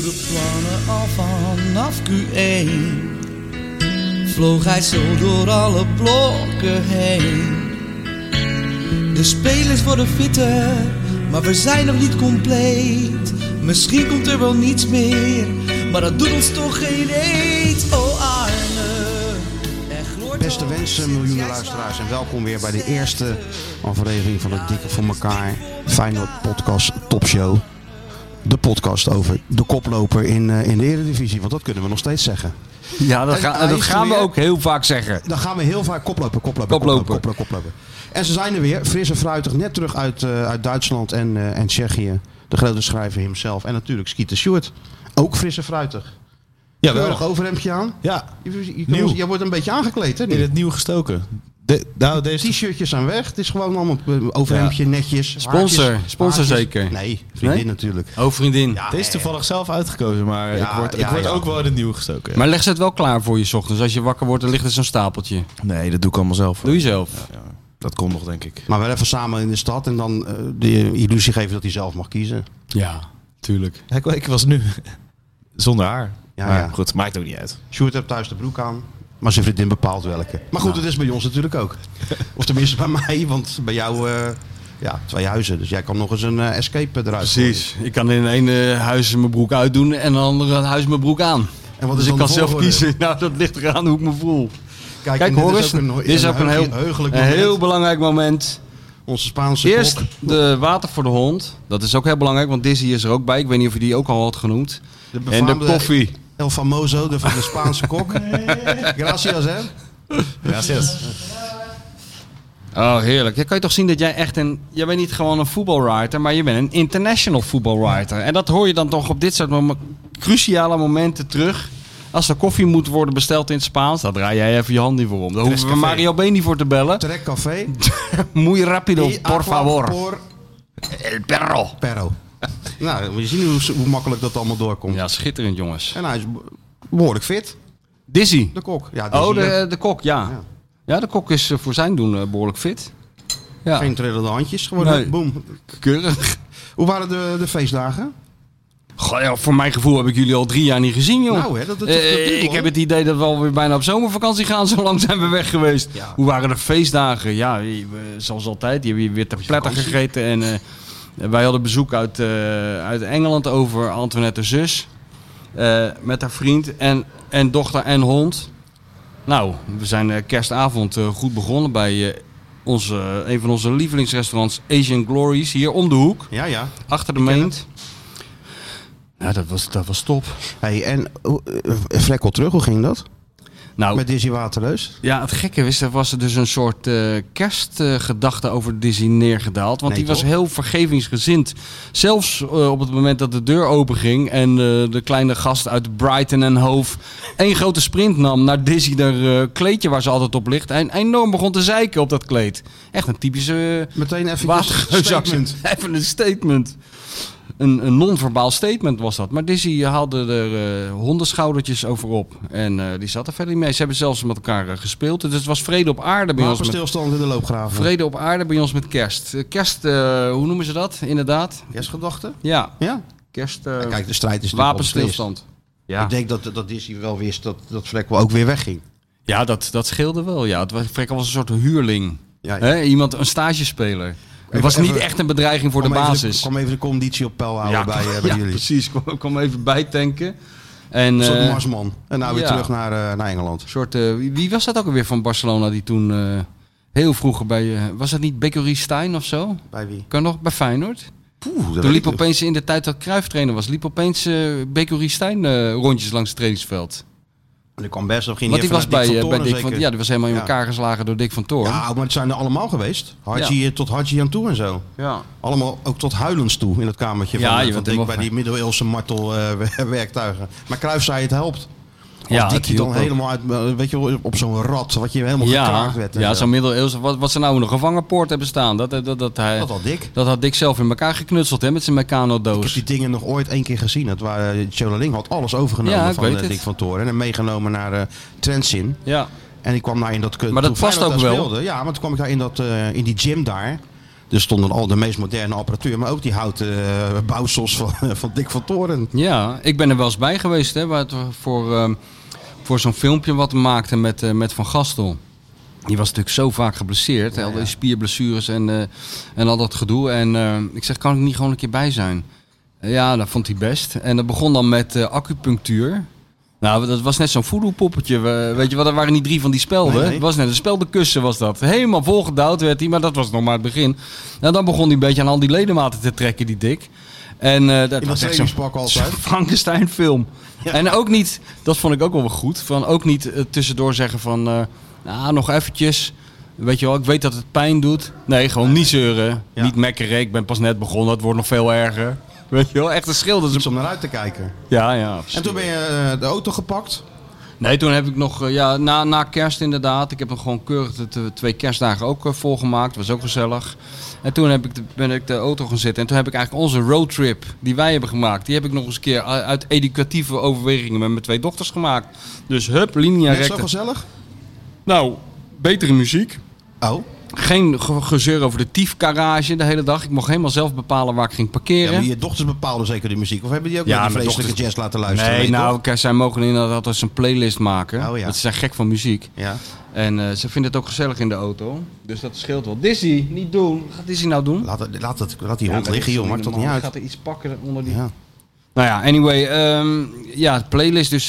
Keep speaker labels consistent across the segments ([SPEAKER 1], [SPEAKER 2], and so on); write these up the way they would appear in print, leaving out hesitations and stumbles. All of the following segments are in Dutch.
[SPEAKER 1] goede plannen al vanaf Q1. Vloog hij zo door alle blokken heen. De spelers worden fitter, maar we zijn nog niet compleet. Misschien komt er wel niets meer, maar dat doet ons toch geen eet. Oh Arne.
[SPEAKER 2] Beste wensen, miljoenen luisteraars. En welkom weer bij de eerste aflevering van de Dikke voor elkaar Feyenoord podcast topshow. De podcast over de koploper in de Eredivisie. Want dat kunnen we nog steeds zeggen.
[SPEAKER 3] Ja, dat gaan we ook heel vaak zeggen.
[SPEAKER 2] Dan gaan we heel vaak koploper. En ze zijn er weer, fris en fruitig, net terug uit Duitsland en Tsjechië. De grote schrijver hemzelf. En natuurlijk Skeeter Sjoerd. Ook fris en fruitig. Ja, keurig overhemdje aan.
[SPEAKER 4] Ja,
[SPEAKER 2] Je wordt een beetje aangekleed, hè?
[SPEAKER 4] in het nieuw gestoken. Deze
[SPEAKER 2] T-shirtjes zijn weg. Het is gewoon allemaal overhemdje, netjes.
[SPEAKER 3] Sponsor zeker.
[SPEAKER 2] Nee, vriendin natuurlijk.
[SPEAKER 3] Oh, vriendin.
[SPEAKER 4] Ja, deze is toevallig zelf uitgekozen, maar ik word ook wel in het nieuw gestoken. Ja.
[SPEAKER 3] Maar leg ze het wel klaar voor je 's ochtends. Als je wakker wordt, dan ligt er zo'n stapeltje.
[SPEAKER 4] Nee, dat doe ik allemaal zelf.
[SPEAKER 3] Doe je zelf.
[SPEAKER 4] Ja. Dat komt nog, denk ik.
[SPEAKER 2] Maar wel even samen in de stad en dan de illusie geven dat hij zelf mag kiezen.
[SPEAKER 3] Ja, tuurlijk.
[SPEAKER 4] Ik was nu zonder haar.
[SPEAKER 2] Ja,
[SPEAKER 4] maar
[SPEAKER 2] ja.
[SPEAKER 4] goed, maakt ook niet uit.
[SPEAKER 2] Sjoerd heeft thuis de broek aan, maar zijn vriendin bepaalt welke. Maar goed, het is bij ons natuurlijk ook. Of tenminste bij mij, want bij jou 2 huizen. Dus jij kan nog eens een escape eruit
[SPEAKER 3] Precies. Ik kan in een ene huis mijn broek uitdoen en in een andere huis mijn broek aan.
[SPEAKER 2] En wat
[SPEAKER 3] Dus
[SPEAKER 2] is
[SPEAKER 3] ik
[SPEAKER 2] dan
[SPEAKER 3] kan
[SPEAKER 2] de
[SPEAKER 3] zelf
[SPEAKER 2] volgorde?
[SPEAKER 3] kiezen. Nou, dat ligt eraan hoe ik me voel. Kijk
[SPEAKER 2] en
[SPEAKER 3] Horus, dit is ook een heel belangrijk moment.
[SPEAKER 2] Onze Spaanse
[SPEAKER 3] Eerst
[SPEAKER 2] kok.
[SPEAKER 3] de water voor de hond. Dat is ook heel belangrijk, want Dizzy is er ook bij. Ik weet niet of je die ook al had genoemd. En de koffie.
[SPEAKER 2] El Famoso, de Spaanse kok. Gracias, hè?
[SPEAKER 4] Gracias.
[SPEAKER 3] Oh, heerlijk. Dan kan je toch zien dat jij echt jij bent niet gewoon een voetbalwriter, maar je bent een international voetbalwriter. En dat hoor je dan toch op dit soort cruciale momenten terug. Als er koffie moet worden besteld in het Spaans, dan draai jij even je hand niet voor om. Daar hoeven we Mario B. niet voor te bellen.
[SPEAKER 2] Trek café.
[SPEAKER 3] Muy rápido, por favor. El perro.
[SPEAKER 2] Nou, moet je zien hoe makkelijk dat allemaal doorkomt.
[SPEAKER 3] Ja, schitterend, jongens.
[SPEAKER 2] En hij is behoorlijk fit.
[SPEAKER 3] Dizzy.
[SPEAKER 2] De kok. Ja, Dizzy,
[SPEAKER 3] de kok, ja. Ja, de kok is voor zijn doen behoorlijk fit. Ja.
[SPEAKER 2] Geen trillende handjes, gewoon boem.
[SPEAKER 3] Keurig.
[SPEAKER 2] Hoe waren de feestdagen?
[SPEAKER 3] Goh, ja, voor mijn gevoel heb ik jullie al 3 jaar niet gezien, joh.
[SPEAKER 2] Nou, hè,
[SPEAKER 3] ik heb het idee dat we alweer bijna op zomervakantie gaan. Zo lang zijn we weg geweest. Ja. Hoe waren de feestdagen? Ja, zoals altijd. Je hebt weer te pletter gegeten. En wij hadden bezoek uit Engeland over Antoinette zus. Met haar vriend en dochter en hond. Nou, we zijn kerstavond goed begonnen bij een van onze lievelingsrestaurants, Asian Glories, hier om de hoek.
[SPEAKER 2] Ja.
[SPEAKER 3] Achter de Meent. Nou, dat was top.
[SPEAKER 2] Hey, en Frekkel terug, hoe ging dat?
[SPEAKER 3] Nou,
[SPEAKER 2] met Dizzy Waterleus?
[SPEAKER 3] Ja, het gekke is, er was er dus een soort kerstgedachte over Dizzy neergedaald. Want die was heel vergevingsgezind. Zelfs op het moment dat de deur openging en de kleine gast uit Brighton en Hove 1 grote sprint nam naar Dizzy, haar kleedje waar ze altijd op ligt. En enorm begon te zeiken op dat kleed. Echt een typische
[SPEAKER 2] meteen even een statement.
[SPEAKER 3] Even een statement. Een non-verbaal statement was dat. Maar Dizzy haalde er hondenschoudertjes over op. En die zat er verder niet mee. Ze hebben zelfs met elkaar gespeeld. Dus het was vrede op aarde bij ons.
[SPEAKER 2] Wapenstilstand in de loopgraven.
[SPEAKER 3] Vrede op aarde bij ons met kerst. Kerst, hoe noemen ze dat? Inderdaad.
[SPEAKER 2] Kerstgedachten?
[SPEAKER 3] Ja.
[SPEAKER 2] Kerst. Kijk, de strijd is
[SPEAKER 3] wapenstilstand.
[SPEAKER 2] Ja. Ik denk dat Dizzy wel wist dat Frekkel ook weer wegging.
[SPEAKER 3] Ja, dat scheelde wel. Ja. Frekkel was een soort huurling. Ja. Iemand, een stagespeler. Het was niet echt een bedreiging voor de basis.
[SPEAKER 2] Kwam even de conditie op peil houden bij jullie.
[SPEAKER 3] Precies. Kwam even bijtanken. Een
[SPEAKER 2] soort marsman. En nou weer terug naar Engeland.
[SPEAKER 3] Wie was dat ook alweer van Barcelona die toen heel vroeger bij... was dat niet Bekory Stein of zo?
[SPEAKER 2] Bij wie?
[SPEAKER 3] Kan nog bij Feyenoord? Toen liep opeens in de tijd dat Cruijff trainer was, liep opeens Bekory Stein rondjes langs het trainingsveld.
[SPEAKER 2] En ik kwam best, of ging
[SPEAKER 3] want die was bij Dick
[SPEAKER 2] van...
[SPEAKER 3] Ja, die was helemaal in elkaar geslagen door Dick van Toorn.
[SPEAKER 2] Ja, maar het zijn er allemaal geweest. Tot Hadji aan toe en zo.
[SPEAKER 3] Ja.
[SPEAKER 2] Allemaal ook tot huilens toe in het kamertje van Dick bij die middeleeuwse martelwerktuigen. Maar Cruijff zei het helpt. Ja, Dick die dan helemaal uit, weet je, op zo'n rad, wat je helemaal gekraakt werd.
[SPEAKER 3] Ja, zo'n middeleeuwse, wat ze nou in een gevangenpoort hebben staan. Dat had Dick. Dat had Dick zelf in elkaar geknutseld, hè, met zijn Meccano-doos.
[SPEAKER 2] Ik heb die dingen nog ooit 1 keer gezien. Het waren Chola had alles overgenomen van Dick van Toorn en meegenomen naar Trentin.
[SPEAKER 3] Ja.
[SPEAKER 2] En ik kwam daar in dat...
[SPEAKER 3] Maar dat past ook wel.
[SPEAKER 2] Ja, maar toen kwam ik daar in die gym daar. Er stonden al de meest moderne apparatuur, maar ook die houten bouwsels van Dick van Toren.
[SPEAKER 3] Ja, ik ben er wel eens bij geweest, hè, voor zo'n filmpje wat we maakten met Van Gastel. Die was natuurlijk zo vaak geblesseerd. Hij had die spierblessures en al dat gedoe. En ik zeg, kan ik niet gewoon een keer bij zijn? Ja, dat vond hij best. En dat begon dan met acupunctuur. Nou, dat was net zo'n voodoo-poppetje. Weet je wat, er waren niet 3 van die spelden. Nee. Het was net een speldenkussen was dat. Helemaal volgedouwd werd hij, maar dat was nog maar het begin. Nou, dan begon hij een beetje aan al die ledematen te trekken, die Dick. En dat was echt zo'n Frankenstein-film. Ja. En ook niet, dat vond ik ook wel goed, van ook niet tussendoor zeggen van, nog eventjes. Weet je wel, ik weet dat het pijn doet. Nee, gewoon niet zeuren. Ja. Niet mekkeren, ik ben pas net begonnen, het wordt nog veel erger. Weet je wel, echt een schil.
[SPEAKER 2] Iets om naar uit te kijken.
[SPEAKER 3] Ja.
[SPEAKER 2] En toen ben je de auto gepakt?
[SPEAKER 3] Nee, toen heb ik nog, na kerst inderdaad. Ik heb nog gewoon keurig de 2 kerstdagen ook volgemaakt. Was ook gezellig. En toen ben ik de auto gaan zitten. En toen heb ik eigenlijk onze roadtrip die wij hebben gemaakt. Die heb ik nog eens een keer uit educatieve overwegingen met mijn 2 dochters gemaakt. Dus hup, linea recta.
[SPEAKER 2] Zo gezellig?
[SPEAKER 3] Nou, betere muziek.
[SPEAKER 2] Oh.
[SPEAKER 3] Geen gezeur over de tiefgarage de hele dag. Ik mocht helemaal zelf bepalen waar ik ging parkeren.
[SPEAKER 2] Ja, maar je dochters bepaalden zeker de muziek. Of hebben die ook die vreselijke jazz laten luisteren?
[SPEAKER 3] Nee, nou, zij mogen inderdaad altijd een playlist maken. Oh, ja. Want ze zijn gek van muziek.
[SPEAKER 2] Ja.
[SPEAKER 3] En ze vinden het ook gezellig in de auto. Dus dat scheelt wel. Dizzy, niet doen. Wat gaat Dizzy nou doen?
[SPEAKER 2] Laat die hond liggen, joh. Maakt toch niet uit.
[SPEAKER 3] Gaat er iets pakken onder die... Ja. Nou ja, anyway. Playlist dus...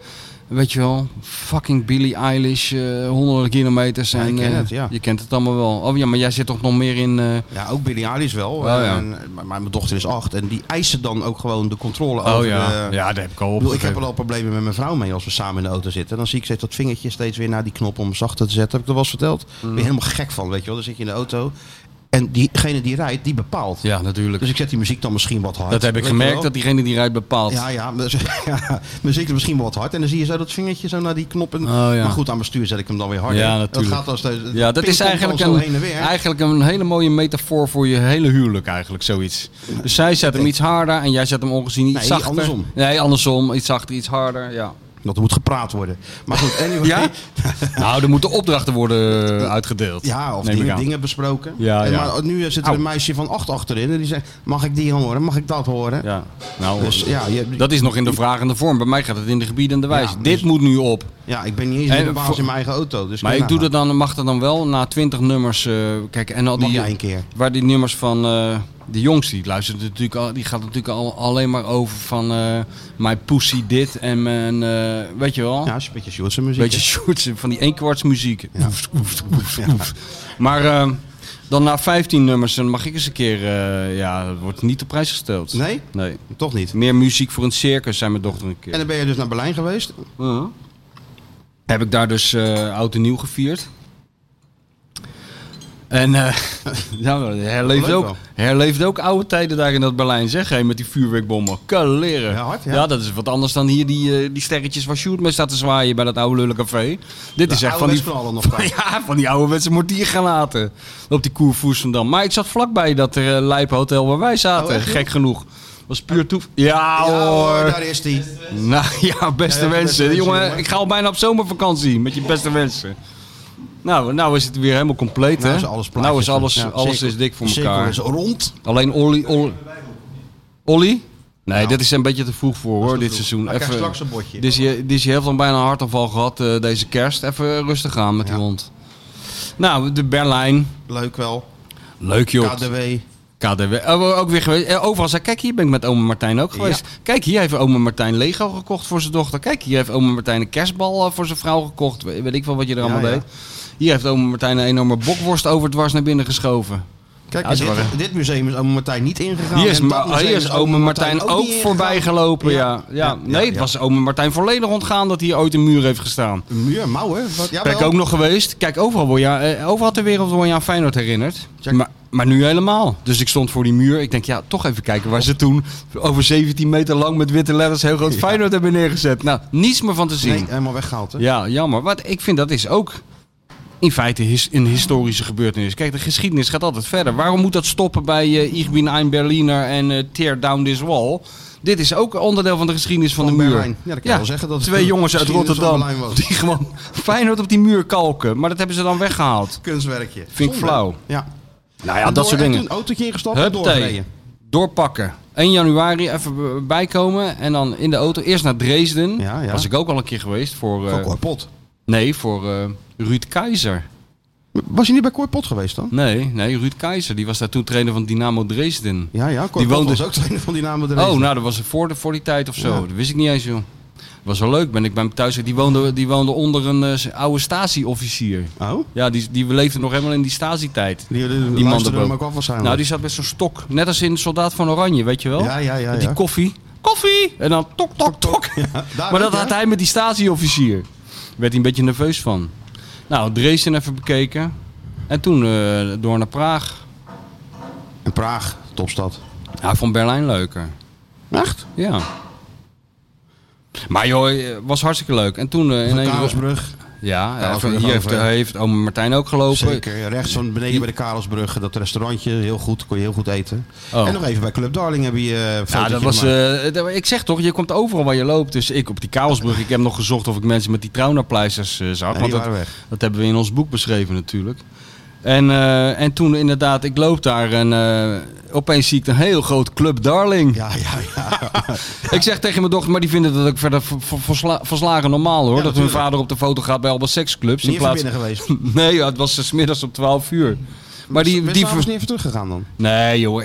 [SPEAKER 3] weet je wel, fucking Billie Eilish, honderden kilometers. En,
[SPEAKER 2] ik ken het, ja.
[SPEAKER 3] Je kent het allemaal wel. Oh ja, maar jij zit toch nog meer in...
[SPEAKER 2] Ja, ook Billie Eilish wel.
[SPEAKER 3] Oh, ja.
[SPEAKER 2] Maar mijn dochter is 8 en die eisen dan ook gewoon de controle over.
[SPEAKER 3] Ja, daar heb ik al op.
[SPEAKER 2] Ik heb er al problemen met mijn vrouw mee als we samen in de auto zitten. Dan zie ik steeds dat vingertje steeds weer naar die knop om zachter te zetten. Heb ik dat wel eens verteld? Ben je helemaal gek van, weet je wel. Dan zit je in de auto... En diegene die rijdt, die bepaalt.
[SPEAKER 3] Ja, natuurlijk.
[SPEAKER 2] Dus ik zet die muziek dan misschien wat hard.
[SPEAKER 3] Dat heb ik gemerkt, dat diegene die rijdt bepaalt.
[SPEAKER 2] Ja, muziek is misschien wel wat hard. En dan zie je zo dat vingertje zo naar die knoppen. Maar goed, aan mijn stuur zet ik hem dan weer harder.
[SPEAKER 3] Ja, natuurlijk.
[SPEAKER 2] Dat gaat als
[SPEAKER 3] dat is eigenlijk een hele mooie metafoor voor je hele huwelijk eigenlijk, zoiets. Dus zij zet hem iets harder en jij zet hem ongezien iets zachter.
[SPEAKER 2] Andersom.
[SPEAKER 3] Nee, andersom. Iets zachter, iets harder, ja.
[SPEAKER 2] Dat er moet gepraat worden. Maar goed, anyway.
[SPEAKER 3] Ja? Nou, er moeten opdrachten worden uitgedeeld.
[SPEAKER 2] Ja, of dingen besproken.
[SPEAKER 3] Ja.
[SPEAKER 2] Maar nu zit er een meisje van 8 achterin. En die zegt, mag ik die horen? Mag ik dat horen?
[SPEAKER 3] Ja. Nou, dus, dat is nog in de vragende vorm. Bij mij gaat het in de gebiedende wijze. Ja, dit moet nu op.
[SPEAKER 2] Ja, ik ben niet eens de baas in mijn eigen auto. Dus
[SPEAKER 3] maar ik doe dat dan, mag dat dan wel na 20 nummers. Kijk, en al die,
[SPEAKER 2] mag jij een keer.
[SPEAKER 3] Waar die nummers van... de jongste, die luistert natuurlijk al, die gaat natuurlijk alleen maar over van My Pussy dit en mijn, weet je wel?
[SPEAKER 2] Ja, een beetje Sjoerdse muziek.
[SPEAKER 3] Beetje Sjoerdse, van die eenkwarts muziek. Ja. Maar dan na 15 nummers dan mag ik eens een keer, dat wordt niet op prijs gesteld.
[SPEAKER 2] Nee?
[SPEAKER 3] Nee.
[SPEAKER 2] Toch niet?
[SPEAKER 3] Meer muziek voor een circus, zei mijn dochter een keer.
[SPEAKER 2] En dan ben je dus naar Berlijn geweest?
[SPEAKER 3] Heb ik daar dus oud en nieuw gevierd. En herleefde ook oude tijden daar in dat Berlijn, zeg. Met die vuurwerkbommen. Kaleren.
[SPEAKER 2] Ja, hard, ja.
[SPEAKER 3] Ja, dat is wat anders dan hier die sterretjes waar Sjoerd mee staat te zwaaien bij dat oude lullencafé. Dit is echt van die ouderwetse mortiergranaten op die Koervoers van Dam. Maar ik zat vlakbij dat lijphotel waar wij zaten, gek genoeg. Was puur Ja hoor.
[SPEAKER 2] Daar is die.
[SPEAKER 3] Nou ja, beste wensen. Jongen, ik ga al bijna op zomervakantie met je beste wensen. Nou is het weer helemaal compleet, hè? Nou is alles is dik voor elkaar.
[SPEAKER 2] Is rond.
[SPEAKER 3] Alleen Ollie? Nee, dit is een beetje te vroeg voor, hoor, dit seizoen.
[SPEAKER 2] Even straks een botje.
[SPEAKER 3] Dus je heeft dan bijna een hartaanval gehad deze kerst. Even rustig aan met die hond. Nou, de Berlijn.
[SPEAKER 2] Leuk wel.
[SPEAKER 3] Leuk, joh. KDW. Ook weer geweest. Overal zei, kijk, hier ben ik met oma Martijn ook geweest. Ja. Kijk, hier heeft oma Martijn Lego gekocht voor zijn dochter. Kijk, hier heeft oma Martijn een kerstbal voor zijn vrouw gekocht. Weet ik wel wat je er allemaal deed. Hier heeft oma Martijn een enorme bokworst overdwars naar binnen geschoven.
[SPEAKER 2] Kijk, dit museum is oma Martijn niet ingegaan.
[SPEAKER 3] Hier is oma Martijn ook voorbij gelopen. Het was oma Martijn volledig ontgaan dat hier ooit een muur heeft gestaan.
[SPEAKER 2] Een muur, mouwen?
[SPEAKER 3] Ben ik ook nog geweest. Kijk, overal ter wereld word je aan Feyenoord herinnerd. Maar nu helemaal. Dus ik stond voor die muur. Ik denk, toch even kijken waar ze toen over 17 meter lang met witte letters heel groot Feyenoord hebben neergezet. Nou, niets meer van te zien.
[SPEAKER 2] Nee, helemaal weggehaald, hè?
[SPEAKER 3] Ja, jammer. Want ik vind dat is ook in feite een historische gebeurtenis. Kijk, de geschiedenis gaat altijd verder. Waarom moet dat stoppen bij Ich bin ein Berliner en Tear down this wall? Dit is ook onderdeel van de geschiedenis van de muur.
[SPEAKER 2] Berlijn. Ja, dat kan wel zeggen. Dat
[SPEAKER 3] 2 jongens uit Rotterdam die gewoon Feyenoord op die muur kalken. Maar dat hebben ze dan weggehaald.
[SPEAKER 2] Kunstwerkje.
[SPEAKER 3] Vind ik flauw.
[SPEAKER 2] Ja.
[SPEAKER 3] Nou ja, dat soort dingen.
[SPEAKER 2] En toen autootje ingestapt en doorgereden.
[SPEAKER 3] Doorpakken. 1 januari even bijkomen en dan in de auto. Eerst naar Dresden.
[SPEAKER 2] Ja.
[SPEAKER 3] Was ik ook al een keer geweest. Voor
[SPEAKER 2] Cor Pot.
[SPEAKER 3] Nee, voor Ruud Keizer.
[SPEAKER 2] Was je niet bij Cor Pot geweest dan?
[SPEAKER 3] Nee, Ruud Keizer. Die was daar toen trainer van Dynamo Dresden.
[SPEAKER 2] Ja, Cor Pot was ook trainer van Dynamo Dresden.
[SPEAKER 3] Oh, nou, dat was voor die tijd of zo. Ja. Dat wist ik niet eens, joh. Was wel leuk. Ben ik bij hem thuis. Die woonde onder een oude Stasi-officier.
[SPEAKER 2] Oh?
[SPEAKER 3] Ja, die leefde nog helemaal in die Stasi-tijd.
[SPEAKER 2] Die man hem ook af waarschijnlijk.
[SPEAKER 3] Nou, die zat met zo'n stok. Net als in Soldaat van Oranje, weet je wel?
[SPEAKER 2] Ja.
[SPEAKER 3] Die koffie. En dan tok, tok, tok. Ja, maar dat had hij met die Stasi-officier. Daar werd hij een beetje nerveus van. Nou, Dresden even bekeken. En toen door naar Praag.
[SPEAKER 2] En Praag, topstad.
[SPEAKER 3] Ja, ik vond Berlijn leuker.
[SPEAKER 2] Echt?
[SPEAKER 3] Ja. Maar joh, was hartstikke leuk. En toen in een
[SPEAKER 2] Karelsbrug.
[SPEAKER 3] Ja, hier heeft ome Martijn ook gelopen.
[SPEAKER 2] Zeker, rechts van beneden bij de Karelsbrug, dat restaurantje, heel goed, kon je heel goed eten.
[SPEAKER 3] Oh.
[SPEAKER 2] En nog even bij Club Darling heb je
[SPEAKER 3] dat was, ik zeg toch, je komt overal waar je loopt. Dus ik op die Karelsbrug, ik heb nog gezocht of ik mensen met die traunapleisters zag.
[SPEAKER 2] Ja, want
[SPEAKER 3] dat hebben we in ons boek beschreven natuurlijk. En toen inderdaad, ik loop daar en opeens zie ik een heel groot Club Darling.
[SPEAKER 2] Ja.
[SPEAKER 3] Ik zeg tegen mijn dochter, maar die vinden dat ook verder verslagen normaal hoor.
[SPEAKER 2] Ja,
[SPEAKER 3] dat hun vader op de foto gaat bij alle seksclubs.
[SPEAKER 2] Niet even binnen geweest?
[SPEAKER 3] Nee, het was 's middags om 12 uur. Maar die
[SPEAKER 2] was niet even teruggegaan dan?
[SPEAKER 3] Nee joh.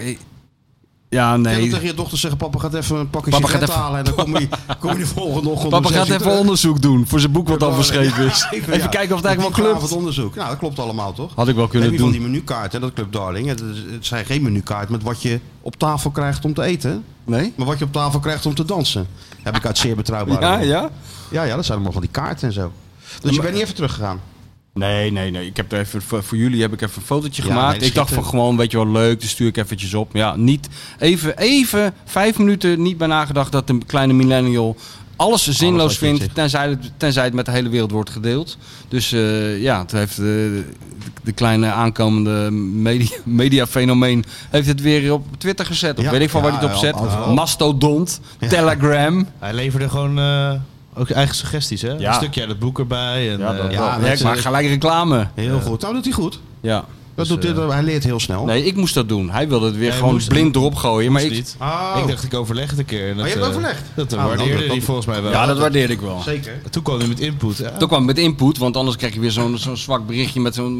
[SPEAKER 3] Ja, nee.
[SPEAKER 2] Kun je tegen je dochter zeggen, papa gaat even een pakje sigaretten halen en dan kom je de volgende ochtend.
[SPEAKER 3] Papa gaat even onderzoek doen voor zijn boek wat al verschreven is. Even kijken of het eigenlijk wel klopt.
[SPEAKER 2] Onderzoek. Nou, dat klopt allemaal toch?
[SPEAKER 3] Had ik wel kunnen doen.
[SPEAKER 2] Van die menukaart, hè, dat Club Darling. Het zijn geen menukaart met wat je op tafel krijgt om te eten.
[SPEAKER 3] Nee?
[SPEAKER 2] Maar wat je op tafel krijgt om te dansen. Heb ik uit zeer betrouwbare. Ja, dat zijn allemaal van die kaarten en zo. Dus je bent niet even teruggegaan?
[SPEAKER 3] Nee. Ik heb er even, voor jullie heb ik even een fotootje gemaakt. Ik dacht van gewoon, weet je wel, leuk, dus stuur ik eventjes op. Ja, niet even 5 minuten niet bij nagedacht dat de kleine millennial alles zinloos vindt, tenzij het met de hele wereld wordt gedeeld. Dus het heeft de kleine aankomende mediafenomeen heeft het weer op Twitter gezet. Of weet ik van waar hij het op zet. Mastodont, Telegram.
[SPEAKER 4] Hij leverde gewoon ook eigen suggesties, hè?
[SPEAKER 3] Ja.
[SPEAKER 4] Een stukje uit het boek erbij. En,
[SPEAKER 3] maar gelijk reclame.
[SPEAKER 2] Heel goed. Nou, doet hij goed.
[SPEAKER 3] Ja.
[SPEAKER 2] Dat doet hij leert heel snel.
[SPEAKER 3] Nee, ik moest dat doen. Hij wilde het weer gewoon blind erop gooien. Maar
[SPEAKER 4] niet. Ik dacht, ik overleg het een keer. En
[SPEAKER 2] je hebt overlegd?
[SPEAKER 4] Dat waardeerde hij volgens mij wel.
[SPEAKER 3] Ja, dat waardeerde ik wel.
[SPEAKER 2] Zeker.
[SPEAKER 4] Toen kwam hij met input. Ja.
[SPEAKER 3] Toen kwam hij met input, want anders krijg je weer zo'n zwak berichtje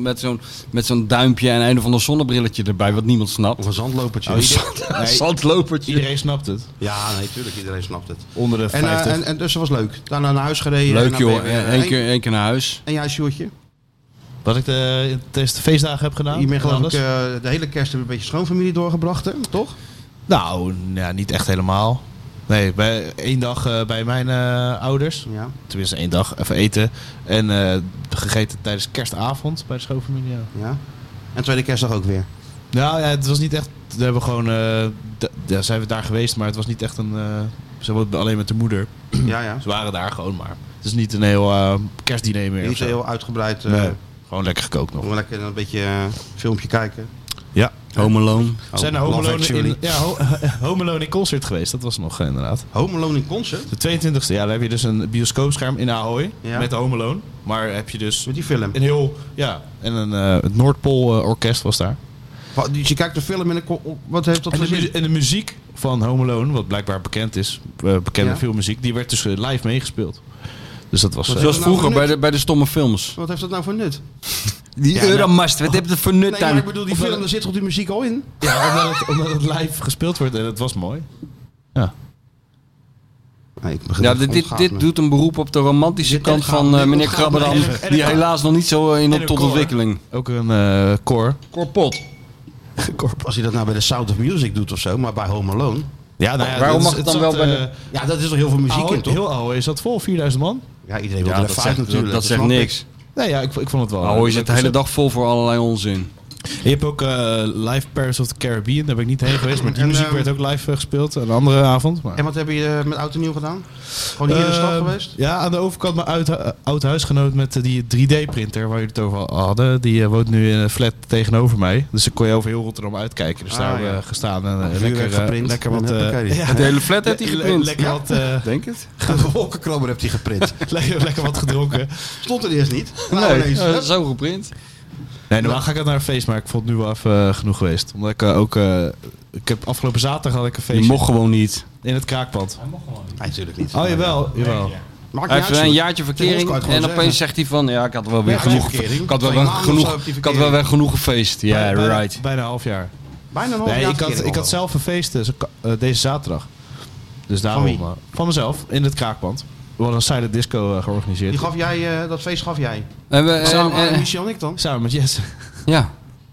[SPEAKER 3] met zo'n duimpje en een of ander zonnebrilletje erbij, wat niemand snapt.
[SPEAKER 2] Of een zandlopertje.
[SPEAKER 3] Zandlopertje.
[SPEAKER 4] Iedereen snapt het.
[SPEAKER 2] Ja, nee, tuurlijk. Iedereen snapt het.
[SPEAKER 4] Onder de 50.
[SPEAKER 2] En dus dat was leuk. Daarna naar huis gereden.
[SPEAKER 3] Leuk joh. Eén keer naar huis.
[SPEAKER 2] En jij, Sjoerdje?
[SPEAKER 4] Wat ik tijdens de feestdagen heb gedaan.
[SPEAKER 2] Je bent geloof ik de hele kerst een beetje schoonfamilie doorgebracht, hè? Toch?
[SPEAKER 4] Nou, ja, niet echt helemaal. Nee, één dag bij mijn ouders.
[SPEAKER 2] Ja.
[SPEAKER 4] Tenminste 1 dag even eten. En gegeten tijdens kerstavond bij de schoonfamilie.
[SPEAKER 2] Ja. En tweede kerstdag ook weer?
[SPEAKER 4] Nou ja, het was niet echt... We hebben gewoon... zijn we daar geweest, maar het was niet echt een... ze woont alleen met de moeder.
[SPEAKER 2] Ja.
[SPEAKER 4] Ze waren daar gewoon, maar het is niet een heel kerstdiner meer.
[SPEAKER 2] Niet heel uitgebreid...
[SPEAKER 4] Nee. Gewoon lekker gekookt nog.
[SPEAKER 2] Gewoon lekker een beetje filmpje kijken.
[SPEAKER 4] Ja.
[SPEAKER 3] Home Alone.
[SPEAKER 4] We zijn naar Home Alone in concert geweest. Dat was nog inderdaad.
[SPEAKER 2] Home Alone in concert?
[SPEAKER 4] De 22e. Ja, daar heb je dus een bioscoopscherm in Ahoy. Ja. Met de Home Alone. Maar heb je dus...
[SPEAKER 2] Met die film?
[SPEAKER 4] Een heel... Ja. En het Noordpool orkest was daar.
[SPEAKER 2] Dus je kijkt de film en wat heeft dat gezien?
[SPEAKER 4] En de muziek van Home Alone, wat blijkbaar bekend is. Bekende filmmuziek. Die werd dus live meegespeeld. Dus dat was...
[SPEAKER 3] Zoals vroeger bij de stomme films.
[SPEAKER 2] Wat heeft dat nou voor nut?
[SPEAKER 3] Die Euromast, wat heeft het voor nut aan?
[SPEAKER 2] Nee, ik bedoel, die film, daar zit toch die muziek al in?
[SPEAKER 4] Ja, omdat het live gespeeld wordt en het was mooi. Ja.
[SPEAKER 3] Nee, dit doet een beroep op de romantische kant van meneer Krabberdam. Die helaas nog niet zo tot ontwikkeling.
[SPEAKER 4] Ook een koor.
[SPEAKER 3] Korpot.
[SPEAKER 2] Als hij dat nou bij de Sound of Music doet of zo, maar bij Home Alone...
[SPEAKER 4] Ja, nou ja,
[SPEAKER 3] waarom mag het dan wel bij de...
[SPEAKER 2] Ja, dat is toch heel veel muziek in, toch?
[SPEAKER 4] Heel Ahoy is dat vol, 4000 man?
[SPEAKER 2] Ja, iedereen wil er vaak natuurlijk.
[SPEAKER 3] Dat zegt niks.
[SPEAKER 4] Nee, ja, ik vond het wel...
[SPEAKER 3] Ahoy zit de hele dag vol voor allerlei onzin.
[SPEAKER 4] Je hebt ook live Pirates of the Caribbean, daar ben ik niet heen geweest, maar die muziek werd ook live gespeeld, een andere avond. Maar...
[SPEAKER 2] En wat heb je met Oud en Nieuw gedaan? Gewoon hier in de stad geweest?
[SPEAKER 4] Ja, aan de overkant mijn oud huisgenoot met die 3D-printer waar je het over hadden. Die woont nu in een flat tegenover mij. Dus dan kon je over heel Rotterdam uitkijken. Dus daar hebben we gestaan en lekker wat...
[SPEAKER 3] De hele flat heeft hij geprint.
[SPEAKER 4] Lekker wat...
[SPEAKER 3] Denk het?
[SPEAKER 2] De wolkenkrabber heeft hij geprint.
[SPEAKER 4] lekker wat gedronken.
[SPEAKER 2] Stond er eerst niet.
[SPEAKER 3] Nee, zo geprint.
[SPEAKER 4] Nee, normaal ga ik naar een feest, maar ik vond het nu wel even genoeg geweest. Omdat ik ik heb afgelopen zaterdag had ik een feestje.
[SPEAKER 3] Je mocht gewoon niet.
[SPEAKER 4] In het kraakpand.
[SPEAKER 2] Nee, natuurlijk niet.
[SPEAKER 4] Oh, jawel.
[SPEAKER 2] Maakt
[SPEAKER 3] Hij
[SPEAKER 2] niet
[SPEAKER 3] heeft
[SPEAKER 2] uit,
[SPEAKER 3] een
[SPEAKER 2] Sjoerd.
[SPEAKER 3] jaartje verkering en opeens zegt hij van... Ja, ik had wel weer genoeg... Ik had wel weer genoeg gefeest. Ja, right.
[SPEAKER 4] Bijna een half jaar.
[SPEAKER 2] Bijna een half jaar
[SPEAKER 4] Ik had zelf een feest deze zaterdag. Dus daarom... Van mezelf, in het kraakpand. We hadden een silent disco georganiseerd.
[SPEAKER 2] Die gaf jij, dat feest gaf jij.
[SPEAKER 3] Samen
[SPEAKER 2] met Michel en ik dan?
[SPEAKER 4] Samen met Jesse.
[SPEAKER 3] Ja.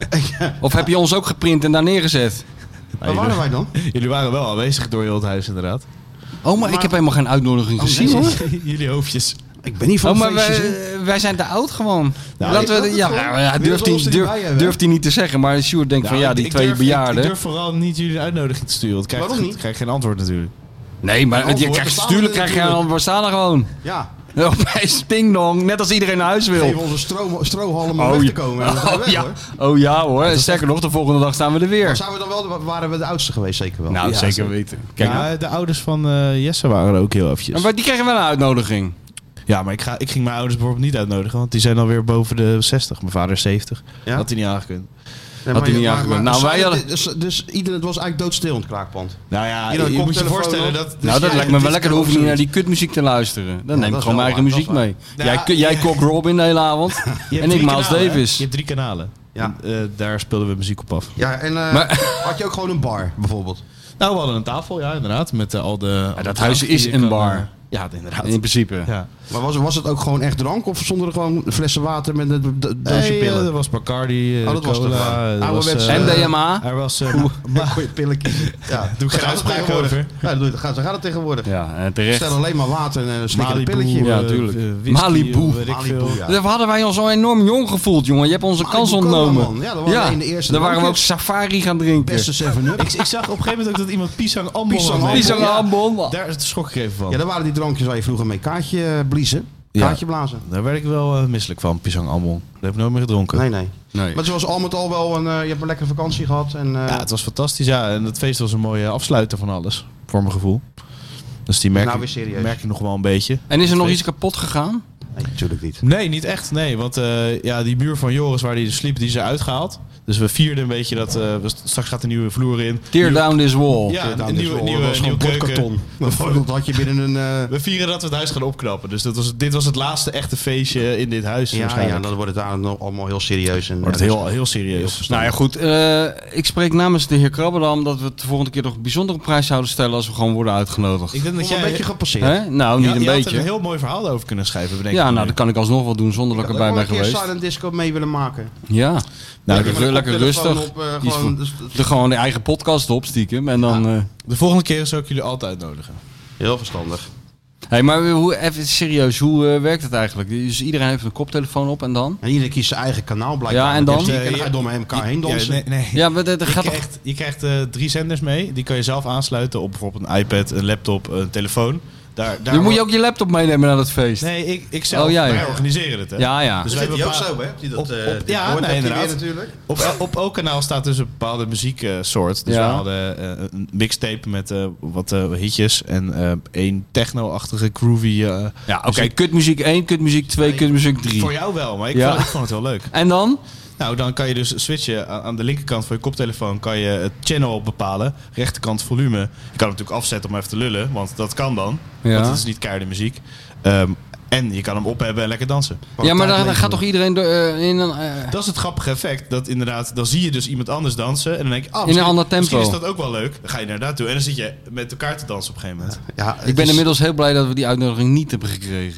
[SPEAKER 3] Of heb je ons ook geprint en daar neergezet?
[SPEAKER 2] Waar waren wij dan?
[SPEAKER 4] Jullie waren wel aanwezig door heel het huis inderdaad.
[SPEAKER 3] Oh, maar ik heb helemaal geen uitnodiging gezien hoor.
[SPEAKER 4] Jullie hoofdjes.
[SPEAKER 2] Ik ben niet van feestjes.
[SPEAKER 3] Wij zijn te oud gewoon.
[SPEAKER 2] Nou,
[SPEAKER 3] Durft hij niet te zeggen. Maar Sjoerd denkt van ja, die twee bejaarden.
[SPEAKER 4] Ik durf vooral niet jullie een uitnodiging te sturen. Want
[SPEAKER 2] Waarom niet?
[SPEAKER 4] krijg geen antwoord natuurlijk.
[SPEAKER 3] Nee, maar natuurlijk krijg je een antwoord. We staan er gewoon.
[SPEAKER 2] Ja.
[SPEAKER 3] Bij Stingdong, net als iedereen naar huis wil.
[SPEAKER 2] Geef onze strohalm om weg te komen. En dan gaan we weg, hoor.
[SPEAKER 3] Oh ja hoor, sterker nog, de volgende dag staan we er weer.
[SPEAKER 2] Maar zijn we dan wel, waren we de oudste geweest zeker wel?
[SPEAKER 3] Nou,
[SPEAKER 4] Ja,
[SPEAKER 3] zeker weten. Kijk,
[SPEAKER 4] Ja, de ouders van Jesse waren er ook heel eventjes.
[SPEAKER 3] maar die kregen wel een uitnodiging.
[SPEAKER 4] Ja, maar ik ging mijn ouders bijvoorbeeld niet uitnodigen, want die zijn alweer boven de 60. Mijn vader is 70.
[SPEAKER 2] Ja?
[SPEAKER 4] Had hij niet aangekund.
[SPEAKER 2] Nee,
[SPEAKER 3] Had hij niet aangekund. Nou, wij hadden...
[SPEAKER 2] Dus iedereen, het was eigenlijk doodstil in het kraakpand.
[SPEAKER 4] Nou ja,
[SPEAKER 2] Iedereen
[SPEAKER 4] je moet je
[SPEAKER 2] koptelefoon
[SPEAKER 4] voorstellen
[SPEAKER 2] op.
[SPEAKER 4] dat...
[SPEAKER 3] Nou, dat lijkt me wel lekker. Dan hoef je niet naar die kutmuziek te luisteren. Dan neem ik
[SPEAKER 2] dat
[SPEAKER 3] gewoon
[SPEAKER 2] is
[SPEAKER 3] mijn
[SPEAKER 2] wel
[SPEAKER 3] eigen
[SPEAKER 2] waar,
[SPEAKER 3] muziek
[SPEAKER 2] dat
[SPEAKER 3] mee.
[SPEAKER 2] is
[SPEAKER 3] Jij Cock Robin de hele avond. En ik Miles Davis.
[SPEAKER 4] Je hebt 3 kanalen.
[SPEAKER 2] Ja.
[SPEAKER 4] En, daar speelden we muziek op af.
[SPEAKER 2] Ja, en had je ook gewoon een bar bijvoorbeeld?
[SPEAKER 4] Nou, we hadden een tafel, ja, inderdaad. Met al de...
[SPEAKER 3] dat huis is een bar.
[SPEAKER 4] Ja, inderdaad.
[SPEAKER 3] In principe.
[SPEAKER 4] Ja.
[SPEAKER 2] Maar was het ook gewoon echt drank of stonden er gewoon flessen water met een doosje pillen?
[SPEAKER 4] Er was Bacardi,
[SPEAKER 2] dat was
[SPEAKER 4] cola.
[SPEAKER 3] MDMA.
[SPEAKER 4] Er was...
[SPEAKER 2] Goeie pilletjes. Ja,
[SPEAKER 4] Doe ik geen uitspraak over.
[SPEAKER 2] Ja, zo gaat het tegenwoordig.
[SPEAKER 3] Ja, en terecht.
[SPEAKER 2] Stel alleen maar water en een slikkende
[SPEAKER 4] Malibu,
[SPEAKER 2] pilletje.
[SPEAKER 3] Ja, tuurlijk.
[SPEAKER 4] Whisky,
[SPEAKER 3] Malibu.
[SPEAKER 4] weet ik veel.
[SPEAKER 2] Ja.
[SPEAKER 3] Daar hadden wij ons zo enorm jong gevoeld, jongen. Je hebt onze
[SPEAKER 2] Malibu
[SPEAKER 3] kans
[SPEAKER 2] Cola,
[SPEAKER 3] ontnomen.
[SPEAKER 2] man. Ja, dat waren in de eerste
[SPEAKER 3] Daar waren we ook
[SPEAKER 2] drankjes.
[SPEAKER 3] safari gaan drinken.
[SPEAKER 2] Beste 7-Up.
[SPEAKER 4] Ik zag op een gegeven moment ook dat iemand Pisang Ambon
[SPEAKER 2] Pisang
[SPEAKER 4] had.
[SPEAKER 2] Ambon.
[SPEAKER 3] Pisang Ambon.
[SPEAKER 4] Daar schrok ik even van.
[SPEAKER 2] Ja, dat waren die drankjes waar je vroeger mee kaartje bliezen.
[SPEAKER 4] Ja.
[SPEAKER 2] Kaartje blazen.
[SPEAKER 4] Daar werd ik wel misselijk van, Pisang Ambon. Dat heb ik nooit meer gedronken.
[SPEAKER 2] Nee.
[SPEAKER 3] Nee.
[SPEAKER 2] Maar het was al met al wel je hebt een lekkere vakantie gehad. En,
[SPEAKER 4] Ja, het was fantastisch. Ja, en het feest was een mooie afsluiter van alles. Voor mijn gevoel. Dus die merk,
[SPEAKER 2] Nou, weer serieus.
[SPEAKER 4] merk ik nog wel een beetje.
[SPEAKER 3] En is er nog
[SPEAKER 4] Feest.
[SPEAKER 3] iets kapot gegaan?
[SPEAKER 2] Nee, natuurlijk niet.
[SPEAKER 4] Nee, niet echt. Nee, want die muur van Joris waar hij sliep, die is eruit gehaald. Dus we vierden een beetje dat... straks gaat een nieuwe vloer in.
[SPEAKER 3] Tear down this wall.
[SPEAKER 4] Ja,
[SPEAKER 2] Dat
[SPEAKER 4] een nieuwe keuken.
[SPEAKER 2] bordkarton. Dat had je binnen een...
[SPEAKER 4] We vieren dat we het huis gaan opknappen. Dus dit was het laatste echte feestje in dit huis.
[SPEAKER 2] Ja, dan wordt het daar nog allemaal heel serieus. En,
[SPEAKER 4] Wordt het heel serieus.
[SPEAKER 3] Nou ja, goed. Ik spreek namens de heer Krabberdam dat we het de volgende keer nog een bijzondere prijs zouden stellen als we gewoon worden uitgenodigd.
[SPEAKER 4] Ik denk dat
[SPEAKER 2] een
[SPEAKER 4] jij
[SPEAKER 2] beetje gepasseerd.
[SPEAKER 3] Hè? Nou, niet een
[SPEAKER 4] je had
[SPEAKER 3] beetje.
[SPEAKER 4] er een heel mooi verhaal over kunnen schrijven, bedenk ik
[SPEAKER 3] Ja,
[SPEAKER 4] me
[SPEAKER 3] nou,
[SPEAKER 4] nu.
[SPEAKER 3] dat kan ik alsnog wel doen zonder dat ik erbij ben
[SPEAKER 2] een keer
[SPEAKER 3] geweest.
[SPEAKER 2] silent disco mee willen maken.
[SPEAKER 3] Ja. Nou,
[SPEAKER 2] Ja,
[SPEAKER 3] lekker rustig. Gewoon de eigen podcast op, stiekem. En dan...
[SPEAKER 4] De volgende keer zou ik jullie altijd uitnodigen.
[SPEAKER 2] Heel verstandig.
[SPEAKER 3] Hey, maar even serieus, hoe werkt het eigenlijk? Dus iedereen heeft een koptelefoon op en dan?
[SPEAKER 2] En iedereen kiest zijn eigen kanaal blijkbaar.
[SPEAKER 3] Ja, en dan?
[SPEAKER 2] En dan ga je door elkaar heen dansen.
[SPEAKER 4] Nee.
[SPEAKER 3] Ja, maar dat gaat toch...
[SPEAKER 4] Je krijgt 3 zenders mee. Die kan je zelf aansluiten op bijvoorbeeld een iPad, een laptop, een telefoon.
[SPEAKER 3] Dan moet je ook je laptop meenemen naar dat feest.
[SPEAKER 4] Nee, ik zelf.
[SPEAKER 3] Oh, ja.
[SPEAKER 4] Wij organiseren het, hè?
[SPEAKER 3] Ja.
[SPEAKER 4] Dus
[SPEAKER 2] Dus
[SPEAKER 4] wij
[SPEAKER 2] zit die ook
[SPEAKER 4] bepalen-
[SPEAKER 2] zo, hè? Die dat,
[SPEAKER 4] ja, nee, inderdaad.
[SPEAKER 2] natuurlijk.
[SPEAKER 4] Op elk kanaal staat dus een bepaalde muzieksoort. Dus
[SPEAKER 3] Ja.
[SPEAKER 4] we hadden een mixtape met wat hitjes en 1 techno-achtige groovy.
[SPEAKER 3] Ja, oké.
[SPEAKER 4] muziek.
[SPEAKER 3] Kutmuziek 1, kutmuziek 2, kutmuziek 3.
[SPEAKER 4] Voor jou wel, maar ik vond het heel leuk.
[SPEAKER 3] En dan?
[SPEAKER 4] Nou, dan kan je dus switchen. Aan de linkerkant van je koptelefoon kan je het channel bepalen. Rechterkant volume. Je kan het natuurlijk afzetten om even te lullen, want dat kan dan.
[SPEAKER 3] Ja.
[SPEAKER 4] Want het is niet keiharde muziek. En je kan hem ophebben en lekker dansen.
[SPEAKER 3] Ja, maar dan gaat toch iedereen in een...
[SPEAKER 4] Dat is het grappige effect. Dat inderdaad, dan zie je dus iemand anders dansen. En dan denk je,
[SPEAKER 3] in een ander tempo.
[SPEAKER 4] Misschien is dat ook wel leuk. Dan ga je naar daar toe. En dan zit je met elkaar te dansen op een gegeven moment.
[SPEAKER 2] Ja,
[SPEAKER 3] Ik ben inmiddels heel blij dat we die uitnodiging niet hebben gekregen.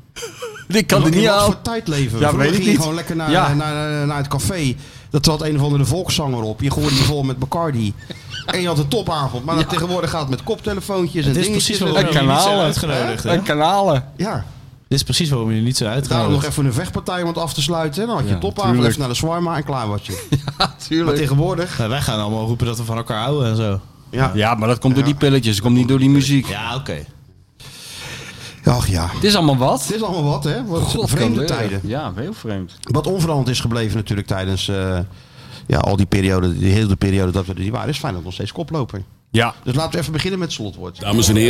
[SPEAKER 3] Ik kan er niet
[SPEAKER 2] Wat
[SPEAKER 3] aan.
[SPEAKER 2] voor tijd leven.
[SPEAKER 3] Ja,
[SPEAKER 2] Vroeger
[SPEAKER 3] weet ik
[SPEAKER 2] ging je
[SPEAKER 3] niet.
[SPEAKER 2] gewoon lekker
[SPEAKER 3] Ja.
[SPEAKER 2] naar het café. Dat zat een of andere volkszanger op. Je gooide die vol met Bacardi. En je had een topavond. Maar tegenwoordig gaat het met koptelefoontjes en
[SPEAKER 4] Het is
[SPEAKER 2] dingetjes.
[SPEAKER 4] precies waarom jullie niet zijn uitgenodigd. hè?
[SPEAKER 3] En kanalen.
[SPEAKER 2] Ja,
[SPEAKER 4] Dit is precies waarom jullie niet zijn
[SPEAKER 2] daarom
[SPEAKER 4] uitgenodigd.
[SPEAKER 2] nog even een vechtpartij om het af te sluiten. Dan had je
[SPEAKER 3] Ja,
[SPEAKER 2] een topavond,
[SPEAKER 3] tuurlijk.
[SPEAKER 2] even naar de shawarma en klaar was je.
[SPEAKER 3] Ja,
[SPEAKER 2] Maar
[SPEAKER 3] tuurlijk.
[SPEAKER 2] tegenwoordig...
[SPEAKER 4] Nou, wij gaan allemaal roepen dat we van elkaar houden en zo.
[SPEAKER 2] Ja,
[SPEAKER 3] Ja, maar dat komt door die pilletjes. Dat komt niet door die muziek.
[SPEAKER 4] Ja, oké.
[SPEAKER 2] ach ja.
[SPEAKER 3] Het is allemaal wat.
[SPEAKER 2] Het is allemaal wat, hè? Wat
[SPEAKER 3] God,
[SPEAKER 2] vreemde
[SPEAKER 3] kan
[SPEAKER 2] tijden.
[SPEAKER 3] Ja, heel vreemd.
[SPEAKER 2] Wat onveranderd is gebleven natuurlijk tijdens al die periode, die hele periode dat we er niet waren, is fijn dat we nog steeds koploper.
[SPEAKER 3] Ja.
[SPEAKER 2] Dus laten we even beginnen met het slotwoord.
[SPEAKER 5] Dames en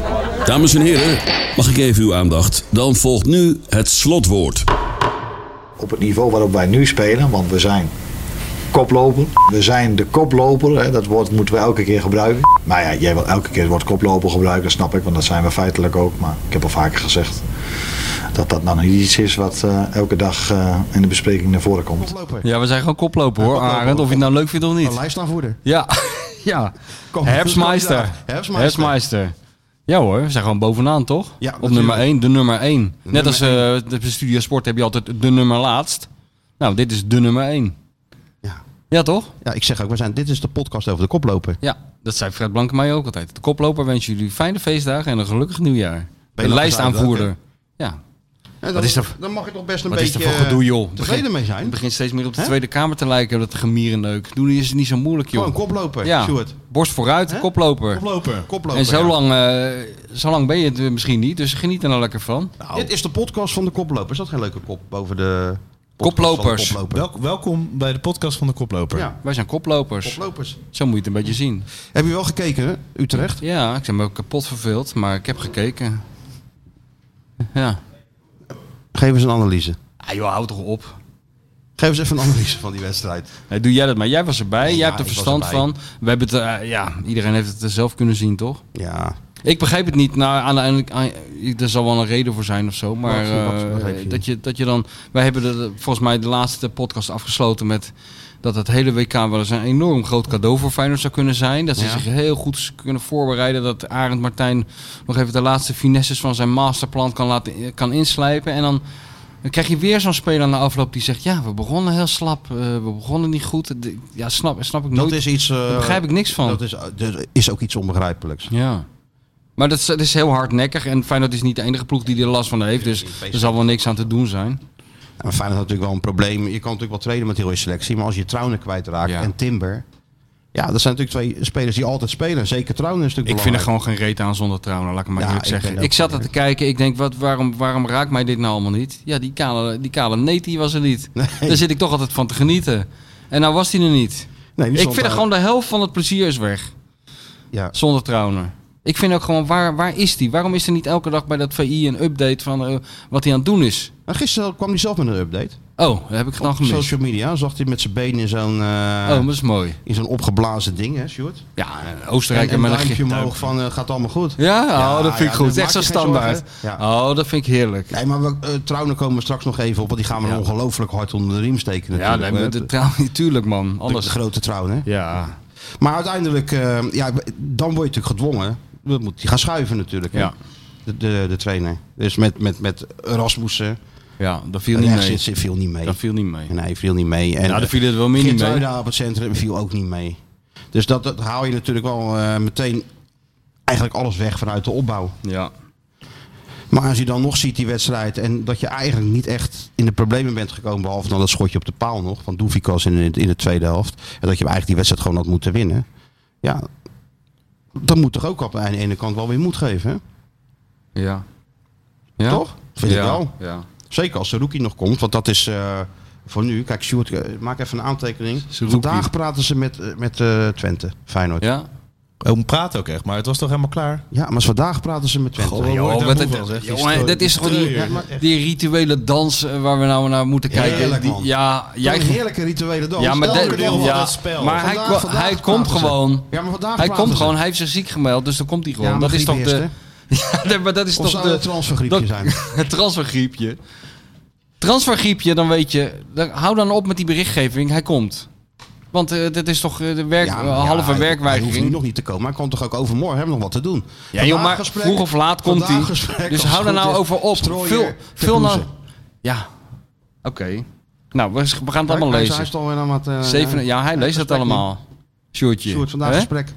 [SPEAKER 5] heren, mag ik even uw aandacht? Dan volgt nu het slotwoord. Op het niveau waarop wij nu spelen, want we zijn koploper. We zijn de koploper, hè, dat woord moeten we elke keer gebruiken. Maar ja, jij wil elke keer het woord koploper gebruiken, dat snap ik, want dat zijn we feitelijk ook. Maar ik heb al vaker gezegd dat nou niet iets is wat elke dag in de bespreking naar voren komt.
[SPEAKER 2] Koploper.
[SPEAKER 3] Ja, we zijn gewoon koploper hoor, Arend. Of je het nou leuk vindt of niet.
[SPEAKER 2] Een lijstaanvoerder.
[SPEAKER 3] Ja, ja. Herbstmeister. Herbstmeister. Ja hoor, we zijn gewoon bovenaan toch?
[SPEAKER 2] Ja,
[SPEAKER 3] op
[SPEAKER 2] natuurlijk.
[SPEAKER 3] nummer 1, de nummer 1. Net
[SPEAKER 2] nummer
[SPEAKER 3] als de Studio Sport heb je altijd de nummer laatst. Nou, dit is de nummer 1.
[SPEAKER 2] Ja.
[SPEAKER 3] Ja toch?
[SPEAKER 2] Ja, ik zeg ook, dit is de podcast over de koploper.
[SPEAKER 3] Ja, dat zei Fred Blankemeijer ook altijd. De koploper wens jullie fijne feestdagen en een gelukkig nieuwjaar. De lijstaanvoerder. Ja.
[SPEAKER 2] En
[SPEAKER 3] Wat is dat?
[SPEAKER 2] Dan mag je toch best een
[SPEAKER 3] Wat is
[SPEAKER 2] beetje
[SPEAKER 3] er voor gedoe, joh?
[SPEAKER 2] tevreden mee zijn.
[SPEAKER 3] Het begint steeds meer op de Tweede Kamer te lijken, dat gemierenneuk. Doe is het niet zo moeilijk, joh.
[SPEAKER 2] Gewoon koploper,
[SPEAKER 3] Ja,
[SPEAKER 2] Sjoerd.
[SPEAKER 3] borst vooruit, koploper.
[SPEAKER 2] Koploper,
[SPEAKER 3] En zo
[SPEAKER 2] ja.
[SPEAKER 3] lang ben je het misschien niet, dus geniet er nou lekker van.
[SPEAKER 2] Dit is de podcast van de koploper. Is dat geen leuke kop boven de podcast
[SPEAKER 3] Koplopers.
[SPEAKER 2] van de koploper?
[SPEAKER 4] Welkom bij de podcast van de Koploper.
[SPEAKER 2] Ja,
[SPEAKER 3] Wij zijn koplopers.
[SPEAKER 2] koplopers.
[SPEAKER 3] Zo moet je het een beetje zien.
[SPEAKER 2] Heb je wel gekeken, hè? Utrecht?
[SPEAKER 3] Ja, ik ben me ook kapot verveeld, maar ik heb gekeken. Ja.
[SPEAKER 2] Geef eens een analyse.
[SPEAKER 3] Ah joh, houd toch op.
[SPEAKER 2] Geef eens even een analyse van die wedstrijd.
[SPEAKER 3] Nee, doe jij dat maar. Jij was erbij, jij hebt er
[SPEAKER 2] ik was
[SPEAKER 3] verstand
[SPEAKER 2] erbij.
[SPEAKER 3] van. We hebben het, iedereen heeft het zelf kunnen zien, toch?
[SPEAKER 2] Ja.
[SPEAKER 3] Ik begrijp het niet. Nou, er zal wel een reden voor zijn of zo. Maar
[SPEAKER 2] Wat begrijp je?
[SPEAKER 3] dat je dan... Wij hebben volgens mij de laatste podcast afgesloten met... dat het hele WK wel eens een enorm groot cadeau voor Feyenoord zou kunnen zijn. Dat ze zich heel goed kunnen voorbereiden. Dat Arend Martijn nog even de laatste finesses van zijn masterplan kan inslijpen. En dan krijg je weer zo'n speler na afloop die zegt... ja, we begonnen heel slap. We begonnen niet goed. Ja, snap ik nooit.
[SPEAKER 2] Dat is iets...
[SPEAKER 3] Daar begrijp ik niks van.
[SPEAKER 2] Dat is ook iets onbegrijpelijks.
[SPEAKER 3] Ja. Maar dat is heel hardnekkig. En Feyenoord is niet de enige ploeg die er last van heeft. Dus er zal wel niks aan te doen zijn.
[SPEAKER 2] Maar Feyenoord had natuurlijk wel een probleem. Je kan natuurlijk wel trainen met heel je selectie. Maar als je Trauner kwijtraakt en Timber... Ja, dat zijn natuurlijk twee spelers die altijd spelen. Zeker Trauner is natuurlijk
[SPEAKER 3] Ik vind er
[SPEAKER 2] belangrijk.
[SPEAKER 3] gewoon geen reet aan zonder Trauner, laat ik maar eerlijk zeggen.
[SPEAKER 2] ook
[SPEAKER 3] Ik zat er te kijken, ik denk, waarom raakt mij dit nou allemaal niet? Ja, die kale neet die was er niet.
[SPEAKER 2] Nee.
[SPEAKER 3] Daar zit ik toch altijd van te genieten. En nou was hij er niet.
[SPEAKER 2] Nee, die
[SPEAKER 3] Ik
[SPEAKER 2] stond
[SPEAKER 3] vind er
[SPEAKER 2] daar.
[SPEAKER 3] gewoon de helft van het plezier is weg.
[SPEAKER 2] Ja.
[SPEAKER 3] Zonder Trauner. Ik vind ook gewoon, waar is die? Waarom is er niet elke dag bij dat VI een update van wat hij aan het doen is?
[SPEAKER 2] Nou, gisteren kwam hij zelf met een update.
[SPEAKER 3] Oh, dat heb ik dan
[SPEAKER 2] Op
[SPEAKER 3] gemist.
[SPEAKER 2] social media zag hij met zijn benen in zo'n...
[SPEAKER 3] Dat is mooi.
[SPEAKER 2] in zo'n opgeblazen ding, hè, Sjoerd?
[SPEAKER 3] Ja, Oostenrijk
[SPEAKER 2] En
[SPEAKER 3] met een
[SPEAKER 2] duimpje omhoog van gaat allemaal goed.
[SPEAKER 3] Ja, dat vind ik goed.
[SPEAKER 2] dus
[SPEAKER 3] Echt zo
[SPEAKER 2] maak je geen
[SPEAKER 3] standaard.
[SPEAKER 2] zorgen. Ja.
[SPEAKER 3] Oh, dat vind ik heerlijk.
[SPEAKER 2] Nee, maar Trauner komen we straks nog even op, want die gaan we ongelooflijk hard onder de riem steken
[SPEAKER 3] Ja,
[SPEAKER 2] natuurlijk.
[SPEAKER 3] natuurlijk man.
[SPEAKER 2] De
[SPEAKER 3] Anders.
[SPEAKER 2] grote Trauner.
[SPEAKER 3] Ja.
[SPEAKER 2] Maar uiteindelijk, dan word je natuurlijk gedwongen. Dan moet hij gaan schuiven natuurlijk. hè.
[SPEAKER 3] Ja.
[SPEAKER 2] De trainer. Dus met Rasmussen.
[SPEAKER 3] Ja, dat viel niet mee.
[SPEAKER 2] Viel niet mee.
[SPEAKER 3] Dat viel niet mee.
[SPEAKER 2] Nee, viel niet mee. En
[SPEAKER 3] Ja, dat viel het wel meer niet mee.
[SPEAKER 2] Geertruida op het centrum viel ook niet mee. Dus dat haal je natuurlijk wel meteen eigenlijk alles weg vanuit de opbouw.
[SPEAKER 3] Ja.
[SPEAKER 2] Maar als je dan nog ziet die wedstrijd en dat je eigenlijk niet echt in de problemen bent gekomen, behalve dan dat schotje op de paal nog van Doevikas in de tweede helft. En dat je eigenlijk die wedstrijd gewoon had moeten winnen. Ja, dan moet toch ook op de ene kant wel weer moed geven, hè?
[SPEAKER 3] Ja. Ja.
[SPEAKER 2] Toch? Vind ik wel.
[SPEAKER 3] Ja.
[SPEAKER 2] Zeker als Seruki nog komt, want dat is voor nu. Kijk, Sjoerd, maak even een aantekening.
[SPEAKER 3] Seruki.
[SPEAKER 2] Vandaag praten ze met Twente, Feyenoord.
[SPEAKER 3] Ja.
[SPEAKER 4] We praten ook echt, maar het was toch helemaal klaar?
[SPEAKER 2] Ja, maar vandaag praten ze met Twente.
[SPEAKER 4] Goh,
[SPEAKER 3] Joh,
[SPEAKER 4] word ik
[SPEAKER 3] wat
[SPEAKER 4] daar
[SPEAKER 3] het-
[SPEAKER 4] moe van, zeg.
[SPEAKER 3] jongen, dat is gewoon die rituele dans waar we nou naar moeten kijken.
[SPEAKER 2] Heerlijk, man.
[SPEAKER 3] Ja,
[SPEAKER 2] Jij
[SPEAKER 3] jij
[SPEAKER 2] een heerlijke rituele dans.
[SPEAKER 3] Ja, maar
[SPEAKER 2] Elke
[SPEAKER 3] dit-
[SPEAKER 2] dag
[SPEAKER 4] deel
[SPEAKER 2] wat.
[SPEAKER 4] van
[SPEAKER 3] ja,
[SPEAKER 4] het spel.
[SPEAKER 3] maar
[SPEAKER 2] Vandaag
[SPEAKER 3] hij komt
[SPEAKER 2] praten ze.
[SPEAKER 3] gewoon.
[SPEAKER 2] Ja, maar vandaag
[SPEAKER 3] Hij
[SPEAKER 2] praten
[SPEAKER 3] komt
[SPEAKER 2] ze.
[SPEAKER 3] gewoon. Hij heeft zich ziek gemeld, dus dan komt hij gewoon.
[SPEAKER 2] Ja,
[SPEAKER 3] dat
[SPEAKER 2] maar
[SPEAKER 3] is toch
[SPEAKER 2] griep
[SPEAKER 3] de.
[SPEAKER 2] eerst, hè?
[SPEAKER 3] Ja, maar dat is
[SPEAKER 2] Of
[SPEAKER 3] toch
[SPEAKER 2] zou
[SPEAKER 3] de.
[SPEAKER 2] het transfergriepje
[SPEAKER 3] dat-
[SPEAKER 2] zijn?
[SPEAKER 3] Het transfergriepje. Transfergriepje, dan weet je. Hou dan op met die berichtgeving. Hij komt. Want dit is toch de halve
[SPEAKER 2] Hij hoeft
[SPEAKER 3] werkweigering.
[SPEAKER 2] nu nog niet te komen. Maar hij kan toch ook overmorgen hebben nog wat te doen.
[SPEAKER 3] Ja, joh, maar vroeg of laat komt hij. Dus hou er nou over op. Vul nou. Ja, oké. Nou, we gaan het allemaal
[SPEAKER 2] Hij
[SPEAKER 3] lezen.
[SPEAKER 2] is al weer aan wat...
[SPEAKER 3] Ja, hij leest het allemaal. Sjoerdje.
[SPEAKER 2] Sjoerd, vandaag
[SPEAKER 3] Hè?
[SPEAKER 2] gesprek.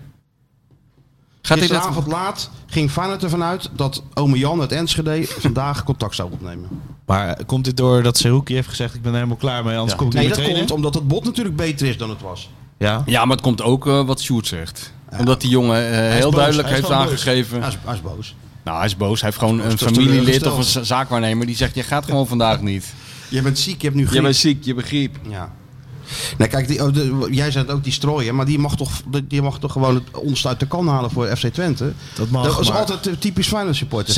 [SPEAKER 3] Gaat hij dat?
[SPEAKER 2] Gisteravond laat ging Feyenoord ervan uit dat ome Jan uit Enschede vandaag contact zou opnemen.
[SPEAKER 4] Maar komt dit door dat Seruki heeft gezegd, ik ben er helemaal klaar mee, anders kom ik niet
[SPEAKER 2] Nee,
[SPEAKER 4] meer
[SPEAKER 2] dat
[SPEAKER 4] trainen?
[SPEAKER 2] komt omdat het bot natuurlijk beter is dan het was.
[SPEAKER 4] Ja.
[SPEAKER 3] Ja, maar het komt ook wat Sjoerd zegt. Omdat die jongen heel
[SPEAKER 2] boos.
[SPEAKER 3] duidelijk
[SPEAKER 2] Hij is
[SPEAKER 3] heeft
[SPEAKER 2] gewoon boos.
[SPEAKER 3] aangegeven.
[SPEAKER 2] Hij is boos.
[SPEAKER 3] Nou, hij is boos. Hij heeft gewoon een
[SPEAKER 2] is
[SPEAKER 3] familielid
[SPEAKER 2] teleurgesteld.
[SPEAKER 3] of een zaakwaarnemer die zegt: je gaat gewoon vandaag niet.
[SPEAKER 2] Je bent ziek, je hebt nu griep.
[SPEAKER 3] Je bent ziek, je begreep.
[SPEAKER 2] Ja. Nee, kijk, jij zei het ook, die strooien, maar die mag toch gewoon het onderste uit de kan halen voor FC Twente. Dat is altijd typisch Feyenoord supporters.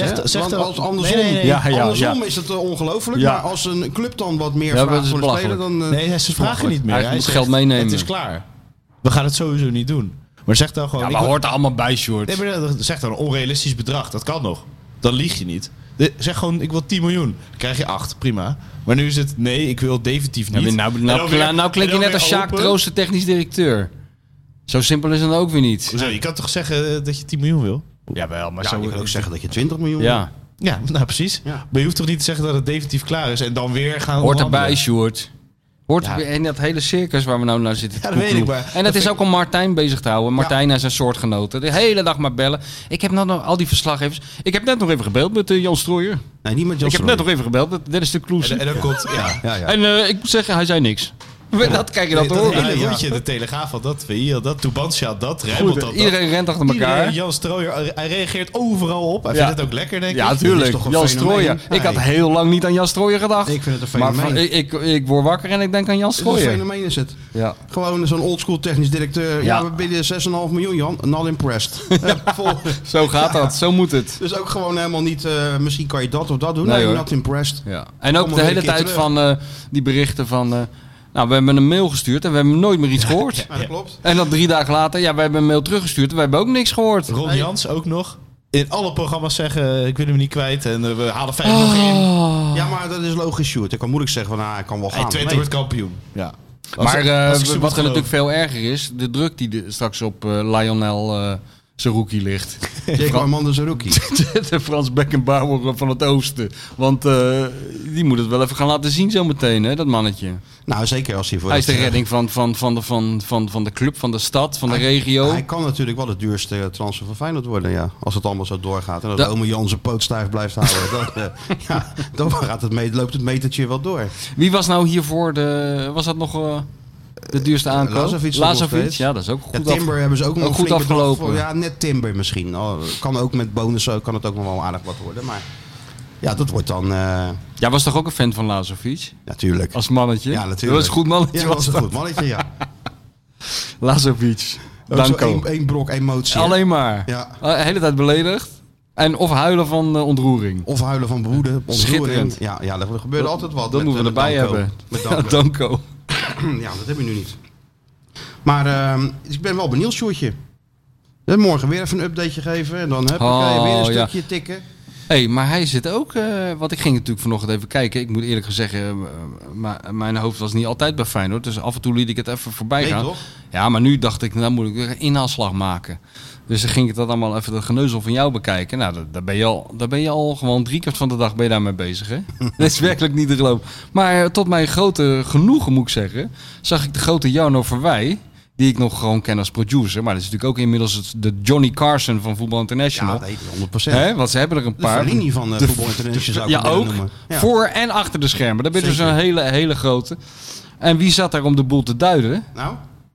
[SPEAKER 2] Andersom is het ongelooflijk, maar als een club dan wat meer vraagt voor de speler, dan...
[SPEAKER 4] Nee, ze vragen niet meer.
[SPEAKER 3] Hij moet geld meenemen.
[SPEAKER 4] Het is klaar. We gaan het sowieso niet doen. Maar zeg dan gewoon...
[SPEAKER 3] Ja, maar hoort er allemaal bij, Sjoerd.
[SPEAKER 4] Nee, maar zeg dan een onrealistisch bedrag. Dat kan nog. Dan lieg je niet. Zeg gewoon, ik wil 10 miljoen. Dan krijg je 8, prima. Maar nu is het, nee, ik wil definitief niet.
[SPEAKER 3] Ja, nou klink je net als Sjaak Troost, technisch directeur. Zo simpel is het ook weer niet.
[SPEAKER 4] Hoezo? Je kan toch zeggen dat je 10 miljoen wil?
[SPEAKER 3] Jawel, maar
[SPEAKER 2] zo wil ik ook zeggen dat je 20 miljoen
[SPEAKER 3] wil.
[SPEAKER 4] Ja, nou precies. Ja. Maar je hoeft toch niet te zeggen dat het definitief klaar is en dan weer gaan
[SPEAKER 3] hoort erbij, Sjoerd. Hoort in dat hele circus waar we nou naar zitten.
[SPEAKER 4] Ja, dat weet ik maar.
[SPEAKER 3] En dat is ook om Martijn bezig te houden. Martijn en zijn soortgenoten. De hele dag maar bellen. Ik heb nog al die verslaggevers. Ik heb net nog even gebeld met Jan Strooijer.
[SPEAKER 2] Nee, niet met Jan Strooijer.
[SPEAKER 3] Ik heb net nog even gebeld met Dennis de Kloes.
[SPEAKER 4] En dan komt... Ja.
[SPEAKER 3] En ik moet zeggen, hij zei niks. Dat kijk je dan te horen.
[SPEAKER 4] Het hele roetje, de Telegraaf had dat, VI dat, Tubantia dat, Rijnmond dat.
[SPEAKER 3] Iedereen rent achter elkaar.
[SPEAKER 4] Jan Strooijer, hij reageert overal op. Hij vindt het ook lekker, denk ik.
[SPEAKER 3] Ja, tuurlijk. Jan Strooijer. Ik had heel lang niet aan Jan Strooijer gedacht.
[SPEAKER 2] Ik vind het een fenomeen.
[SPEAKER 3] Maar ik word wakker en ik denk aan Jan Strooijer.
[SPEAKER 2] Wat een fenomeen is het.
[SPEAKER 3] Ja.
[SPEAKER 2] Gewoon zo'n oldschool technisch directeur. Ja, we bieden 6,5 miljoen, Jan. Not impressed.
[SPEAKER 3] Zo gaat dat. Zo moet het.
[SPEAKER 2] Dus ook gewoon helemaal niet, misschien kan je dat of dat doen. Nee, not impressed.
[SPEAKER 3] Ja. En ook de hele tijd van die berichten van... Nou, we hebben een mail gestuurd en we hebben nooit meer iets gehoord.
[SPEAKER 2] Ja, dat klopt.
[SPEAKER 3] En dan 3 dagen later, we hebben een mail teruggestuurd en we hebben ook niks gehoord.
[SPEAKER 4] Ron Jans ook nog. In alle programma's zeggen, ik wil hem niet kwijt en we halen 5 nog in.
[SPEAKER 2] Ja, maar dat is logisch, Sjoerd. Ik kan moeilijk zeggen van, hij kan wel gaan.
[SPEAKER 4] Twente wordt kampioen. Ja.
[SPEAKER 3] Maar wat er natuurlijk veel erger is, de druk die straks op Lionel Zerouki ligt.
[SPEAKER 2] Diego Armando Zerouki.
[SPEAKER 3] De Frans Beckenbauer van het oosten. Want die moet het wel even gaan laten zien zometeen, hè, dat mannetje.
[SPEAKER 2] Nou, zeker als hij voor...
[SPEAKER 3] Hij is de redding van de club, van de stad, van de regio.
[SPEAKER 2] Hij kan natuurlijk wel de duurste transfer van Feyenoord worden, ja. Als het allemaal zo doorgaat. En dat ome Jan zijn poot stijf blijft houden. Dan loopt het metertje wel door.
[SPEAKER 3] Wie was nou hiervoor was dat nog... de duurste aankoop? Lazovic, ja, dat is ook goed.
[SPEAKER 2] Timber hebben ze ook nog
[SPEAKER 3] goed afgelopen.
[SPEAKER 2] Ja, net Timber misschien. Kan ook met bonussen, kan het ook nog wel aardig wat worden. Maar ja, dat wordt dan...
[SPEAKER 3] Jij was toch ook een fan van Lazovic?
[SPEAKER 2] Natuurlijk.
[SPEAKER 3] Als mannetje?
[SPEAKER 2] Ja, natuurlijk.
[SPEAKER 3] Dat was een goed mannetje.
[SPEAKER 2] Ja, dat was een goed mannetje, ja.
[SPEAKER 3] Lazovic. Danko.
[SPEAKER 2] Eén brok emotie.
[SPEAKER 3] Alleen maar.
[SPEAKER 2] Ja.
[SPEAKER 3] De hele tijd beledigd. En of huilen van ontroering.
[SPEAKER 2] Of huilen van woede.
[SPEAKER 3] Schitterend.
[SPEAKER 2] Ja, er gebeurde altijd wat.
[SPEAKER 3] Dat moeten we erbij hebben.
[SPEAKER 2] Met
[SPEAKER 3] Danko.
[SPEAKER 2] Ja, dat heb je nu niet. Maar ik ben wel benieuwd, Sjoerdje. Morgen weer even een updateje geven. En dan weer een stukje tikken.
[SPEAKER 3] Maar hij zit ook... want ik ging natuurlijk vanochtend even kijken. Ik moet eerlijk zeggen... mijn hoofd was niet altijd bij Feyenoord. Dus af en toe liet ik het even voorbij gaan.
[SPEAKER 2] Toch?
[SPEAKER 3] Ja, maar nu dacht ik... Nou moet ik weer een inhaalslag maken. Dus dan ging ik dat allemaal even de geneuzel van jou bekijken. Nou, daar ben je al gewoon 3 keer van de dag ben je daarmee bezig, hè? Dat is werkelijk niet te geloven. Maar tot mijn grote genoegen, moet ik zeggen... zag ik de grote Jarno Verwij... die ik nog gewoon ken als producer. Maar dat is natuurlijk ook inmiddels de Johnny Carson van Voetbal International.
[SPEAKER 2] Ja, dat 100%.
[SPEAKER 3] Hè? Want ze hebben er een paar.
[SPEAKER 2] De Fellini van Voetbal International zou ik
[SPEAKER 3] ook
[SPEAKER 2] noemen. Ja,
[SPEAKER 3] voor en achter de schermen. Daar ben je dus een hele grote. En wie zat daar om de boel te duiden?
[SPEAKER 2] Nou?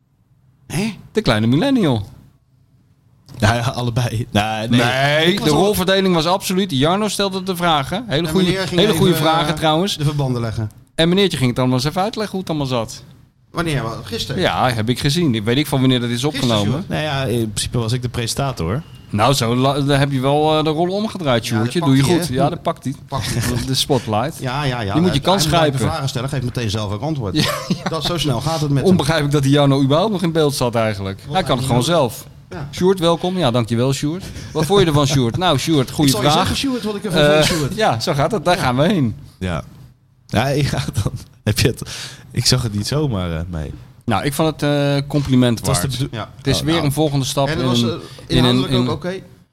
[SPEAKER 3] De kleine millennial.
[SPEAKER 4] Ja, allebei.
[SPEAKER 3] Nee, de rolverdeling was absoluut. Jarno stelde de vragen. Hele goede vragen trouwens.
[SPEAKER 2] De verbanden leggen.
[SPEAKER 3] En meneertje ging het allemaal eens even uitleggen hoe het allemaal zat.
[SPEAKER 2] Wanneer? Gisteren?
[SPEAKER 3] Ja, heb ik gezien. Weet ik van wanneer dat is opgenomen.
[SPEAKER 4] Nou ja, in principe was ik de presentator.
[SPEAKER 3] Nou, dan heb je wel de rol omgedraaid, Sjoerdje. Doe je goed. Ja, dat pakt hij. De spotlight.
[SPEAKER 2] Ja.
[SPEAKER 3] Je moet je kans grijpen.
[SPEAKER 2] De vragen stellen, geeft meteen zelf ook antwoord. Ja. Dat, zo snel gaat het met
[SPEAKER 3] Onbegrijpelijk dat die Jarno überhaupt nog in beeld zat eigenlijk. Hij kan het gewoon zelf. Ja. Sjoerd, welkom. Ja, dankjewel, Sjoerd. Wat vond je ervan, Sjoerd? Nou, Sjoerd, goede vraag.
[SPEAKER 2] Ik zal je zeggen, Sjoerd, wat ik ervan vond, Sjoerd.
[SPEAKER 3] Ja, zo gaat het. Daar gaan we heen.
[SPEAKER 4] Ja, dan heb je het... Ik zag het niet zomaar mee.
[SPEAKER 3] Nou, ik vond het compliment waard. Het is weer een volgende stap.
[SPEAKER 2] En dat was inhoudelijk ook oké?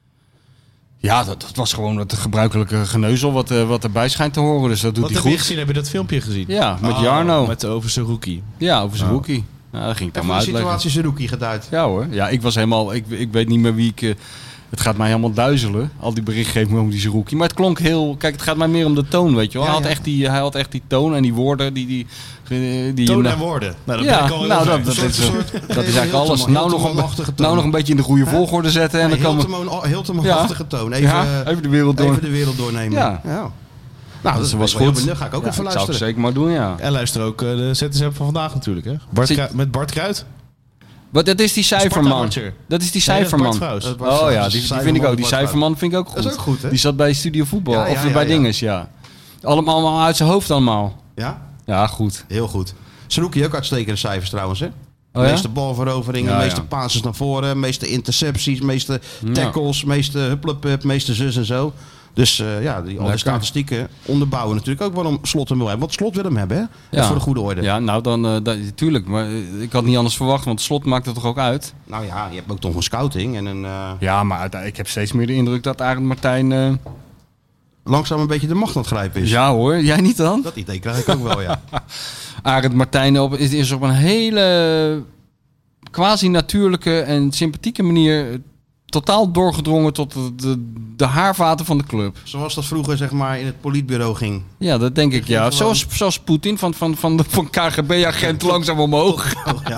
[SPEAKER 3] Ja, dat was gewoon het gebruikelijke geneuzel wat erbij schijnt te horen. Dus dat doet hij goed.
[SPEAKER 4] Wat heb je gezien? Heb je dat filmpje gezien?
[SPEAKER 3] Ja, met Jarno.
[SPEAKER 4] Over Zerouki.
[SPEAKER 3] Ja, over Zerouki. Nou, dat ging ik allemaal uitleggen.
[SPEAKER 2] De situatie Zerouki geduid.
[SPEAKER 3] Ja hoor. Ja, ik was helemaal... Ik weet niet meer wie ik... het gaat mij helemaal duizelen. Al die berichtgeving over die Zerouki. Maar het klonk heel... Kijk, het gaat mij meer om de toon, weet je wel.
[SPEAKER 2] Ja,
[SPEAKER 3] hij had echt die toon en die woorden die
[SPEAKER 4] toon en woorden. Nou, dat
[SPEAKER 3] is eigenlijk alles. Nou nog een beetje in de goede volgorde zetten. En dan
[SPEAKER 2] Hilterman-achtige toon. Even
[SPEAKER 3] de wereld door.
[SPEAKER 2] Even de wereld doornemen.
[SPEAKER 3] Ja.
[SPEAKER 2] Nou,
[SPEAKER 3] dat was
[SPEAKER 2] goed.
[SPEAKER 3] goed.
[SPEAKER 2] Dat ga ik ook even
[SPEAKER 3] zou
[SPEAKER 2] luisteren.
[SPEAKER 3] ik zeker maar doen, ja.
[SPEAKER 4] En luister ook de ZSM van vandaag natuurlijk, hè? Met Bart Kruijt.
[SPEAKER 3] Wat, dat is die cijferman. Dat is die cijferman. Oh ja, die vind ik ook. Die cijferman vind ik ook goed.
[SPEAKER 2] Dat is ook goed, hè?
[SPEAKER 3] Die zat bij Studio Voetbal.
[SPEAKER 2] Ja,
[SPEAKER 3] of bij Dinges, ja. Allemaal uit zijn hoofd allemaal.
[SPEAKER 2] Ja?
[SPEAKER 3] Ja, goed.
[SPEAKER 2] Heel goed. Saruki ook uitstekende cijfers trouwens, hè?
[SPEAKER 3] Oh, ja?
[SPEAKER 2] Meeste balveroveringen, meeste passes naar voren, meeste intercepties, meeste tackles, meeste hupplepup, meeste zus en zo. Dus al die statistieken onderbouwen natuurlijk ook waarom Slot hem wil hebben. Want Slot wil hem hebben, hè? Ja. Voor de goede orde.
[SPEAKER 3] Ja, nou dan, tuurlijk. Maar ik had niet anders verwacht, want Slot maakt het toch ook uit?
[SPEAKER 2] Nou ja, je hebt ook toch een scouting en een...
[SPEAKER 3] Ja, maar ik heb steeds meer de indruk dat Arend Martijn...
[SPEAKER 2] langzaam een beetje de macht aan het grijpen is.
[SPEAKER 3] Ja hoor, jij niet dan?
[SPEAKER 2] Dat idee krijg ik ook wel, ja.
[SPEAKER 3] Arend Martijn is op een hele quasi-natuurlijke en sympathieke manier totaal doorgedrongen tot de haarvaten van de club.
[SPEAKER 2] Zoals dat vroeger zeg maar in het politbureau ging.
[SPEAKER 3] Ja, dat denk ik, ja. Zoals Poetin van KGB-agent langzaam omhoog.
[SPEAKER 2] Oh, ja.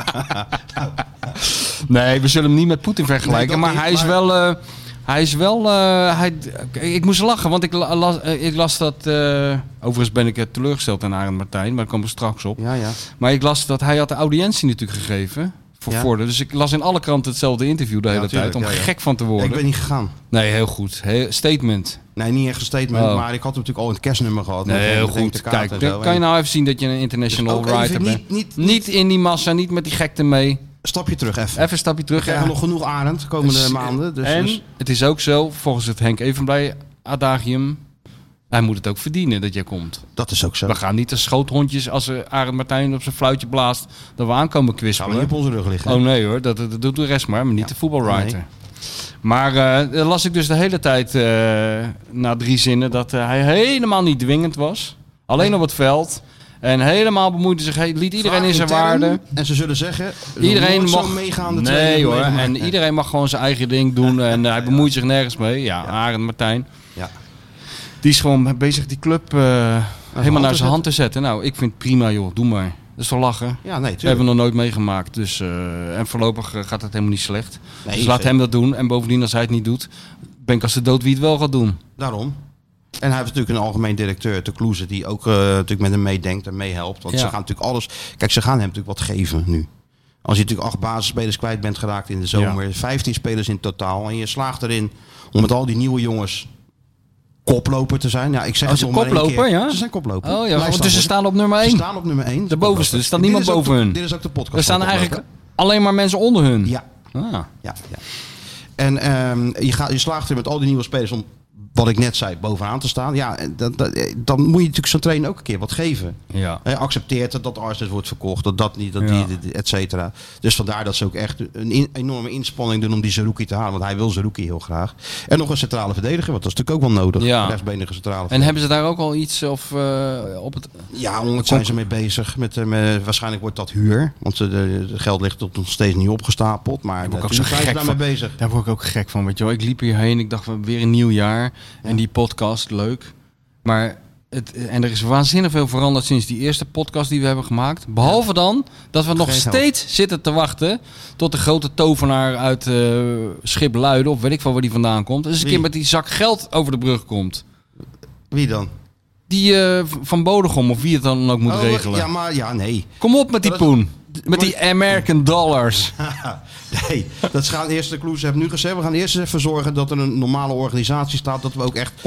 [SPEAKER 3] Nee, we zullen hem niet met Poetin vergelijken, maar hij is wel... ik moest lachen, want ik las dat... overigens ben ik teleurgesteld aan Arend Martijn, maar daar komen we straks op.
[SPEAKER 2] Ja.
[SPEAKER 3] Maar ik las dat hij had de audiëntie natuurlijk gegeven voor Vorden. Dus ik las in alle kranten hetzelfde interview de hele tijd, om gek van te worden.
[SPEAKER 2] Ik ben niet gegaan.
[SPEAKER 3] Nee, heel goed. Statement.
[SPEAKER 2] Nee, niet echt een statement, maar ik had hem natuurlijk al in het kerstnummer gehad.
[SPEAKER 3] Nee, heel goed. Kijk, kan je nou even zien dat je een international
[SPEAKER 2] dus
[SPEAKER 3] writer bent? Niet in die massa, niet met die gekte mee.
[SPEAKER 2] Stapje terug even.
[SPEAKER 3] Even een stapje terug.
[SPEAKER 2] We krijgen nog genoeg Arend de komende maanden. Dus
[SPEAKER 3] het is ook zo, volgens het Henk Evenblij adagium, hij moet het ook verdienen dat jij komt.
[SPEAKER 2] Dat is ook zo.
[SPEAKER 3] We gaan niet als schoothondjes als Arend Martijn op zijn fluitje blaast, dat we aankomen kwispelen.
[SPEAKER 2] Gaan we niet op onze rug liggen.
[SPEAKER 3] Oh nee hoor, dat doet de rest maar niet de voetbalwriter. Nee. Maar las ik dus de hele tijd na 3 zinnen dat hij helemaal niet dwingend was. Alleen op het veld. En helemaal bemoeide zich, liet iedereen in zijn waarde.
[SPEAKER 2] En ze zullen zeggen,
[SPEAKER 3] iedereen mag
[SPEAKER 2] meegaan.
[SPEAKER 3] Nee hoor, en iedereen mag gewoon zijn eigen ding doen. En hij bemoeit zich nergens mee. Ja, Arend Martijn. Ja. Die is gewoon bezig die club helemaal naar zijn hand te zetten. Nou, ik vind het prima joh, doe maar. Dat is toch lachen?
[SPEAKER 2] Ja, nee, tuurlijk.
[SPEAKER 3] Dat hebben we nog nooit meegemaakt. Dus, en voorlopig gaat het helemaal niet slecht.
[SPEAKER 2] Nee,
[SPEAKER 3] dus laat hem dat doen. En bovendien, als hij het niet doet, ben ik als de dood wie het wel gaat doen.
[SPEAKER 2] Daarom. En hij heeft natuurlijk een algemeen directeur, Te Kloeze, die ook natuurlijk met hem meedenkt en meehelpt. Want ze gaan natuurlijk alles... Kijk, ze gaan hem natuurlijk wat geven nu. Als je natuurlijk 8 basisspelers kwijt bent geraakt in de zomer, 15 spelers in totaal. En je slaagt erin om met al die nieuwe jongens koploper te zijn. Ja, ik zeg het nog maar één keer.
[SPEAKER 3] Ja?
[SPEAKER 2] Ze zijn koploper.
[SPEAKER 3] Oh ja, dus ze staan op nummer 1.
[SPEAKER 2] Ze staan op nummer 1.
[SPEAKER 3] De bovenste, er staat niemand boven hun.
[SPEAKER 2] Dit is ook de podcast.
[SPEAKER 3] Er staan eigenlijk alleen maar mensen onder hun.
[SPEAKER 2] Ja. Ja. En je slaagt er met al die nieuwe spelers om, wat ik net zei, bovenaan te staan. Ja, dan moet je natuurlijk zo'n trainer ook een keer wat geven.
[SPEAKER 3] Ja.
[SPEAKER 2] Hij accepteert dat Arsenal wordt verkocht, dat niet, die, et cetera. Dus vandaar dat ze ook echt een enorme inspanning doen om die Zerouki te halen. Want hij wil Zerouki heel graag. En nog een centrale verdediger, want dat is natuurlijk ook wel nodig.
[SPEAKER 3] Ja.
[SPEAKER 2] Rechtsbenige centrale verdediger.
[SPEAKER 3] En hebben ze daar ook al iets op het...
[SPEAKER 2] Ja, daar zijn ze mee bezig. Waarschijnlijk wordt dat huur. Want het geld ligt nog steeds niet opgestapeld. Maar daar zijn ze daarmee bezig.
[SPEAKER 3] Daar word ik ook gek van. Weet je wel. Ik liep hierheen. Ik dacht, weer een nieuw jaar. En die podcast, leuk. Maar er is waanzinnig veel veranderd sinds die eerste podcast die we hebben gemaakt. Behalve dan dat we nog steeds zitten te wachten tot de grote tovenaar uit Schipluiden, of weet ik wel waar die vandaan komt. Dus een keer met die zak geld over de brug komt.
[SPEAKER 2] Wie dan?
[SPEAKER 3] Die van Bodegom, of wie het dan ook moet regelen.
[SPEAKER 2] Nee.
[SPEAKER 3] Kom op met die poen. Met die American dollars.
[SPEAKER 2] Nee, dat gaan eerst de Kloes hebben nu gezegd. We gaan eerst eens even zorgen dat er een normale organisatie staat. Dat we ook echt...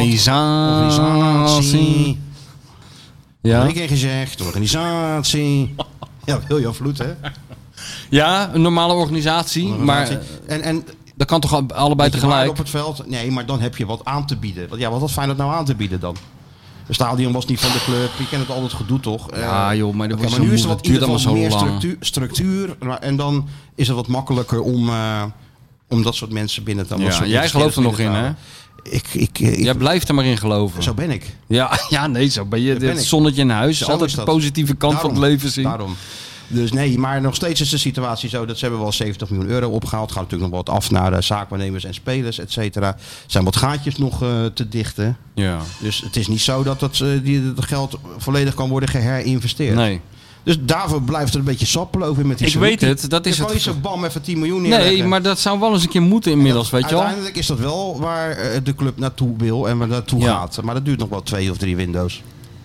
[SPEAKER 2] Organisatie.
[SPEAKER 3] Ja.
[SPEAKER 2] Heb ik in gezegd. Organisatie. Ja, Wiljan Vloed, hè?
[SPEAKER 3] Ja, een normale organisatie. Maar en dat kan toch allebei tegelijk?
[SPEAKER 2] Op het veld. Nee, maar dan heb je wat aan te bieden. Want wat had Feyenoord nou aan te bieden dan? Het stadion was niet van de club. Je kent het altijd gedoe, toch?
[SPEAKER 3] Ja, joh, maar,
[SPEAKER 2] maar nu is er wat meer structuur. En dan is het wat makkelijker om dat soort mensen binnen te halen.
[SPEAKER 3] Jij gelooft er nog in, hè? Jij blijft er maar in geloven.
[SPEAKER 2] Zo ben ik.
[SPEAKER 3] Ja, nee, zo ben je. Het zonnetje in huis. Zo altijd de positieve kant van het leven zien.
[SPEAKER 2] Daarom. Dus nee, maar nog steeds is de situatie zo dat ze hebben wel 70 miljoen euro opgehaald. Gaat natuurlijk nog wat af naar zaakwaarnemers en spelers, et cetera. Er zijn wat gaatjes nog te dichten.
[SPEAKER 3] Ja.
[SPEAKER 2] Dus het is niet zo dat dat geld volledig kan worden geherinvesteerd.
[SPEAKER 3] Nee.
[SPEAKER 2] Dus daarvoor blijft er een beetje sappelen over met die
[SPEAKER 3] Ik
[SPEAKER 2] Saruki.
[SPEAKER 3] weet het, dat is
[SPEAKER 2] je kan
[SPEAKER 3] het.
[SPEAKER 2] niet zo bam even 10 miljoen neerleggen.
[SPEAKER 3] Nee, maar dat zou wel eens een keer moeten inmiddels, weet je wel.
[SPEAKER 2] Uiteindelijk is dat wel waar de club naartoe wil en waar naartoe gaat. Maar dat duurt nog wel 2 of 3 windows.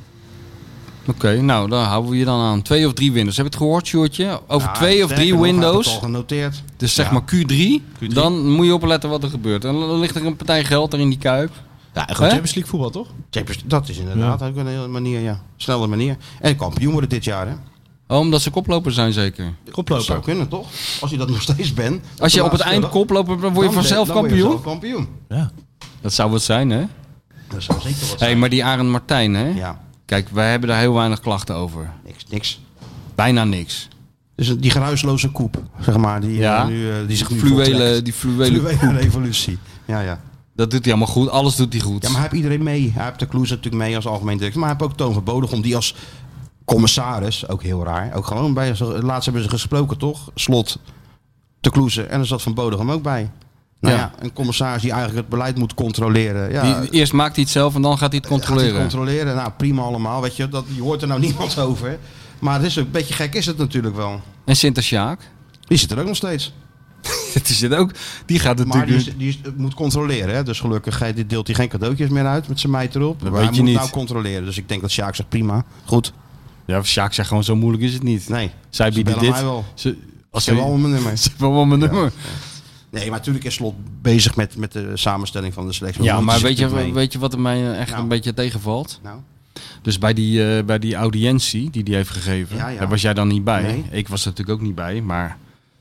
[SPEAKER 3] Oké, nou, daar houden we je dan aan. 2 of 3 windows. Heb je het gehoord, Sjoerdje? Over 2 of 3
[SPEAKER 2] sterker nog, hij heeft
[SPEAKER 3] windows.
[SPEAKER 2] het al genoteerd.
[SPEAKER 3] Dus zeg maar Q3, dan moet je opletten wat er gebeurt. En dan ligt er een partij geld er in die kuip.
[SPEAKER 4] Ja, gewoon Champions League voetbal, toch?
[SPEAKER 2] Dat is inderdaad ook een hele manier, ja. Snelle manier. En kampioen worden dit jaar, hè?
[SPEAKER 3] Oh, omdat ze koplopers zijn zeker.
[SPEAKER 2] Dat zou kunnen, toch? Als je dat nog steeds bent.
[SPEAKER 3] Als je op het eind koploper bent, word je vanzelf
[SPEAKER 2] dan word je
[SPEAKER 3] kampioen.
[SPEAKER 2] zelf kampioen.
[SPEAKER 4] Ja.
[SPEAKER 3] Dat zou wat zijn, hè?
[SPEAKER 2] Dat zou zeker wat
[SPEAKER 3] Hé,
[SPEAKER 2] zijn.
[SPEAKER 3] maar die Arend Martijn, hè?
[SPEAKER 2] Ja,
[SPEAKER 3] Kijk, wij hebben daar heel weinig klachten over.
[SPEAKER 2] niks.
[SPEAKER 3] Bijna niks.
[SPEAKER 2] Dus die geruisloze koep, zeg maar, die, die zich nu voltrekt.
[SPEAKER 3] Die fluwelen.
[SPEAKER 2] Revolutie. Ja.
[SPEAKER 3] Dat doet hij allemaal goed. Alles doet hij goed.
[SPEAKER 2] Ja, maar hij heeft iedereen mee. Hij heeft de Kloes natuurlijk mee als algemeen directeur. Maar hij heeft ook Toon van Bodegom, die als commissaris, ook heel raar, ook gewoon bij, laatst hebben ze gesproken toch? Slot, de Kloeze en er zat Van Bodegom ook bij. Nou ja, een commissaris die eigenlijk het beleid moet controleren. Ja,
[SPEAKER 3] Eerst maakt hij het zelf en dan gaat hij het controleren.
[SPEAKER 2] Gaat hij controleren. Nou, prima allemaal. Weet je, je hoort er nou niemand over. Maar het is een beetje gek is het natuurlijk wel.
[SPEAKER 3] En Sinter-Sjaak?
[SPEAKER 2] Die zit er ook nog steeds.
[SPEAKER 3] Die zit ook. Die gaat natuurlijk.
[SPEAKER 2] Maar die moet controleren. Hè? Dus gelukkig deelt hij geen cadeautjes meer uit met zijn meid erop.
[SPEAKER 3] Dat
[SPEAKER 2] maar
[SPEAKER 3] weet
[SPEAKER 2] hij
[SPEAKER 3] je
[SPEAKER 2] moet
[SPEAKER 3] niet.
[SPEAKER 2] nou controleren. Dus ik denk dat Sjaak zegt prima. Goed.
[SPEAKER 3] Ja, Sjaak zegt gewoon zo moeilijk is het niet.
[SPEAKER 2] Nee.
[SPEAKER 3] Zij bieden
[SPEAKER 2] bellen
[SPEAKER 3] dit.
[SPEAKER 2] mij wel.
[SPEAKER 3] Als
[SPEAKER 2] Ze hebben allemaal mijn nummer.
[SPEAKER 3] Ze hebben allemaal mijn nummer.
[SPEAKER 2] Nee, maar natuurlijk is Slot bezig met de samenstelling van de selectie.
[SPEAKER 3] Ja, maar
[SPEAKER 2] Die zit natuurlijk mee.
[SPEAKER 3] weet je wat er mij echt een beetje tegenvalt?
[SPEAKER 2] Nou,
[SPEAKER 3] Dus bij die audiëntie die hij heeft gegeven,
[SPEAKER 2] Ja.
[SPEAKER 3] daar was jij dan niet bij.
[SPEAKER 2] Nee.
[SPEAKER 3] Ik was er natuurlijk ook niet bij, maar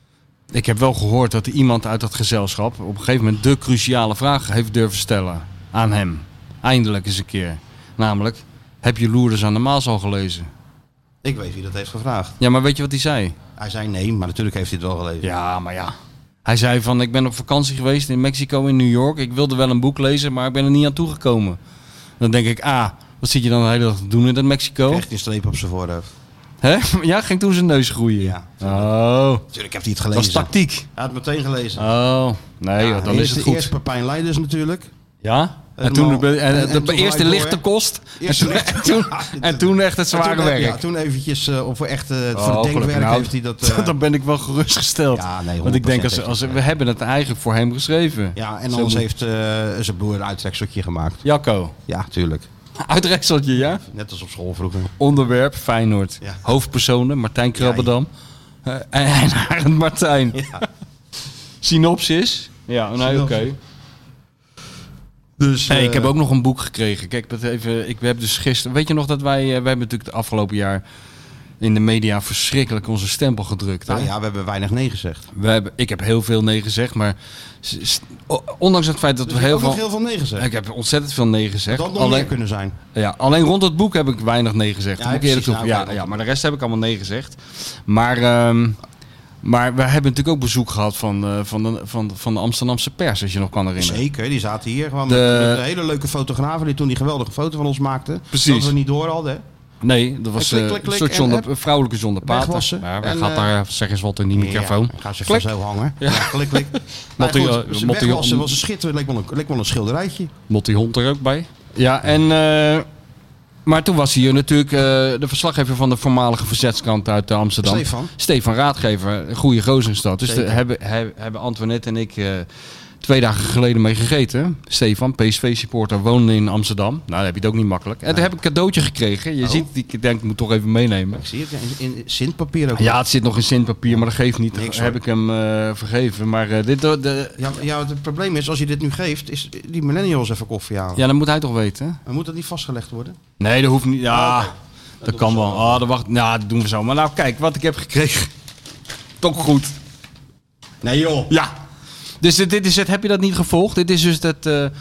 [SPEAKER 3] ik heb wel gehoord dat iemand uit dat gezelschap op een gegeven moment de cruciale vraag heeft durven stellen aan hem. Eindelijk eens een keer. Namelijk, heb je Loerders aan de Maas al gelezen?
[SPEAKER 2] ik weet wie dat heeft gevraagd.
[SPEAKER 3] Ja, maar weet je wat hij zei?
[SPEAKER 2] Hij zei nee, maar natuurlijk heeft hij het wel gelezen.
[SPEAKER 3] Ja, maar ja. Hij zei van, ik ben op vakantie geweest in Mexico, in New York. Ik wilde wel een boek lezen, maar ik ben er niet aan toegekomen. Dan denk ik, wat zit je dan de hele dag te doen in dat Mexico?
[SPEAKER 2] Echt een streep op zijn voorhoofd.
[SPEAKER 3] Hè? Ja, ging toen zijn neus groeien.
[SPEAKER 2] Ja.
[SPEAKER 3] Oh,
[SPEAKER 2] Natuurlijk heeft hij het
[SPEAKER 3] dat
[SPEAKER 2] gelezen.
[SPEAKER 3] is tactiek.
[SPEAKER 2] Hij had het meteen gelezen.
[SPEAKER 3] Oh, nee,
[SPEAKER 2] Ja,
[SPEAKER 3] dan is het goed.
[SPEAKER 2] Eerst Pepijn Leiders natuurlijk.
[SPEAKER 3] Ja? En
[SPEAKER 2] Helemaal-
[SPEAKER 3] toen
[SPEAKER 2] en toen
[SPEAKER 3] eerst de
[SPEAKER 2] gelijk
[SPEAKER 3] lichte
[SPEAKER 2] door,
[SPEAKER 3] kost.
[SPEAKER 2] Eerst
[SPEAKER 3] En toen echt het zware werk.
[SPEAKER 2] Ja, toen eventjes voor echt voor het
[SPEAKER 3] gelukkig.
[SPEAKER 2] denkwerk
[SPEAKER 3] Nou,
[SPEAKER 2] heeft hij dat...
[SPEAKER 3] Dan ben ik wel gerustgesteld.
[SPEAKER 2] Ja, nee,
[SPEAKER 3] Want ik denk,
[SPEAKER 2] 100% heeft hij
[SPEAKER 3] we hebben het eigenlijk voor hem geschreven.
[SPEAKER 2] Ja, en
[SPEAKER 3] Zo
[SPEAKER 2] anders
[SPEAKER 3] moet-
[SPEAKER 2] heeft zijn broer een uittrekseltje gemaakt.
[SPEAKER 3] Jacco,
[SPEAKER 2] Ja, tuurlijk.
[SPEAKER 3] uitrekseltje, ja?
[SPEAKER 2] Net als op school vroeger.
[SPEAKER 3] Onderwerp, Feyenoord.
[SPEAKER 2] Ja.
[SPEAKER 3] Hoofdpersonen, Martijn Krabbedam. En Arend Martijn.
[SPEAKER 2] Ja.
[SPEAKER 3] Synopsis. Ja, nee, oké.
[SPEAKER 2] Dus,
[SPEAKER 3] Hey, ik heb ook nog een boek gekregen. Kijk, ik heb dus gisteren... Weet je nog dat wij hebben natuurlijk het afgelopen jaar in de media verschrikkelijk onze stempel gedrukt. Hè?
[SPEAKER 2] Nou ja, we hebben weinig nee gezegd.
[SPEAKER 3] Ik heb heel veel nee gezegd, maar ondanks het feit dat
[SPEAKER 2] Dus
[SPEAKER 3] we
[SPEAKER 2] ik heb
[SPEAKER 3] heel
[SPEAKER 2] ook
[SPEAKER 3] veel...
[SPEAKER 2] nog heel veel nee gezegd.
[SPEAKER 3] Ik heb ontzettend veel nee gezegd.
[SPEAKER 2] Dat had nog meer kunnen zijn.
[SPEAKER 3] Ja, alleen rond het boek heb ik weinig nee gezegd.
[SPEAKER 2] Ja,
[SPEAKER 3] Dat moet ik eerlijk
[SPEAKER 2] precies,
[SPEAKER 3] toegeven.
[SPEAKER 2] nou,
[SPEAKER 3] Ja, maar de rest heb ik allemaal nee gezegd. Maar we hebben natuurlijk ook bezoek gehad van de Amsterdamse pers, als je nog kan herinneren.
[SPEAKER 2] Zeker, die zaten hier gewoon
[SPEAKER 3] De-
[SPEAKER 2] met een hele leuke fotografen die toen die geweldige foto van ons maakte.
[SPEAKER 3] Precies.
[SPEAKER 2] Dat we niet door hadden. Hè?
[SPEAKER 3] Nee, dat was
[SPEAKER 2] Klik, klik, klik,
[SPEAKER 3] een soort
[SPEAKER 2] en
[SPEAKER 3] vrouwelijke John de Pater.
[SPEAKER 2] wegwassen.
[SPEAKER 3] Maar
[SPEAKER 2] En,
[SPEAKER 3] gaat daar, zeg eens wat in die microfoon.
[SPEAKER 2] Ja, ga ze
[SPEAKER 3] Klik.
[SPEAKER 2] even zo hangen. Ja, klik, klik.
[SPEAKER 3] Motti-
[SPEAKER 2] Maar goed,
[SPEAKER 3] Motti-
[SPEAKER 2] wegwassen was een schitterend, leek wel een schilderijtje.
[SPEAKER 3] Motti Hond er ook bij. Ja, en... maar toen was hier natuurlijk de verslaggever van de voormalige verzetskant uit Amsterdam. Stefan Raadgever, een goede gozer is dat. Dus
[SPEAKER 2] Zeker.
[SPEAKER 3] hebben Antoinette en ik 2 dagen geleden mee gegeten. Stefan, PSV-supporter, woonde in Amsterdam. Nou, dan heb je het ook niet makkelijk. En toen heb ik een cadeautje gekregen. Je ziet, ik denk, ik moet toch even meenemen.
[SPEAKER 2] Ik zie het in sintpapier ook.
[SPEAKER 3] Ja, het zit nog in sintpapier, maar dat geeft niet.
[SPEAKER 2] Niks,
[SPEAKER 3] heb
[SPEAKER 2] hoor.
[SPEAKER 3] ik hem vergeven. Maar
[SPEAKER 2] Ja, het probleem is, als je dit nu geeft, is die millennials even koffie halen.
[SPEAKER 3] ja, dan moet hij toch weten.
[SPEAKER 2] Maar moet dat niet vastgelegd worden?
[SPEAKER 3] Nee, dat hoeft niet. Ja,
[SPEAKER 2] oké.
[SPEAKER 3] dat kan wel. Dat doen we zo. Maar nou, kijk, wat ik heb gekregen. Toch goed.
[SPEAKER 2] Nee joh.
[SPEAKER 3] Ja. Dus dit is het. Heb je dat niet gevolgd? Dit is dus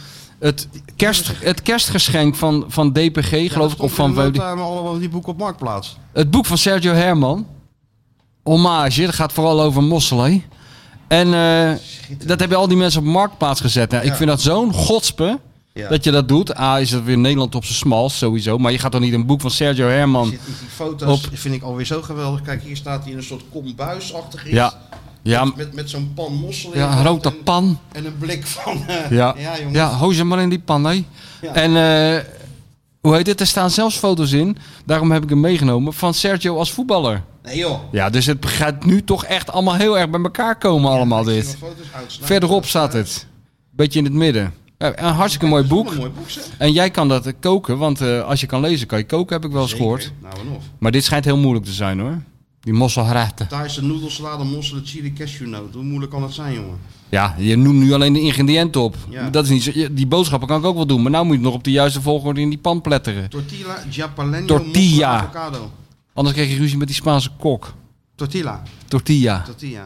[SPEAKER 3] het kerstgeschenk van DPG, geloof ik. Of van
[SPEAKER 2] allemaal die boeken op Marktplaats.
[SPEAKER 3] het boek van Sergio Herman. Hommage. Dat gaat vooral over Mossel. En dat hebben al die mensen op Marktplaats gezet. Nou,
[SPEAKER 2] Ja.
[SPEAKER 3] Ik vind dat zo'n godspe.
[SPEAKER 2] Ja.
[SPEAKER 3] Dat je dat doet. Is het weer Nederland op zijn smals, sowieso. Maar je gaat toch niet een boek van Sergio Herman...
[SPEAKER 2] Die foto's vind ik alweer zo geweldig. Kijk, hier staat hij in een soort kombuisachtig iets.
[SPEAKER 3] Ja,
[SPEAKER 2] Met zo'n pan mossel in.
[SPEAKER 3] ja, een rode pan.
[SPEAKER 2] En een blik van...
[SPEAKER 3] Ja,
[SPEAKER 2] ja jongens.
[SPEAKER 3] ja, hou ze maar in die pan, hè.
[SPEAKER 2] Ja.
[SPEAKER 3] En hoe heet het? Er staan zelfs foto's in, daarom heb ik hem meegenomen, van Sergio als voetballer.
[SPEAKER 2] Nee joh.
[SPEAKER 3] Ja, dus het gaat nu toch echt allemaal heel erg bij elkaar komen allemaal dit. Verderop staat het. Beetje in het midden. Een hartstikke mooi boek. En jij kan dat koken, want als je kan lezen kan je koken, heb ik wel eens gehoord.
[SPEAKER 2] Nou en of.
[SPEAKER 3] Maar dit schijnt heel moeilijk te zijn hoor. Die mosselgerechten.
[SPEAKER 2] Thaise noedelsalade, mosselen, chili, cashewnoot. Hoe moeilijk kan dat zijn, jongen?
[SPEAKER 3] Ja, je noemt nu alleen de ingrediënten op.
[SPEAKER 2] Ja.
[SPEAKER 3] Dat is niet zo, die boodschappen kan ik ook wel doen. Maar nou moet je nog op de juiste volgorde in die pan pletteren.
[SPEAKER 2] Tortilla, jalapeno,
[SPEAKER 3] Tortilla.
[SPEAKER 2] mozzarella, avocado.
[SPEAKER 3] Anders krijg je ruzie met die Spaanse kok.
[SPEAKER 2] Tortilla.
[SPEAKER 3] Tortilla.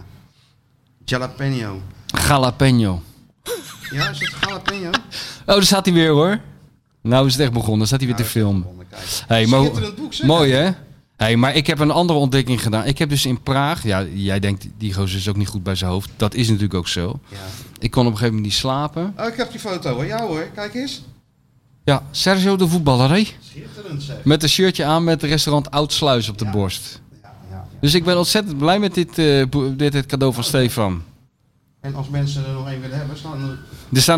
[SPEAKER 2] Jalapeno.
[SPEAKER 3] Jalapeno.
[SPEAKER 2] Ja, is het jalapeno?
[SPEAKER 3] Oh, daar staat hij weer hoor. Nou is het echt begonnen. Dan staat hij weer te filmen. Hey,
[SPEAKER 2] Schitterend boek, zeg.
[SPEAKER 3] mooi hè? Hey, maar ik heb een andere ontdekking gedaan. Ik heb dus in Praag... Ja, jij denkt, die gozer is ook niet goed bij zijn hoofd. Dat is natuurlijk ook zo.
[SPEAKER 2] Ja.
[SPEAKER 3] Ik kon op een gegeven moment niet slapen.
[SPEAKER 2] Oh, ik heb die foto hoor. Ja hoor, kijk eens.
[SPEAKER 3] Ja, Sergio de voetballer hè?
[SPEAKER 2] Schitterend zeg.
[SPEAKER 3] Met een shirtje aan met het restaurant Oudsluis op de borst.
[SPEAKER 2] Ja.
[SPEAKER 3] Dus ik ben ontzettend blij met dit cadeau van Stefan.
[SPEAKER 2] En als mensen er nog één willen hebben, staan
[SPEAKER 3] Er staan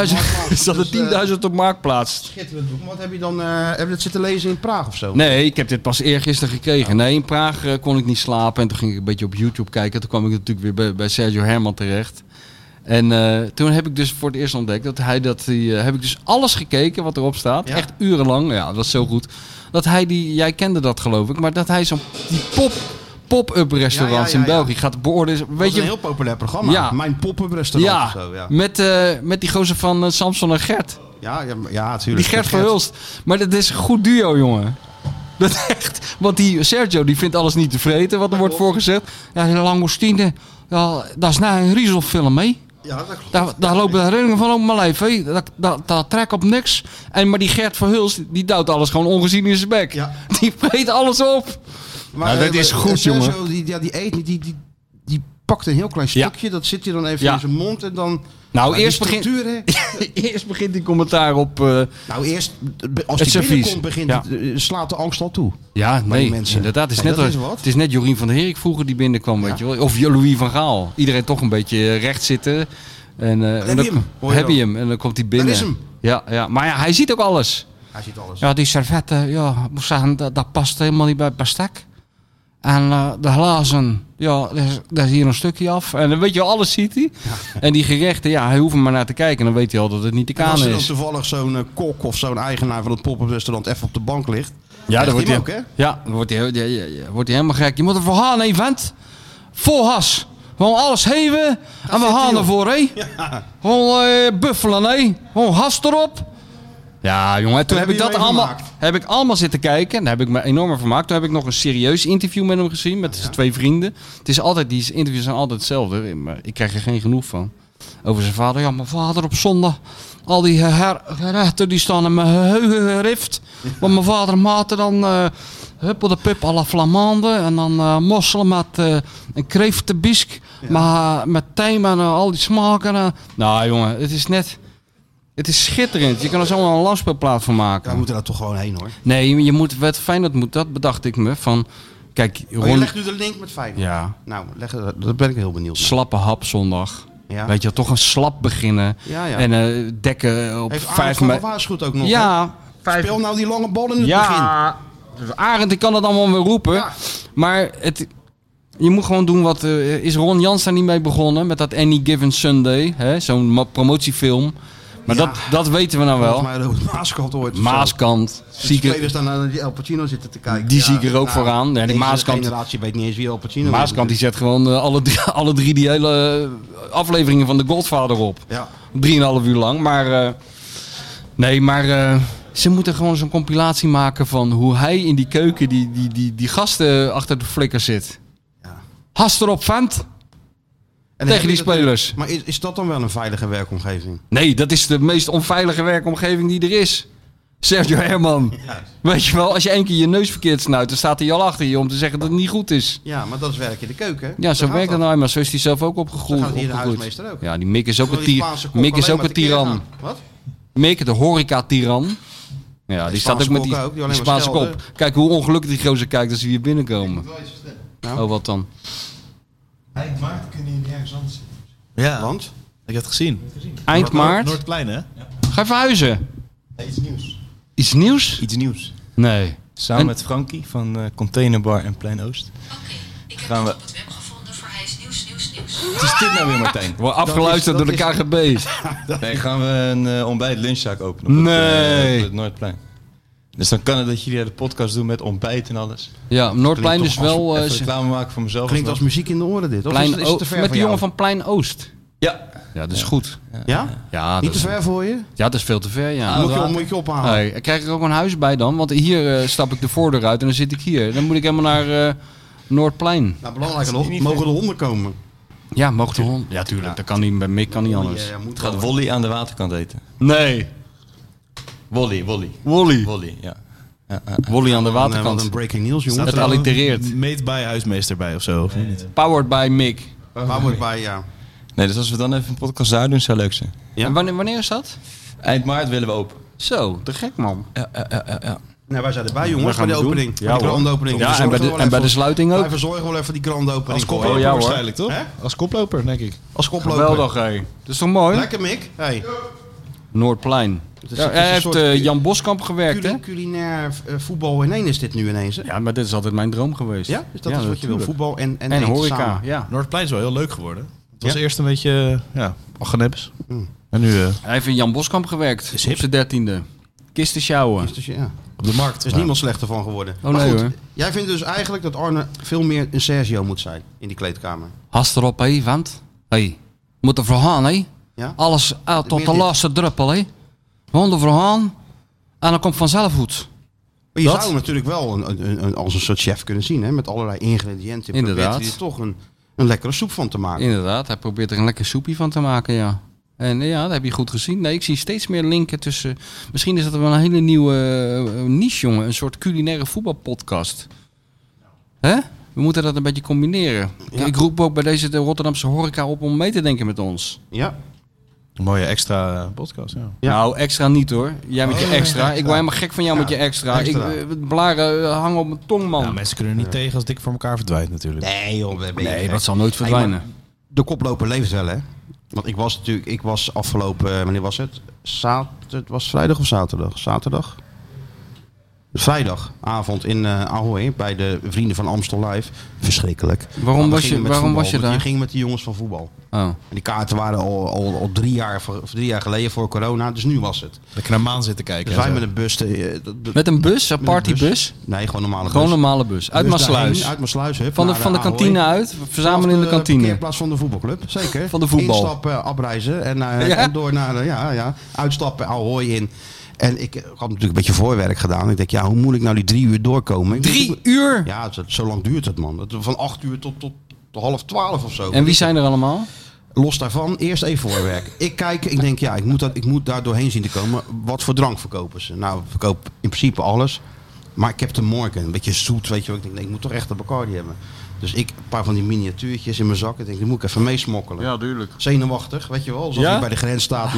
[SPEAKER 3] er 10.000 op Marktplaats.
[SPEAKER 2] schitterend boek. Wat heb je dan, heb je dat zitten lezen in Praag of zo?
[SPEAKER 3] Nee, ik heb dit pas eergisteren gekregen. Nee, in Praag kon ik niet slapen. En toen ging ik een beetje op YouTube kijken. Toen kwam ik natuurlijk weer bij Sergio Herman terecht. En toen heb ik dus voor het eerst ontdekt heb ik dus alles gekeken wat erop staat.
[SPEAKER 2] Ja.
[SPEAKER 3] Echt urenlang. Ja, dat was zo goed. Dat hij jij kende dat geloof ik. Maar dat hij zo'n pop-up restaurants in België gaat beoordelen.
[SPEAKER 2] Dat
[SPEAKER 3] Weet
[SPEAKER 2] is
[SPEAKER 3] je,
[SPEAKER 2] een heel populair programma.
[SPEAKER 3] Ja.
[SPEAKER 2] Mijn pop-up restaurant
[SPEAKER 3] ja,
[SPEAKER 2] of zo. Ja,
[SPEAKER 3] met die gozer van Samson en Gert.
[SPEAKER 2] ja, natuurlijk.
[SPEAKER 3] Die Gert Verhulst. Maar dat is een goed duo, jongen. Dat is echt. Want die Sergio die vindt alles niet te vreten wat er wordt voorgezet. Ja, die langoustine. Ja, dat is nou een riezelfilm, hè?
[SPEAKER 2] Ja, dat klopt.
[SPEAKER 3] Daar lopen de herinneringen van op mijn lijf, hè? Dat trek op niks. Maar die Gert Verhulst, die duwt alles gewoon ongezien in zijn bek.
[SPEAKER 2] Ja.
[SPEAKER 3] Die vreet alles op.
[SPEAKER 2] Maar
[SPEAKER 3] dat is goed,
[SPEAKER 2] Sergio,
[SPEAKER 3] jongen.
[SPEAKER 2] Die eet niet. Die pakt een heel klein stukje. Dat zit hij dan even
[SPEAKER 3] Ja.
[SPEAKER 2] in zijn mond. En dan...
[SPEAKER 3] Nou,
[SPEAKER 2] die
[SPEAKER 3] eerst
[SPEAKER 2] structuur, hè?
[SPEAKER 3] eerst begint die commentaar op...
[SPEAKER 2] Nou, eerst, als
[SPEAKER 3] Het
[SPEAKER 2] hij
[SPEAKER 3] servies.
[SPEAKER 2] binnenkomt, slaat de angst al toe.
[SPEAKER 3] Ja,
[SPEAKER 2] Bij die
[SPEAKER 3] nee,
[SPEAKER 2] mensen.
[SPEAKER 3] inderdaad.
[SPEAKER 2] Nee, dat is wat.
[SPEAKER 3] Het is net Jorien van der Herik vroeger die binnenkwam, weet je wel. Of Louis van Gaal. Iedereen toch een beetje recht zitten. En heb je hem. En dan komt hij binnen.
[SPEAKER 2] Daar is hem.
[SPEAKER 3] Ja. Maar ja, hij ziet ook alles.
[SPEAKER 2] Hij ziet alles.
[SPEAKER 3] Ja, die servetten, ja, ik moet zeggen, dat past helemaal niet bij het bestek. En de glazen, ja, daar is hier een stukje af. En dan weet je wel, alles ziet hij. Ja. En die gerechten, ja, hij hoeft er maar naar te kijken. En dan weet hij al dat het niet de
[SPEAKER 2] En als
[SPEAKER 3] kanen
[SPEAKER 2] er dan
[SPEAKER 3] is.
[SPEAKER 2] toevallig zo'n kok of zo'n eigenaar van het pop-up restaurant even op de bank ligt.
[SPEAKER 3] Ja, dan wordt hij
[SPEAKER 2] ook, hè?
[SPEAKER 3] Ja, dan wordt hij helemaal gek. Je moet ervoor gaan, hè, vent. Vol has. Gewoon alles geven. En we gaan ervoor, hè. Ja. Gewoon buffelen, hè. Gewoon has erop. Ja, jongen. Toen heb ik dat allemaal zitten kijken. Daar heb ik me enorm vermaakt. Toen heb ik nog een serieus interview met hem gezien. Met zijn 2 vrienden. Het is altijd, die interviews zijn altijd hetzelfde. Maar ik krijg er geen genoeg van. Over zijn vader. Ja, mijn vader op zondag. Al die gerechten die staan in mijn geheugen gerift. Want mijn vader maakte dan huppel de pip à la Flamande. En dan mosselen met een kreeftenbisk. Ja. Met tijm en al die smaken. Nou jongen, het is net... Het is schitterend. Je kan er zomaar een langspeelplaat van maken.
[SPEAKER 2] Ja, we moeten daar toch gewoon heen, hoor.
[SPEAKER 3] Nee, je moet, wat Feyenoord moet, dat bedacht ik me. Van, kijk,
[SPEAKER 2] je legt nu de link met Feyenoord.
[SPEAKER 3] Ja.
[SPEAKER 2] Nou, dat ben ik heel benieuwd naar.
[SPEAKER 3] Slappe hap zondag.
[SPEAKER 2] Ja.
[SPEAKER 3] Weet je, toch een slap beginnen.
[SPEAKER 2] Ja.
[SPEAKER 3] En dekken op
[SPEAKER 2] Heeft
[SPEAKER 3] 5 meter.
[SPEAKER 2] waarschuwt ook nog.
[SPEAKER 3] Ja.
[SPEAKER 2] Speel nou die lange bal in het begin.
[SPEAKER 3] Dus Arend, ik kan het allemaal weer roepen. Ja. Maar je moet gewoon doen wat... is Ron Jans daar niet mee begonnen? Met dat Any Given Sunday. Zo'n promotiefilm. Maar dat weten we nou wel.
[SPEAKER 2] Volgens mij Maaskant ooit.
[SPEAKER 3] Maaskant.
[SPEAKER 2] De spelers dan naar El Pacino zitten te kijken.
[SPEAKER 3] Die zie ik er ook vooraan. Ja, die Maaskant,
[SPEAKER 2] generatie weet niet eens wie El Pacino is.
[SPEAKER 3] Maaskant die zet gewoon alle drie die hele afleveringen van The Godfather op.
[SPEAKER 2] Ja.
[SPEAKER 3] 3,5 uur lang. Maar ze moeten gewoon zo'n compilatie maken van hoe hij in die keuken die gasten achter de flikker zit. Ja. Hast erop, vent. En tegen die spelers.
[SPEAKER 2] Maar is dat dan wel een veilige werkomgeving?
[SPEAKER 3] Nee, dat is de meest onveilige werkomgeving die er is. Sergio Herman. Ja. Weet je wel, als je 1 keer je neus verkeerd snuit, dan staat hij al achter je om te zeggen dat het niet goed is.
[SPEAKER 2] Ja, maar dat is werk in de keuken.
[SPEAKER 3] Ja, zo werkt dat nou, maar zo is hij zelf ook opgegroeid.
[SPEAKER 2] Zo gaat hier de huismeester ook.
[SPEAKER 3] Ja, die Mick is ook een tiran.
[SPEAKER 2] Wat?
[SPEAKER 3] Mick, de horeca-tiran. Ja, die staat ook met die Spaanse kop. Kijk hoe ongelukkig die gozer kijkt als we hier binnenkomen. Oh, wat dan?
[SPEAKER 4] Eind maart kunnen jullie ergens anders zien.
[SPEAKER 2] Ja, want?
[SPEAKER 4] Ik heb het gezien.
[SPEAKER 3] Eind maart?
[SPEAKER 4] Noordplein, hè? Ja.
[SPEAKER 3] Ga verhuizen.
[SPEAKER 4] Nee, iets nieuws.
[SPEAKER 3] Iets nieuws?
[SPEAKER 6] Iets nieuws.
[SPEAKER 3] Nee.
[SPEAKER 6] Samen met Frankie van Containerbar en Plein Oost.
[SPEAKER 7] Ik heb
[SPEAKER 6] Gaan we...
[SPEAKER 7] op het web gevonden voor hij is nieuws.
[SPEAKER 6] Wat is dit nou weer, Martijn?
[SPEAKER 3] Wordt afgeluisterd door de KGB.
[SPEAKER 6] Nee, gaan we een ontbijt-lunchzaak openen op het Noordplein. Dus dan kan het dat jullie de podcast doen met ontbijt en alles.
[SPEAKER 3] Ja, Noordplein is wel...
[SPEAKER 6] Even reclame maken voor mezelf.
[SPEAKER 2] Klinkt als muziek in de oren dit. Of
[SPEAKER 3] Plein
[SPEAKER 2] is het te ver
[SPEAKER 3] met
[SPEAKER 2] voor
[SPEAKER 3] de jongen
[SPEAKER 2] jou?
[SPEAKER 3] van Plein Oost.
[SPEAKER 6] Ja.
[SPEAKER 3] Ja, dat is goed.
[SPEAKER 2] Ja?
[SPEAKER 3] Ja,
[SPEAKER 2] Niet
[SPEAKER 3] dat
[SPEAKER 2] te
[SPEAKER 3] is,
[SPEAKER 2] ver voor je?
[SPEAKER 3] ja, dat is veel te ver, ja.
[SPEAKER 2] Moet je ophalen.
[SPEAKER 3] Nee, krijg ik er ook een huis bij dan? Want hier stap ik de voordeur uit en dan zit ik hier. Dan moet ik helemaal naar Noordplein.
[SPEAKER 2] Nou, belangrijker nog, mogen de honden komen?
[SPEAKER 3] Ja, mocht de hond? Ja, tuurlijk. Dat kan niet, bij Mick kan niet anders.
[SPEAKER 2] Ja, moet
[SPEAKER 6] Gaat Wolly aan de waterkant eten?
[SPEAKER 3] Nee.
[SPEAKER 6] Wolly.
[SPEAKER 3] Wolly,
[SPEAKER 6] ja.
[SPEAKER 3] Wolly aan de
[SPEAKER 2] Wat
[SPEAKER 3] waterkant.
[SPEAKER 2] een breaking news, jongen.
[SPEAKER 3] Het allitereert.
[SPEAKER 4] Meet bij huismeester bij of zo, of niet?
[SPEAKER 3] Powered by Mick.
[SPEAKER 2] Waar moet ik bij, ja.
[SPEAKER 6] Nee, dus als we dan even een podcast daar doen, zou leuk zijn.
[SPEAKER 2] Ja?
[SPEAKER 3] En wanneer is dat?
[SPEAKER 6] Eind maart willen we open.
[SPEAKER 3] Zo, te gek man.
[SPEAKER 6] Ja.
[SPEAKER 2] Nou, wij zijn erbij, jongens,
[SPEAKER 3] gaan
[SPEAKER 2] bij de
[SPEAKER 3] we doen.
[SPEAKER 2] opening.
[SPEAKER 3] Ja,
[SPEAKER 2] Bij de
[SPEAKER 3] hoor.
[SPEAKER 2] grandopening.
[SPEAKER 3] Ja,
[SPEAKER 2] We
[SPEAKER 3] en
[SPEAKER 2] verzorgen
[SPEAKER 3] bij
[SPEAKER 2] wel
[SPEAKER 3] de
[SPEAKER 2] even-
[SPEAKER 3] sluiting ook.
[SPEAKER 2] Wij verzorgen wel even die grandopening.
[SPEAKER 4] Als
[SPEAKER 2] voor je.
[SPEAKER 4] koploper
[SPEAKER 3] ja, hoor.
[SPEAKER 4] waarschijnlijk, toch?
[SPEAKER 2] Hè?
[SPEAKER 4] Als koploper, denk ik.
[SPEAKER 2] Als koploper.
[SPEAKER 3] Geweldig, hé. Dat is toch mooi?
[SPEAKER 2] Lekker, Mick. Hey.
[SPEAKER 3] Noordplein.
[SPEAKER 2] Het is-
[SPEAKER 3] Ja,
[SPEAKER 2] het is
[SPEAKER 3] hij
[SPEAKER 2] een
[SPEAKER 3] heeft
[SPEAKER 2] soort
[SPEAKER 3] Jan Boskamp gewerkt, hè?
[SPEAKER 2] Culinair voetbal in één is dit nu ineens, hè?
[SPEAKER 3] Ja, maar dit is altijd mijn droom geweest.
[SPEAKER 2] Ja? Dus dat
[SPEAKER 3] Ja,
[SPEAKER 2] is wat je wil.
[SPEAKER 3] natuurlijk.
[SPEAKER 2] Voetbal en
[SPEAKER 3] En
[SPEAKER 2] eten
[SPEAKER 3] horeca,
[SPEAKER 2] samen.
[SPEAKER 3] ja.
[SPEAKER 4] Noordplein is wel heel leuk geworden. Het was
[SPEAKER 2] Ja?
[SPEAKER 4] eerst een beetje, algenebbes. En nu
[SPEAKER 3] Hij heeft in Jan Boskamp gewerkt.
[SPEAKER 4] Is
[SPEAKER 3] Op
[SPEAKER 4] hip.
[SPEAKER 3] zijn 13e. Kisten sjouwen.
[SPEAKER 2] Dus ja,
[SPEAKER 4] op de markt.
[SPEAKER 2] er is niemand slechter van geworden.
[SPEAKER 3] Oh,
[SPEAKER 2] maar
[SPEAKER 3] nee,
[SPEAKER 2] goed,
[SPEAKER 3] hoor.
[SPEAKER 2] jij vindt dus eigenlijk dat Arne veel meer een Sergio moet zijn in die kleedkamer.
[SPEAKER 3] Hast erop, hé, vent. Hé, moet er voor gaan, hé.
[SPEAKER 2] Ja?
[SPEAKER 3] Alles uit tot
[SPEAKER 2] Meer
[SPEAKER 3] de
[SPEAKER 2] dit.
[SPEAKER 3] laatste druppel, hé. Gewoon ervoor gaan. En dan komt vanzelf goed.
[SPEAKER 2] Maar je
[SPEAKER 3] Dat?
[SPEAKER 2] zou hem natuurlijk wel als een soort chef kunnen zien, hè? Met allerlei ingrediënten.
[SPEAKER 3] Inderdaad.
[SPEAKER 2] Probeert hij er toch een lekkere soep van te maken.
[SPEAKER 3] Inderdaad, hij probeert er een lekker soepje van te maken, ja. En ja, dat heb je goed gezien. Nee, ik zie steeds meer linken tussen... Misschien is dat wel een hele nieuwe niche, jongen. Een soort culinaire voetbalpodcast. Hè? We moeten dat een beetje combineren.
[SPEAKER 2] Ja.
[SPEAKER 3] Ik roep ook bij de Rotterdamse horeca op om mee te denken met ons.
[SPEAKER 2] Ja?
[SPEAKER 4] Een mooie extra podcast, ja.
[SPEAKER 2] Ja.
[SPEAKER 3] Nou, extra niet hoor. Jij met je
[SPEAKER 2] Oh,
[SPEAKER 3] extra.
[SPEAKER 2] extra.
[SPEAKER 3] Ik word helemaal gek van jou
[SPEAKER 2] Ja,
[SPEAKER 3] met je extra.
[SPEAKER 2] extra.
[SPEAKER 3] Blaren hangen op mijn tong, man.
[SPEAKER 4] Ja, mensen kunnen er niet tegen als dik voor elkaar verdwijnt natuurlijk.
[SPEAKER 2] Nee, joh.
[SPEAKER 3] Nee, dat zal nooit verdwijnen.
[SPEAKER 2] maar de koploper leeft wel, hè? Want ik was afgelopen... Wanneer was het? Het was vrijdag of zaterdag? Zaterdag? Vrijdagavond in Ahoy bij de Vrienden van Amstel Live. Verschrikkelijk.
[SPEAKER 3] Waarom
[SPEAKER 2] Maar we
[SPEAKER 3] was je-
[SPEAKER 2] gingen met
[SPEAKER 3] waarom
[SPEAKER 2] voetbal,
[SPEAKER 3] was je
[SPEAKER 2] want
[SPEAKER 3] daar?
[SPEAKER 2] Je ging met de jongens van voetbal.
[SPEAKER 3] Oh.
[SPEAKER 2] En die kaarten waren al 3 jaar geleden voor corona, dus nu was het.
[SPEAKER 4] Lekker naar maan zitten kijken.
[SPEAKER 2] Dus
[SPEAKER 4] en
[SPEAKER 2] wij
[SPEAKER 4] zo.
[SPEAKER 2] met een bus...
[SPEAKER 3] Met een bus? Een
[SPEAKER 2] Met
[SPEAKER 3] partybus?
[SPEAKER 2] Nee, gewoon een normale
[SPEAKER 3] Gewoon een
[SPEAKER 2] bus.
[SPEAKER 3] normale bus. Uit
[SPEAKER 2] Dus
[SPEAKER 3] Maassluis.
[SPEAKER 2] daarheen, Uit Maassluis, hup,
[SPEAKER 3] Van de
[SPEAKER 2] naar Ahoy.
[SPEAKER 3] kantine uit. Verzamelen in de kantine.
[SPEAKER 2] parkeerplaats van de voetbalclub, zeker.
[SPEAKER 3] Van de voetbal.
[SPEAKER 2] Instappen, afreizen en,
[SPEAKER 3] Ja?
[SPEAKER 2] en door naar uitstappen, Ahoy in. En ik had natuurlijk een beetje voorwerk gedaan. Ik denk, ja, hoe moet ik nou die 3 uur doorkomen? Ik
[SPEAKER 3] 3
[SPEAKER 2] denk,
[SPEAKER 3] uur?
[SPEAKER 2] Ja, zo lang duurt het, man. Van 8 uur tot 11:30 of zo.
[SPEAKER 3] En wie zijn er allemaal?
[SPEAKER 2] Los daarvan, eerst even voorwerk. Ik kijk, ik denk, ja, ik moet daar doorheen zien te komen. Wat voor drank verkopen ze? Nou, ik verkoop in principe alles. Maar ik heb de Morgan, een beetje zoet, weet je wel. Ik denk, nee, ik moet toch echt een Bacardi hebben. Dus ik een paar van die miniatuurtjes in mijn zak. Ik denk, die moet ik even meesmokkelen.
[SPEAKER 3] Ja, duurlijk.
[SPEAKER 2] Zenuwachtig, weet je wel. Alsof
[SPEAKER 3] Ja?
[SPEAKER 2] je bij de grens staat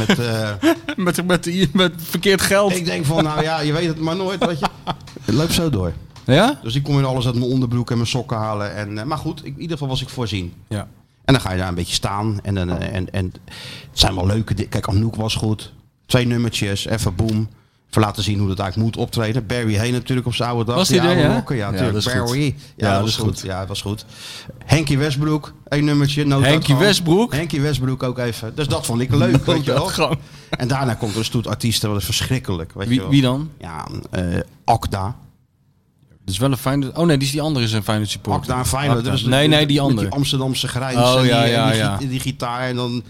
[SPEAKER 2] met...
[SPEAKER 3] Met verkeerd geld.
[SPEAKER 2] ik denk van, nou ja, je weet het maar nooit, weet je. Het loopt zo door.
[SPEAKER 3] Ja?
[SPEAKER 2] Dus ik kon weer alles uit mijn onderbroek en mijn sokken halen. En, maar goed, in ieder geval was ik voorzien.
[SPEAKER 3] Ja.
[SPEAKER 2] En dan ga je daar een beetje staan. En het zijn wel leuke dingen. Kijk, Anouk was goed. 2 nummertjes, even boem. Even laten zien hoe dat eigenlijk moet optreden. Barry Hay natuurlijk op zijn oude dag.
[SPEAKER 3] Was die
[SPEAKER 2] Die
[SPEAKER 3] er,
[SPEAKER 2] oude
[SPEAKER 3] ja?
[SPEAKER 2] rocker, ja,
[SPEAKER 3] Ja,
[SPEAKER 2] natuurlijk.
[SPEAKER 3] dat is goed.
[SPEAKER 2] Barry.
[SPEAKER 3] Ja,
[SPEAKER 2] Ja,
[SPEAKER 3] dat
[SPEAKER 2] dat
[SPEAKER 3] is
[SPEAKER 2] was goed. Ja, dat was goed. Henkie Westbroek, 1 nummertje.
[SPEAKER 3] Henkie Westbroek?
[SPEAKER 2] Henkie Westbroek ook even. Dus dat vond ik leuk, weet je wel.
[SPEAKER 3] Gewoon.
[SPEAKER 2] En daarna komt er een stoet artiesten. Dat is verschrikkelijk. Weet je wel.
[SPEAKER 3] Wie dan?
[SPEAKER 2] Ja, Akda.
[SPEAKER 3] Dat is wel een fijne... Oh nee, die andere is een fijne support.
[SPEAKER 2] Akda en Feyenoord.
[SPEAKER 3] Akda.
[SPEAKER 2] Dat is
[SPEAKER 3] Nee, die
[SPEAKER 2] met
[SPEAKER 3] andere.
[SPEAKER 2] die Amsterdamse grijns.
[SPEAKER 3] Oh,
[SPEAKER 2] en
[SPEAKER 3] ja,
[SPEAKER 2] die,
[SPEAKER 3] ja,
[SPEAKER 2] en die,
[SPEAKER 3] ja.
[SPEAKER 2] die gitaar. En dan...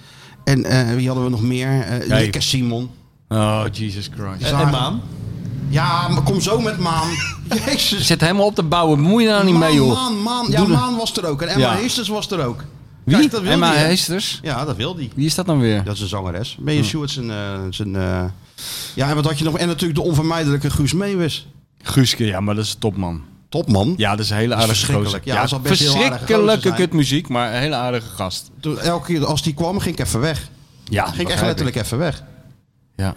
[SPEAKER 2] En wie hadden we nog meer? Nick en Simon.
[SPEAKER 3] Oh, Jesus Christ.
[SPEAKER 2] Zagen-
[SPEAKER 4] Maan?
[SPEAKER 2] Ja, maar kom zo met Maan. Jezus.
[SPEAKER 3] Zit helemaal op te bouwen. Bemoei je daar nou niet mee, joh.
[SPEAKER 2] Maan. Ja,
[SPEAKER 3] Doe de-
[SPEAKER 2] Maan was er ook. En Emma
[SPEAKER 3] Ja.
[SPEAKER 2] Heesters was er ook.
[SPEAKER 3] Wie?
[SPEAKER 2] Kijk, dat wil
[SPEAKER 3] Emma
[SPEAKER 2] die, hè?
[SPEAKER 3] Heesters?
[SPEAKER 2] Ja, dat wil die.
[SPEAKER 3] Wie is dat dan weer?
[SPEAKER 2] Dat is een zangeres. Ben je Stewart zijn... Ja, en wat had je nog? En natuurlijk de onvermijdelijke Guus Meeuwis.
[SPEAKER 3] Guuske, ja, maar dat is topman.
[SPEAKER 2] Topman.
[SPEAKER 3] Ja, dat is een hele aardige
[SPEAKER 2] verschrikkelijk.
[SPEAKER 3] gozer.
[SPEAKER 2] Ja, dat zal best heel aardige gozer
[SPEAKER 3] verschrikkelijke
[SPEAKER 2] zijn.
[SPEAKER 3] kutmuziek, maar een hele aardige gast.
[SPEAKER 2] Toen, elke keer als die kwam, ging ik even weg.
[SPEAKER 3] Ja,
[SPEAKER 2] Ging ik echt letterlijk even weg.
[SPEAKER 3] Ja.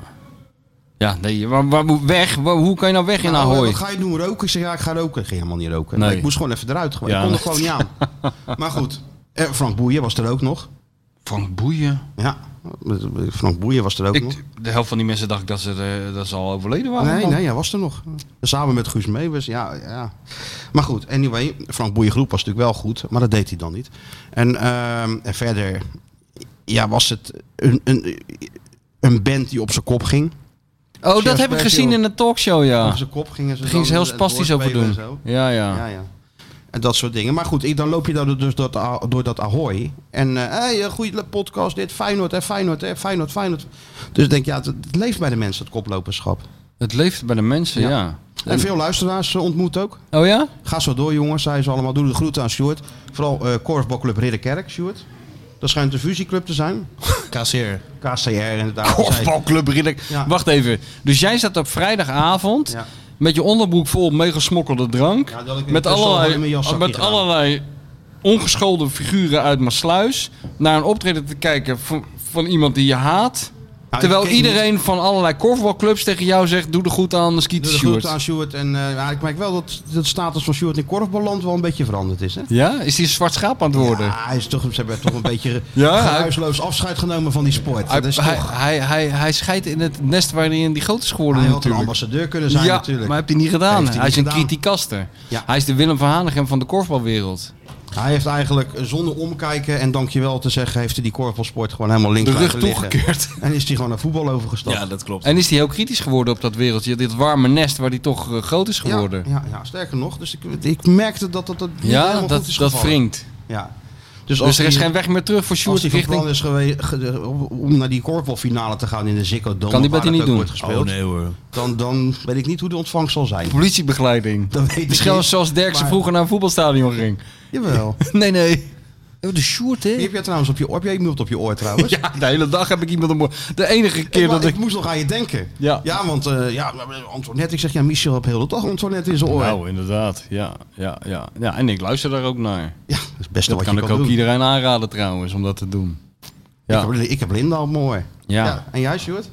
[SPEAKER 3] Ja, nee, weg? Hoe kan je nou weg in
[SPEAKER 2] Nou,
[SPEAKER 3] Ahoy?
[SPEAKER 2] wat ga je doen? Roken? Ik zeg, ja, ik ga roken. Ik ging helemaal niet roken.
[SPEAKER 3] Nee.
[SPEAKER 2] Ik moest gewoon even eruit.
[SPEAKER 3] Ja.
[SPEAKER 2] Ik kon er gewoon niet aan. Maar goed. Frank Boeien was er ook nog.
[SPEAKER 3] Frank Boeien.
[SPEAKER 2] Ja, Frank Boeien was er ook nog.
[SPEAKER 3] De helft van die mensen dacht ik dat ze al overleden waren.
[SPEAKER 2] Nee, hij was er nog. Samen met Guus Meeuwis, ja. Maar goed, anyway, Frank Boeien groep was natuurlijk wel goed, maar dat deed hij dan niet. En verder, was het een band die op zijn kop ging.
[SPEAKER 3] Oh, dat heb ik gezien in de talkshow, ja.
[SPEAKER 2] Op zijn kop gingen ze
[SPEAKER 3] Gingen ze heel spastisch over doen.
[SPEAKER 2] Ja. En dat soort dingen. Maar goed, dan loop je daar dus door dat Ahoy. En goede podcast, dit Feyenoord. Dus ik denk, het leeft bij de mensen, het koploperschap.
[SPEAKER 3] Het leeft bij de mensen, ja.
[SPEAKER 2] En veel luisteraars ontmoet ook.
[SPEAKER 3] Oh ja?
[SPEAKER 2] Ga zo door, jongens, zei ze allemaal. Doe de groeten aan Sjoerd. Vooral korfbalclub Ridderkerk, Sjoerd. Dat schijnt een fusieclub te zijn. KCR, inderdaad.
[SPEAKER 3] Korfbalclub Ridderkerk. Ja. Wacht even. Dus jij zat op vrijdagavond... Ja. Met je onderbroek vol meegesmokkelde drank. Ja, met allerlei ongeschoolde figuren uit Maassluis. Naar een optreden te kijken van iemand die je haat. Nou, terwijl iedereen van allerlei korfbalclubs tegen jou zegt... Doe de goed aan Skeeter Sjoerd.
[SPEAKER 2] Doe de goed aan Sjoerd. En ik merk wel dat de status van Sjoerd in korfballand wel een beetje veranderd is. Hè?
[SPEAKER 3] Ja? Is hij een zwart schaap aan het worden?
[SPEAKER 2] Ja, ze hebben toch een beetje geruisloos afscheid genomen van die sport.
[SPEAKER 3] Hij scheidt in het nest waarin hij groot is geworden.
[SPEAKER 2] Hij had een ambassadeur kunnen zijn natuurlijk.
[SPEAKER 3] Maar heeft hij niet gedaan. Hij is een criticaster. Ja. Hij is de Willem van Hanegem van de korfbalwereld.
[SPEAKER 2] Hij heeft eigenlijk zonder omkijken en dankjewel te zeggen... heeft hij die korfbalsport gewoon helemaal links
[SPEAKER 3] de rug toegekeerd.
[SPEAKER 2] En is hij gewoon naar voetbal overgestapt.
[SPEAKER 3] Ja, dat klopt. En is hij heel kritisch geworden op dat wereldje. Dit warme nest waar hij toch groot is geworden.
[SPEAKER 2] Ja, sterker nog. Dus ik merkte dat niet helemaal goed is gevallen.
[SPEAKER 3] Dat wringt.
[SPEAKER 2] Ja.
[SPEAKER 3] Dus er is geen weg meer terug voor Sjoerd.
[SPEAKER 2] Als hij van plan is geweest om naar die korfbalfinale te gaan in de Ziggo Dome...
[SPEAKER 3] Kan die bij niet doen.
[SPEAKER 2] Wordt gespeeld,
[SPEAKER 4] nee hoor.
[SPEAKER 2] Dan weet ik niet hoe de ontvangst zal zijn.
[SPEAKER 3] Politiebegeleiding. Misschien zoals Derksen vroeger naar een voetbalstadion ging.
[SPEAKER 2] Jawel.
[SPEAKER 3] Nee. De Sjoerd, hè?
[SPEAKER 2] Wie heb jij trouwens heb jij iemand op je oor trouwens?
[SPEAKER 3] Ja, de hele dag heb ik iemand op mijn oor. De enige keer dat
[SPEAKER 2] ik moest nog aan je denken. Ja, want Antoinette, ik zeg Michel heb heel de dag Antoinette in zijn oor.
[SPEAKER 3] Nou, inderdaad. Ja, en ik luister daar ook naar.
[SPEAKER 2] Ja, dat is het beste wat je
[SPEAKER 3] kan
[SPEAKER 2] doen.
[SPEAKER 3] Dat kan ik ook iedereen aanraden trouwens, om dat te doen. Ja.
[SPEAKER 2] Ik heb Linda op mijn oor.
[SPEAKER 3] Ja.
[SPEAKER 2] En jij, Sjoerd?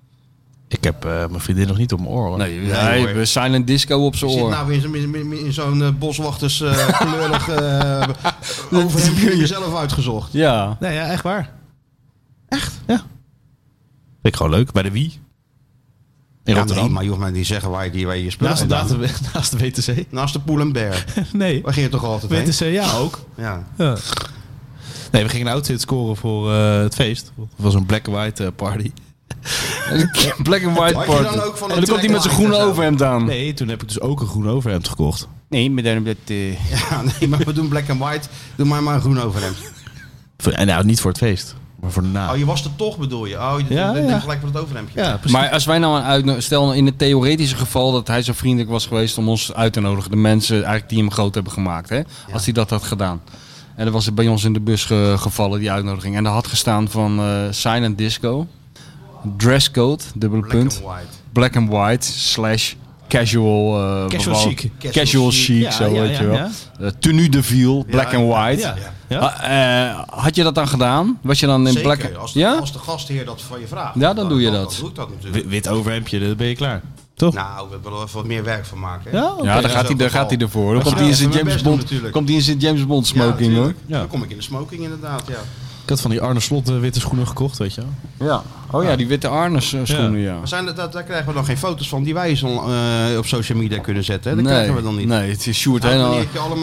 [SPEAKER 4] Ik heb mijn vriendin nog niet op mijn oor. Hoor.
[SPEAKER 3] Nee, hij heeft silent disco op zijn oor.
[SPEAKER 2] Je zit nou in zo'n boswachters kleurig overhemd heb je zelf uitgezocht.
[SPEAKER 3] Ja.
[SPEAKER 4] Nee, ja, echt waar.
[SPEAKER 2] Echt?
[SPEAKER 4] Ja. Vind ik gewoon leuk. Bij de Wie. In Rotterdam.
[SPEAKER 2] Nee, maar je hoeft mij niet zeggen waar je spullen
[SPEAKER 4] naast de WTC.
[SPEAKER 2] Naast de Poel en Bear.
[SPEAKER 4] Nee.
[SPEAKER 2] Waar ging je toch altijd heen?
[SPEAKER 4] WTC, ja, ook.
[SPEAKER 2] Ja.
[SPEAKER 4] Nee, we gingen een outfit scoren voor het feest. Het was een black and white party.
[SPEAKER 3] Black and white party. En dan komt hij met zijn groene overhemd aan.
[SPEAKER 4] Nee, toen heb ik dus ook een groen overhemd gekocht.
[SPEAKER 3] Nee, met een...
[SPEAKER 2] Ja, nee, maar we doen black and white. Doe maar een groen overhemd.
[SPEAKER 4] Nou, niet voor het feest. Maar voor daarna.
[SPEAKER 2] Oh, je was er toch, bedoel je? Oh, je denkt gelijk voor het overhemdje.
[SPEAKER 3] Ja, maar als wij nou stel in het theoretische geval dat hij zo vriendelijk was geweest om ons uit te nodigen. De mensen eigenlijk die hem groot hebben gemaakt. Hè? Ja. Als hij dat had gedaan. En dan was het bij ons in de bus gevallen, die uitnodiging. En daar had gestaan van silent disco. Dresscode, dubbele punt. Black and white / casual chic. Casual chic, zo weet je wel. Tenue de ville, black and white. Had je dat dan gedaan? Was je dan in
[SPEAKER 2] Zeker,
[SPEAKER 3] black?
[SPEAKER 2] Als de gastheer dat van je vraagt.
[SPEAKER 3] Ja, dan doe je dat.
[SPEAKER 2] Dan doe ik dat natuurlijk.
[SPEAKER 4] Wit overhemdje, dan ben je klaar. Toch?
[SPEAKER 2] Nou, we willen er even wat meer werk van maken. Hè?
[SPEAKER 3] Ja, daar gaat hij ervoor. Dan komt hij in zijn James Bond smoking, hoor.
[SPEAKER 2] Dan kom ik in de smoking inderdaad, ja.
[SPEAKER 4] Ik had van die Arne Slot witte schoenen gekocht, weet je wel.
[SPEAKER 3] Ja. Oh ja, die witte Arne schoenen, ja.
[SPEAKER 2] Maar daar krijgen we dan geen foto's van die wij eens op social media kunnen zetten. Dat krijgen we dan niet.
[SPEAKER 3] Nee, het is Sjoerd helemaal.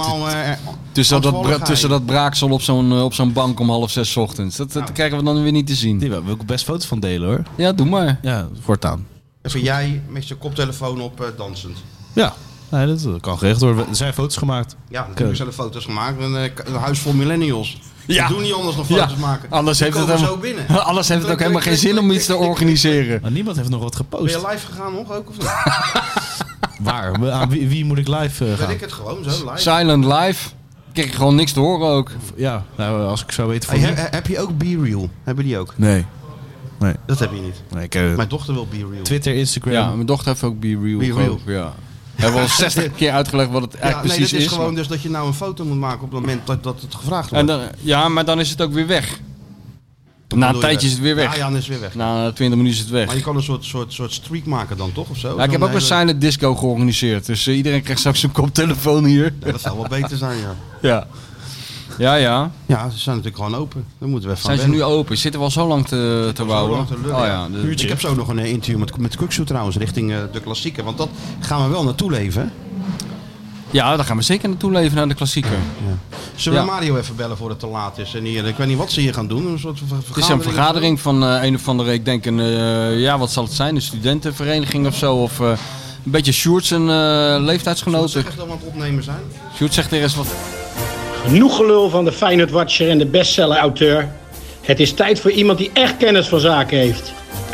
[SPEAKER 3] Tussen dat braaksel op zo'n bank om 5:30 ochtends. Dat krijgen we dan weer niet te zien.
[SPEAKER 4] Die wil ik best foto's van delen, hoor.
[SPEAKER 3] Ja, doe maar.
[SPEAKER 4] Ja, voortaan.
[SPEAKER 2] Even jij met je koptelefoon op dansend.
[SPEAKER 4] Ja. Nee, dat kan geregeld worden. Er zijn foto's gemaakt.
[SPEAKER 2] Ja, natuurlijk zijn er foto's gemaakt. Een huis vol millennials. Ja. We doen niet anders dan foto's maken.
[SPEAKER 3] Anders heeft het ook helemaal geen zin om iets te organiseren.
[SPEAKER 4] Maar niemand heeft nog wat gepost.
[SPEAKER 2] Ben je live gegaan nog ook of niet?
[SPEAKER 4] Waar? Aan wie moet ik live gaan?
[SPEAKER 2] Weet ik het gewoon zo live.
[SPEAKER 3] Silent live. Krijg je gewoon niks te horen ook.
[SPEAKER 4] Ja, nou als ik zou weten van
[SPEAKER 2] heb je ook BeReal? Hebben die ook?
[SPEAKER 4] Nee.
[SPEAKER 2] Dat heb je niet.
[SPEAKER 4] Nee,
[SPEAKER 2] mijn dochter wil BeReal.
[SPEAKER 4] Twitter, Instagram.
[SPEAKER 3] Ja, mijn dochter heeft ook BeReal. Ja. We hebben al 60 keer uitgelegd wat het eigenlijk precies is.
[SPEAKER 2] Het is gewoon dus dat je nou een foto moet maken op het moment dat het gevraagd wordt.
[SPEAKER 3] Maar dan is het ook weer weg. Na een tijdje is het weer weg.
[SPEAKER 2] Ja, dan is het weer weg.
[SPEAKER 3] Na 20 minuten is het weg.
[SPEAKER 2] Maar je kan een soort streak maken dan toch, of zo?
[SPEAKER 3] Ja, ik heb ook een silent disco georganiseerd. Dus iedereen krijgt straks een koptelefoon hier.
[SPEAKER 2] Ja, dat zou wel beter zijn, ja.
[SPEAKER 3] Ja, ja.
[SPEAKER 2] Ja, ze zijn natuurlijk gewoon open. Daar moeten we even
[SPEAKER 3] Zijn ze nu open? Zitten we al zo lang te bouwen?
[SPEAKER 2] lang te lullen,
[SPEAKER 3] Oh
[SPEAKER 2] ja.
[SPEAKER 3] ja.
[SPEAKER 2] Ik heb zo nog een interview met Kuksu trouwens, richting de klassieker. Want dat gaan we wel naartoe leven.
[SPEAKER 3] Ja, daar gaan we zeker naartoe leven naar de klassieker.
[SPEAKER 2] Ja. Zullen we
[SPEAKER 3] Ja.
[SPEAKER 2] Mario even bellen voor het te laat is? En hier, ik weet niet wat ze hier gaan doen. Een soort vergadering.
[SPEAKER 3] Het is een vergadering van een of andere, ik denk wat zal het zijn? Een studentenvereniging of zo? Of een beetje Sjoerd zijn leeftijdsgenoten.
[SPEAKER 2] Zullen ze echt wel aan het opnemen zijn?
[SPEAKER 3] Sjoerd zegt er eens wat.
[SPEAKER 8] Genoeg gelul van de Feyenoord Watcher en de bestseller-auteur. Het is tijd voor iemand die echt kennis van zaken heeft.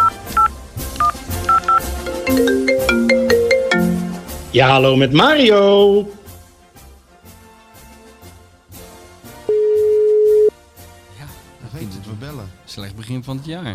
[SPEAKER 8] Ja, hallo met Mario.
[SPEAKER 2] Dat weet het, we bellen.
[SPEAKER 3] Slecht begin van het jaar.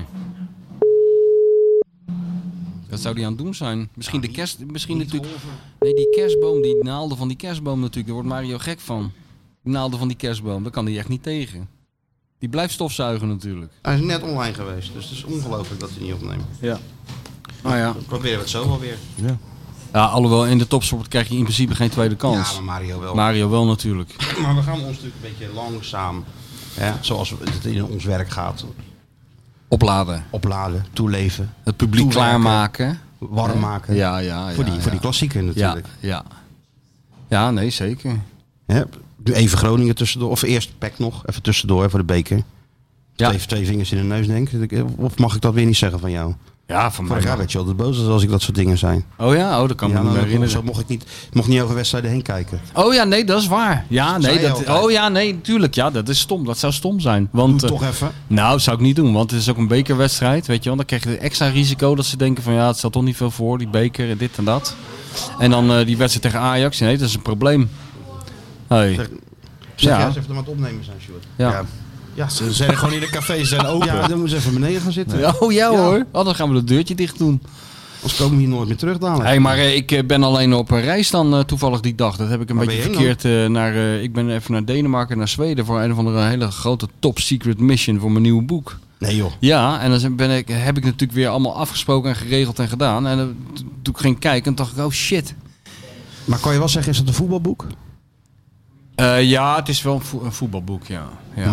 [SPEAKER 3] Wat zou die aan het doen zijn? Misschien de kerst... Misschien natuurlijk... Nee, die kerstboom, die naalden van die kerstboom natuurlijk. Daar wordt Mario gek van. Die naalden van die kerstboom, daar kan hij echt niet tegen. Die blijft stofzuigen natuurlijk.
[SPEAKER 2] Hij is net online geweest, dus het is ongelooflijk dat hij niet opneemt.
[SPEAKER 3] Ja. Nou ja.
[SPEAKER 2] Dan proberen we het zo wel weer.
[SPEAKER 3] Ja, alhoewel in de topsport krijg je in principe geen tweede kans.
[SPEAKER 2] Ja, maar Mario wel.
[SPEAKER 3] Mario wel natuurlijk.
[SPEAKER 2] Maar we gaan ons natuurlijk een beetje langzaam, zoals het in ons werk gaat,
[SPEAKER 3] Opladen.
[SPEAKER 2] opladen, toeleven,
[SPEAKER 3] Het publiek
[SPEAKER 2] Toewerken.
[SPEAKER 3] klaarmaken.
[SPEAKER 2] warm maken.
[SPEAKER 3] Ja.
[SPEAKER 2] Voor die klassieker natuurlijk.
[SPEAKER 3] Ja, nee, zeker.
[SPEAKER 2] Hè, doe even Groningen tussendoor. Of eerst PEC nog. Even tussendoor voor de beker.
[SPEAKER 3] Ja.
[SPEAKER 2] Twee vingers in de neus denk ik. Of mag ik dat weer niet zeggen van jou?
[SPEAKER 3] Ja, van mij.
[SPEAKER 2] Vorig jaar werd je altijd boos als ik dat soort dingen zei.
[SPEAKER 3] Oh ja, dat kan me niet meer herinneren.
[SPEAKER 2] Zo mocht niet over wedstrijden heen kijken.
[SPEAKER 3] Oh ja, nee, dat is waar. Ja, nee,
[SPEAKER 2] Zei je altijd.
[SPEAKER 3] oh ja, nee, tuurlijk. Ja, dat is stom. Dat zou stom zijn. Want,
[SPEAKER 2] Doe het toch even.
[SPEAKER 3] Nou, dat zou ik niet doen, want het is ook een bekerwedstrijd, weet je wel. Dan krijg je extra risico dat ze denken van ja, het stelt toch niet veel voor, die beker en dit en dat. En dan die wedstrijd tegen Ajax, nee, dat is een probleem. Hey.
[SPEAKER 2] Zeg
[SPEAKER 3] Ja.
[SPEAKER 2] jij eens even aan het opnemen zijn, Sjoerd.
[SPEAKER 3] Ja.
[SPEAKER 2] Ja.
[SPEAKER 4] Ze zijn gewoon in de cafés, ze zijn open.
[SPEAKER 2] Ja, dan moeten ze even beneden gaan zitten.
[SPEAKER 3] Ja, oh ja hoor. Oh, dan gaan we het deurtje dicht doen.
[SPEAKER 2] Anders komen we hier nooit meer terug dadelijk.
[SPEAKER 3] Hey, maar ik ben alleen op reis dan toevallig die dag. Dat heb ik een
[SPEAKER 2] Waar
[SPEAKER 3] beetje
[SPEAKER 2] ben je heen
[SPEAKER 3] verkeerd naar... ik ben even naar Denemarken, naar Zweden voor een of andere hele grote top secret mission voor mijn nieuwe boek.
[SPEAKER 2] Nee joh.
[SPEAKER 3] Ja, en dan heb ik natuurlijk weer allemaal afgesproken en geregeld en gedaan. En toen ik ging kijken, dacht ik, oh shit.
[SPEAKER 2] Maar kan je wel zeggen, is dat een voetbalboek?
[SPEAKER 3] Ja, het is wel een voetbalboek, ja.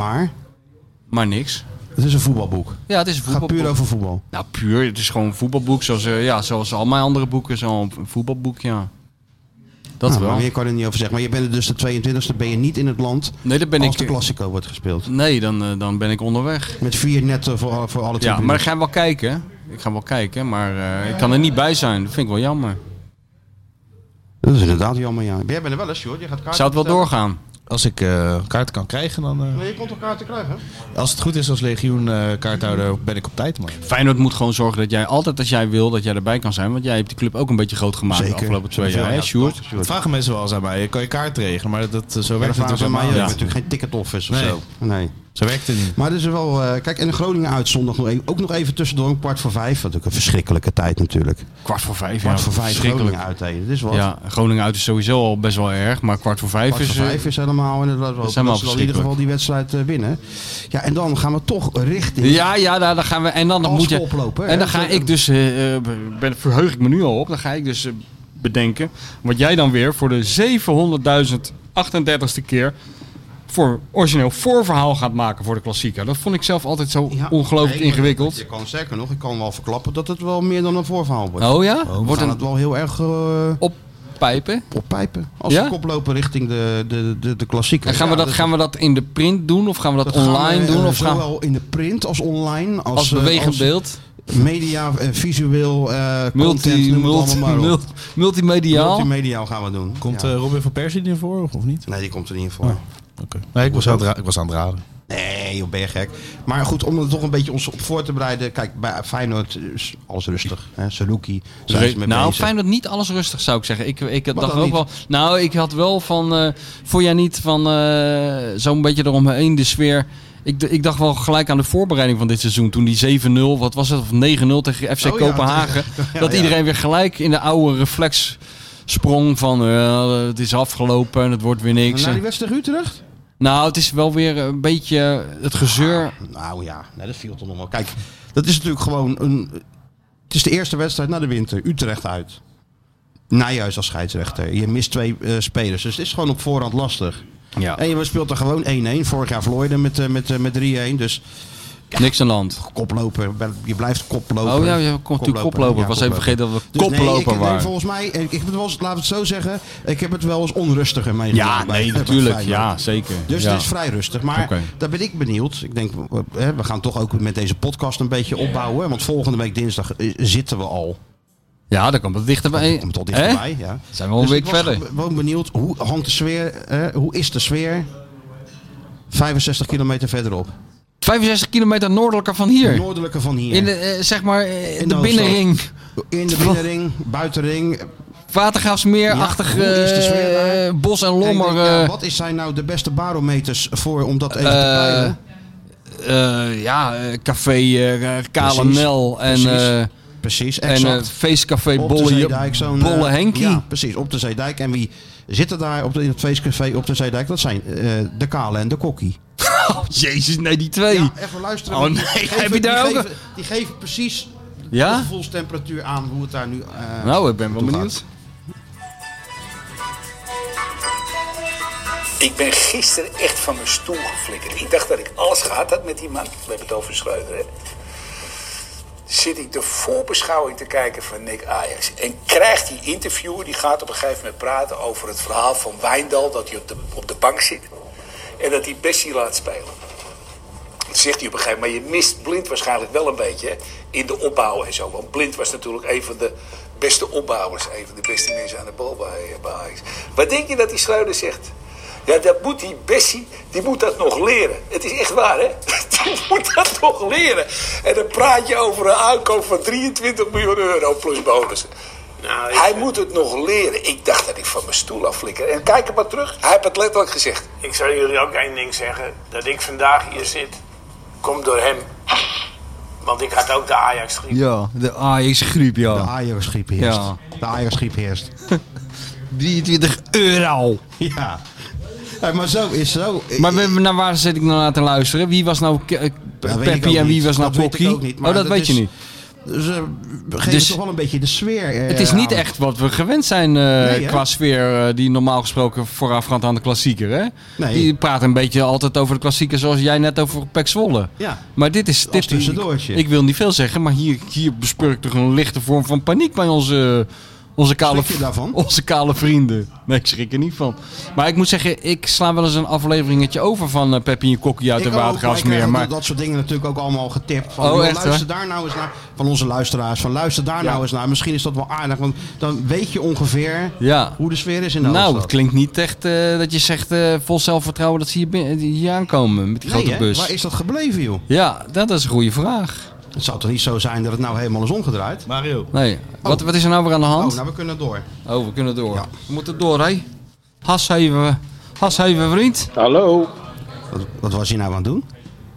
[SPEAKER 3] Maar niks.
[SPEAKER 2] Het is een voetbalboek.
[SPEAKER 3] Ja, het is een
[SPEAKER 2] Het gaat
[SPEAKER 3] voetbalboek.
[SPEAKER 2] puur over voetbal.
[SPEAKER 3] Nou, puur. Het is gewoon een voetbalboek. Zoals al mijn andere boeken. Zo'n voetbalboek, ja. Dat
[SPEAKER 2] Nou,
[SPEAKER 3] wel.
[SPEAKER 2] maar meer kan je er niet over zeggen. Maar je bent er dus de 22e, ben je niet in het land
[SPEAKER 3] Nee, dat ben
[SPEAKER 2] als
[SPEAKER 3] ik.
[SPEAKER 2] de Classico wordt gespeeld.
[SPEAKER 3] Nee, dan ben ik onderweg.
[SPEAKER 2] Met 4 netten voor alle
[SPEAKER 3] Ja,
[SPEAKER 2] tribunes.
[SPEAKER 3] maar ik ga wel kijken. Maar ik kan er niet bij zijn. Dat vind ik wel jammer.
[SPEAKER 2] Dat is inderdaad jammer, ja. Jij bent er wel eens, Sjoerd. Je gaat kaarten
[SPEAKER 3] Zou het wel
[SPEAKER 2] bestellen.
[SPEAKER 3] doorgaan?
[SPEAKER 4] Als ik kaarten kan krijgen, dan...
[SPEAKER 2] Nee, je komt toch kaarten krijgen?
[SPEAKER 4] Als het goed is als legioen kaarthouder, ben ik op tijd, man.
[SPEAKER 3] Feyenoord moet gewoon zorgen dat jij altijd als jij wil, dat jij erbij kan zijn. Want jij hebt die club ook een beetje groot gemaakt de afgelopen 2 jaar, hè, Sjoerd?
[SPEAKER 4] Dat vragen mensen wel eens aan mij. Kan je kaart regelen? Maar zo werkt het
[SPEAKER 2] vragen ze aan mij.
[SPEAKER 4] helemaal
[SPEAKER 2] Je
[SPEAKER 4] niet.
[SPEAKER 2] hebt natuurlijk geen ticket office of
[SPEAKER 4] Nee.
[SPEAKER 2] zo. Nee.
[SPEAKER 4] Zo werkt het niet.
[SPEAKER 2] Maar er is wel... kijk, en de Groningen uitzondag ook nog even tussendoor. Om 4:45. Wat ook een verschrikkelijke tijd natuurlijk.
[SPEAKER 3] 4:45, ja.
[SPEAKER 2] 4:45 Groningen uitheden. Dit is wat.
[SPEAKER 3] Ja, Groningen uit is sowieso al best wel erg. Maar 4:45 is...
[SPEAKER 2] 4:45 is helemaal... En dat
[SPEAKER 3] helemaal
[SPEAKER 2] ze in ieder
[SPEAKER 3] verschrikkelijk.
[SPEAKER 2] geval die wedstrijd winnen. Ja, en dan gaan we toch richting...
[SPEAKER 3] Ja, daar gaan we. En dan moet je.
[SPEAKER 2] oplopen.
[SPEAKER 3] En dan ga ik dus. Verheug ik me nu al op. Dan ga ik dus bedenken. Wat jij dan weer voor de 700.038ste keer. Voor origineel voorverhaal gaat maken voor de klassieker. Dat vond ik zelf altijd zo ongelooflijk ingewikkeld.
[SPEAKER 2] Je kan zeker nog, ik kan wel verklappen dat het wel meer dan een voorverhaal wordt.
[SPEAKER 3] Oh ja?
[SPEAKER 2] We
[SPEAKER 3] Wordt
[SPEAKER 2] gaan
[SPEAKER 3] een
[SPEAKER 2] het wel heel erg
[SPEAKER 3] oppijpen?
[SPEAKER 2] oppijpen. Als
[SPEAKER 3] Ja?
[SPEAKER 2] we koplopen richting de klassieker.
[SPEAKER 3] En gaan we dat in de print doen? Of gaan we dat
[SPEAKER 2] gaan
[SPEAKER 3] online
[SPEAKER 2] we,
[SPEAKER 3] doen? Of gaan
[SPEAKER 2] zowel in de print als online.
[SPEAKER 3] als bewegend beeld?
[SPEAKER 2] Media, visueel, content, noem het allemaal maar op.
[SPEAKER 3] Multimediaal?
[SPEAKER 2] Multimediaal gaan we doen.
[SPEAKER 4] Komt
[SPEAKER 2] Ja.
[SPEAKER 4] Robin van Persie erin voor, of niet?
[SPEAKER 2] Nee, die komt er niet in voor.
[SPEAKER 4] Oké. Nee, ik was aan het raden.
[SPEAKER 2] Nee, joh, ben je gek. Maar goed, om er toch een beetje ons op voor te bereiden. Kijk, bij Feyenoord is alles rustig. Saruki, zijn ze mee
[SPEAKER 3] Nou,
[SPEAKER 2] bezig.
[SPEAKER 3] Feyenoord niet alles rustig zou ik zeggen. Ik
[SPEAKER 2] Wat
[SPEAKER 3] dacht
[SPEAKER 2] dan
[SPEAKER 3] ook
[SPEAKER 2] niet?
[SPEAKER 3] wel. Nou, ik had wel van. Vond jij niet van zo'n beetje eromheen de sfeer. Ik dacht wel gelijk aan de voorbereiding van dit seizoen. Toen die 7-0, wat was het? Of 9-0 tegen FC
[SPEAKER 2] Oh ja,
[SPEAKER 3] Kopenhagen.
[SPEAKER 2] ja,
[SPEAKER 3] dat
[SPEAKER 2] ja.
[SPEAKER 3] iedereen weer gelijk in de oude reflex sprong van het is afgelopen en het wordt weer niks.
[SPEAKER 2] Na die wedstrijd tegen Utrecht?
[SPEAKER 3] Nou, het is wel weer een beetje het gezeur.
[SPEAKER 2] Nou ja, nee, dat viel toch nog wel. Kijk, dat is natuurlijk gewoon een... Het is de eerste wedstrijd na de winter. Utrecht uit. Nijhuis als scheidsrechter. Je mist 2 spelers. Dus het is gewoon op voorhand lastig.
[SPEAKER 3] Ja.
[SPEAKER 2] En je speelt er gewoon 1-1. Vorig jaar verloor je met 3-1. Dus
[SPEAKER 3] Niks aan de hand.
[SPEAKER 2] koploper. Je blijft koploper.
[SPEAKER 3] Oh ja, je komt natuurlijk koploper. Ik was even vergeten dat we koploper waren.
[SPEAKER 2] Volgens mij, ik heb het wel eens, laten we het zo zeggen, ik heb het wel eens onrustiger meegemaakt.
[SPEAKER 3] Ja, nee, natuurlijk. Ja, zeker.
[SPEAKER 2] Dus het is vrij rustig. Maar
[SPEAKER 3] Oké.
[SPEAKER 2] daar ben ik benieuwd. Ik denk, we gaan toch ook met deze podcast een beetje opbouwen. Want volgende week dinsdag zitten we al.
[SPEAKER 3] Ja, dan komt het dichterbij.
[SPEAKER 2] Komt al dichterbij. Ja.
[SPEAKER 3] Zijn we al een week verder.
[SPEAKER 2] Ik was gewoon benieuwd, hoe hangt de sfeer? Hoe is de sfeer 65 kilometer verderop?
[SPEAKER 3] 65 kilometer noordelijker van hier.
[SPEAKER 2] Noordelijker van hier.
[SPEAKER 3] In de, zeg maar, in de
[SPEAKER 2] hoofdstad.
[SPEAKER 3] binnenring.
[SPEAKER 2] In de binnenring, buitenring.
[SPEAKER 3] Watergraafsmeer-achtig
[SPEAKER 2] hoe is de sfeer daar?
[SPEAKER 3] bos en
[SPEAKER 2] En ik
[SPEAKER 3] lommer.
[SPEAKER 2] denk, wat zijn nou de beste barometers om dat even te peilen?
[SPEAKER 3] Café Kale
[SPEAKER 2] Precies,
[SPEAKER 3] Nel en...
[SPEAKER 2] Precies,
[SPEAKER 3] En
[SPEAKER 2] exact.
[SPEAKER 3] feestcafé
[SPEAKER 2] Op de
[SPEAKER 3] Bolle
[SPEAKER 2] Zeedijk,
[SPEAKER 3] Bolle Henkie.
[SPEAKER 2] Ja, precies, op de Zeedijk. En wie zitten daar in het feestcafé op de Zeedijk? Dat zijn de Kale en de Kokkie.
[SPEAKER 3] Oh, jezus, nee, die twee.
[SPEAKER 2] Ja, even luisteren.
[SPEAKER 3] Oh, nee, heb je daar ook...
[SPEAKER 2] Die geven precies
[SPEAKER 3] Ja?
[SPEAKER 2] de gevoelstemperatuur aan hoe het daar nu
[SPEAKER 3] Nou, ik ben wel
[SPEAKER 2] toe
[SPEAKER 3] benieuwd.
[SPEAKER 2] gaat.
[SPEAKER 9] Ik ben gisteren echt van mijn stoel geflikkerd. Ik dacht dat ik alles gehad had met die man. We hebben het over Schreuder, hè. Zit ik de voorbeschouwing te kijken van Nick Ajax. En krijgt die interviewer, die gaat op een gegeven moment praten over het verhaal van Wijndal. Dat hij op de bank zit. En dat hij Bessie laat spelen. Dan zegt hij op een gegeven moment, maar je mist Blind waarschijnlijk wel een beetje, hè, in de opbouw en zo. Want Blind was natuurlijk een van de beste opbouwers. Een van de beste mensen aan de bal bij Ajax. Wat denk je dat die Schreuder zegt? Ja, dat moet die Bessie, die moet dat nog leren. Het is echt waar, hè? Die moet dat nog leren. En dan praat je over een aankoop van 23 miljoen euro plus bonussen. Nou, hij moet het nog leren. Ik dacht dat ik van mijn stoel afflikker. En kijk er maar terug. Hij heeft het letterlijk gezegd.
[SPEAKER 10] Ik zal jullie ook één ding zeggen. Dat ik vandaag hier zit, komt door hem. Want ik had ook de Ajax-griep.
[SPEAKER 3] Ja, de Ajax-griep, ja.
[SPEAKER 2] De Ajax-griep heerst.
[SPEAKER 3] Ja.
[SPEAKER 2] De Ajax-griep heerst.
[SPEAKER 3] 23 euro.
[SPEAKER 2] Ja. Ja, maar zo is zo.
[SPEAKER 3] Maar naar waar zit ik nou naar te luisteren? Wie was nou Peppy en wie was nou Kokkie? Oh, dat weet je niet.
[SPEAKER 2] Dus geven toch wel een beetje de sfeer.
[SPEAKER 3] Het is niet echt wat we gewend zijn
[SPEAKER 2] Nee,
[SPEAKER 3] qua sfeer die normaal gesproken voorafgaand aan de klassieker. Hè?
[SPEAKER 2] Nee.
[SPEAKER 3] Die praten een beetje altijd over de klassieker zoals jij net over PEC Zwolle.
[SPEAKER 2] Ja.
[SPEAKER 3] Maar dit is...
[SPEAKER 2] Als tussendoortje.
[SPEAKER 3] Ik wil niet veel zeggen, maar hier bespeur ik toch een lichte vorm van paniek bij onze kale,
[SPEAKER 2] Schrik je daarvan?
[SPEAKER 3] onze kale vrienden. Nee, ik schrik er niet van. Maar ik moet zeggen, ik sla wel eens een afleveringetje over van Peppy en Kokkie uit de Watergraafsmeer. Maar
[SPEAKER 2] dat soort dingen natuurlijk ook allemaal getipt. Van,
[SPEAKER 3] Oh,
[SPEAKER 2] joh,
[SPEAKER 3] echt,
[SPEAKER 2] luister daar nou eens naar. Van onze luisteraars. Van luister daar nou eens naar. Misschien is dat wel aardig. Want dan weet je ongeveer hoe de sfeer is in de
[SPEAKER 3] Nou,
[SPEAKER 2] hoofdstad.
[SPEAKER 3] het klinkt niet echt dat je zegt vol zelfvertrouwen dat ze hier aankomen met die grote
[SPEAKER 2] hè?
[SPEAKER 3] bus.
[SPEAKER 2] Waar is dat gebleven, joh?
[SPEAKER 3] Ja, dat is een goede vraag.
[SPEAKER 2] Het zou toch niet zo zijn dat het nou helemaal is omgedraaid?
[SPEAKER 4] Mario.
[SPEAKER 3] Nee. Wat is er nou weer aan de hand?
[SPEAKER 2] Oh, nou, we kunnen door.
[SPEAKER 3] Oh, we kunnen door. We moeten door, hé. Has even, vriend.
[SPEAKER 8] Hallo.
[SPEAKER 2] Wat was je nou aan het doen?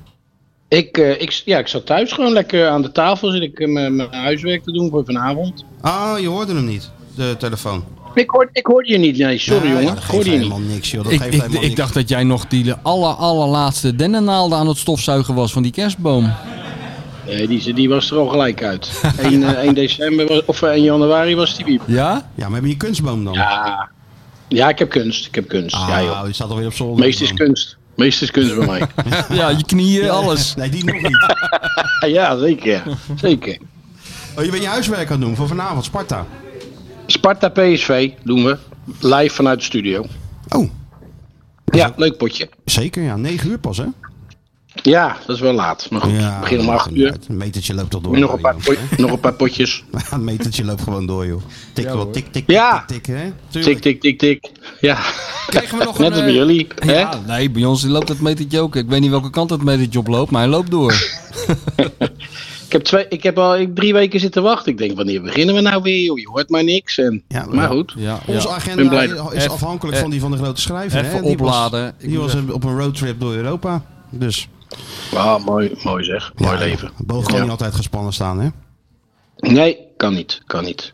[SPEAKER 8] Ik zat thuis gewoon lekker aan de tafel. Zit ik mijn huiswerk te doen voor vanavond.
[SPEAKER 2] Ah, je hoorde hem niet, de telefoon.
[SPEAKER 8] Ik hoorde je niet. Nee, sorry
[SPEAKER 2] Nee,
[SPEAKER 8] jongen.
[SPEAKER 2] ja, dat
[SPEAKER 8] Ik
[SPEAKER 2] geeft
[SPEAKER 8] hoorde je niet.
[SPEAKER 2] helemaal niks, joh. Dat geeft helemaal
[SPEAKER 3] Ik
[SPEAKER 2] niks.
[SPEAKER 3] dacht dat jij nog die allerlaatste dennennaalden aan het stofzuigen was van die kerstboom.
[SPEAKER 8] Nee, die was er al gelijk uit. 1 december of 1 januari was die weer.
[SPEAKER 3] Ja?
[SPEAKER 2] Ja, maar heb je je kunstboom dan?
[SPEAKER 8] Ja, ik heb kunst. Ja, joh.
[SPEAKER 2] Die staat alweer op zolder.
[SPEAKER 8] Meest is kunst. Meest is kunst bij mij.
[SPEAKER 3] Ja, je knieën, alles.
[SPEAKER 2] Nee, die nog niet.
[SPEAKER 8] Ja, zeker. Zeker.
[SPEAKER 2] Oh, je bent je huiswerk aan het doen voor vanavond, Sparta.
[SPEAKER 8] Sparta PSV doen we. Live vanuit de studio.
[SPEAKER 2] Oh.
[SPEAKER 8] Ja, leuk potje.
[SPEAKER 2] Zeker, ja. 9 uur pas, hè?
[SPEAKER 8] Ja, dat is wel laat. Maar goed, we beginnen om 8 uur.
[SPEAKER 2] Een metertje loopt toch door.
[SPEAKER 8] Nog een paar potjes.
[SPEAKER 2] Een metertje loopt gewoon door, joh. Tik wel, tik, tik,
[SPEAKER 8] Ja.
[SPEAKER 2] tik, tik, hè?
[SPEAKER 8] Tik, tik, tik, tik. Ja.
[SPEAKER 3] Krijgen we nog
[SPEAKER 8] Net als bij jullie. Hè?
[SPEAKER 3] Ja, nee, bij ons loopt het metertje ook. Ik weet niet welke kant het metertje op loopt, maar hij loopt door.
[SPEAKER 8] Ik heb al 3 weken zitten wachten. Ik denk, wanneer beginnen we nou weer? Joh? Je hoort maar niks. Maar goed.
[SPEAKER 2] Onze agenda is afhankelijk van die van de grote schrijver.
[SPEAKER 3] Even
[SPEAKER 2] hè? Die
[SPEAKER 3] opladen.
[SPEAKER 2] Die was op een roadtrip door Europa. Dus.
[SPEAKER 8] Wauw, mooi zeg. Mooi leven.
[SPEAKER 2] Boog kan niet altijd gespannen staan, hè?
[SPEAKER 8] Nee, kan niet.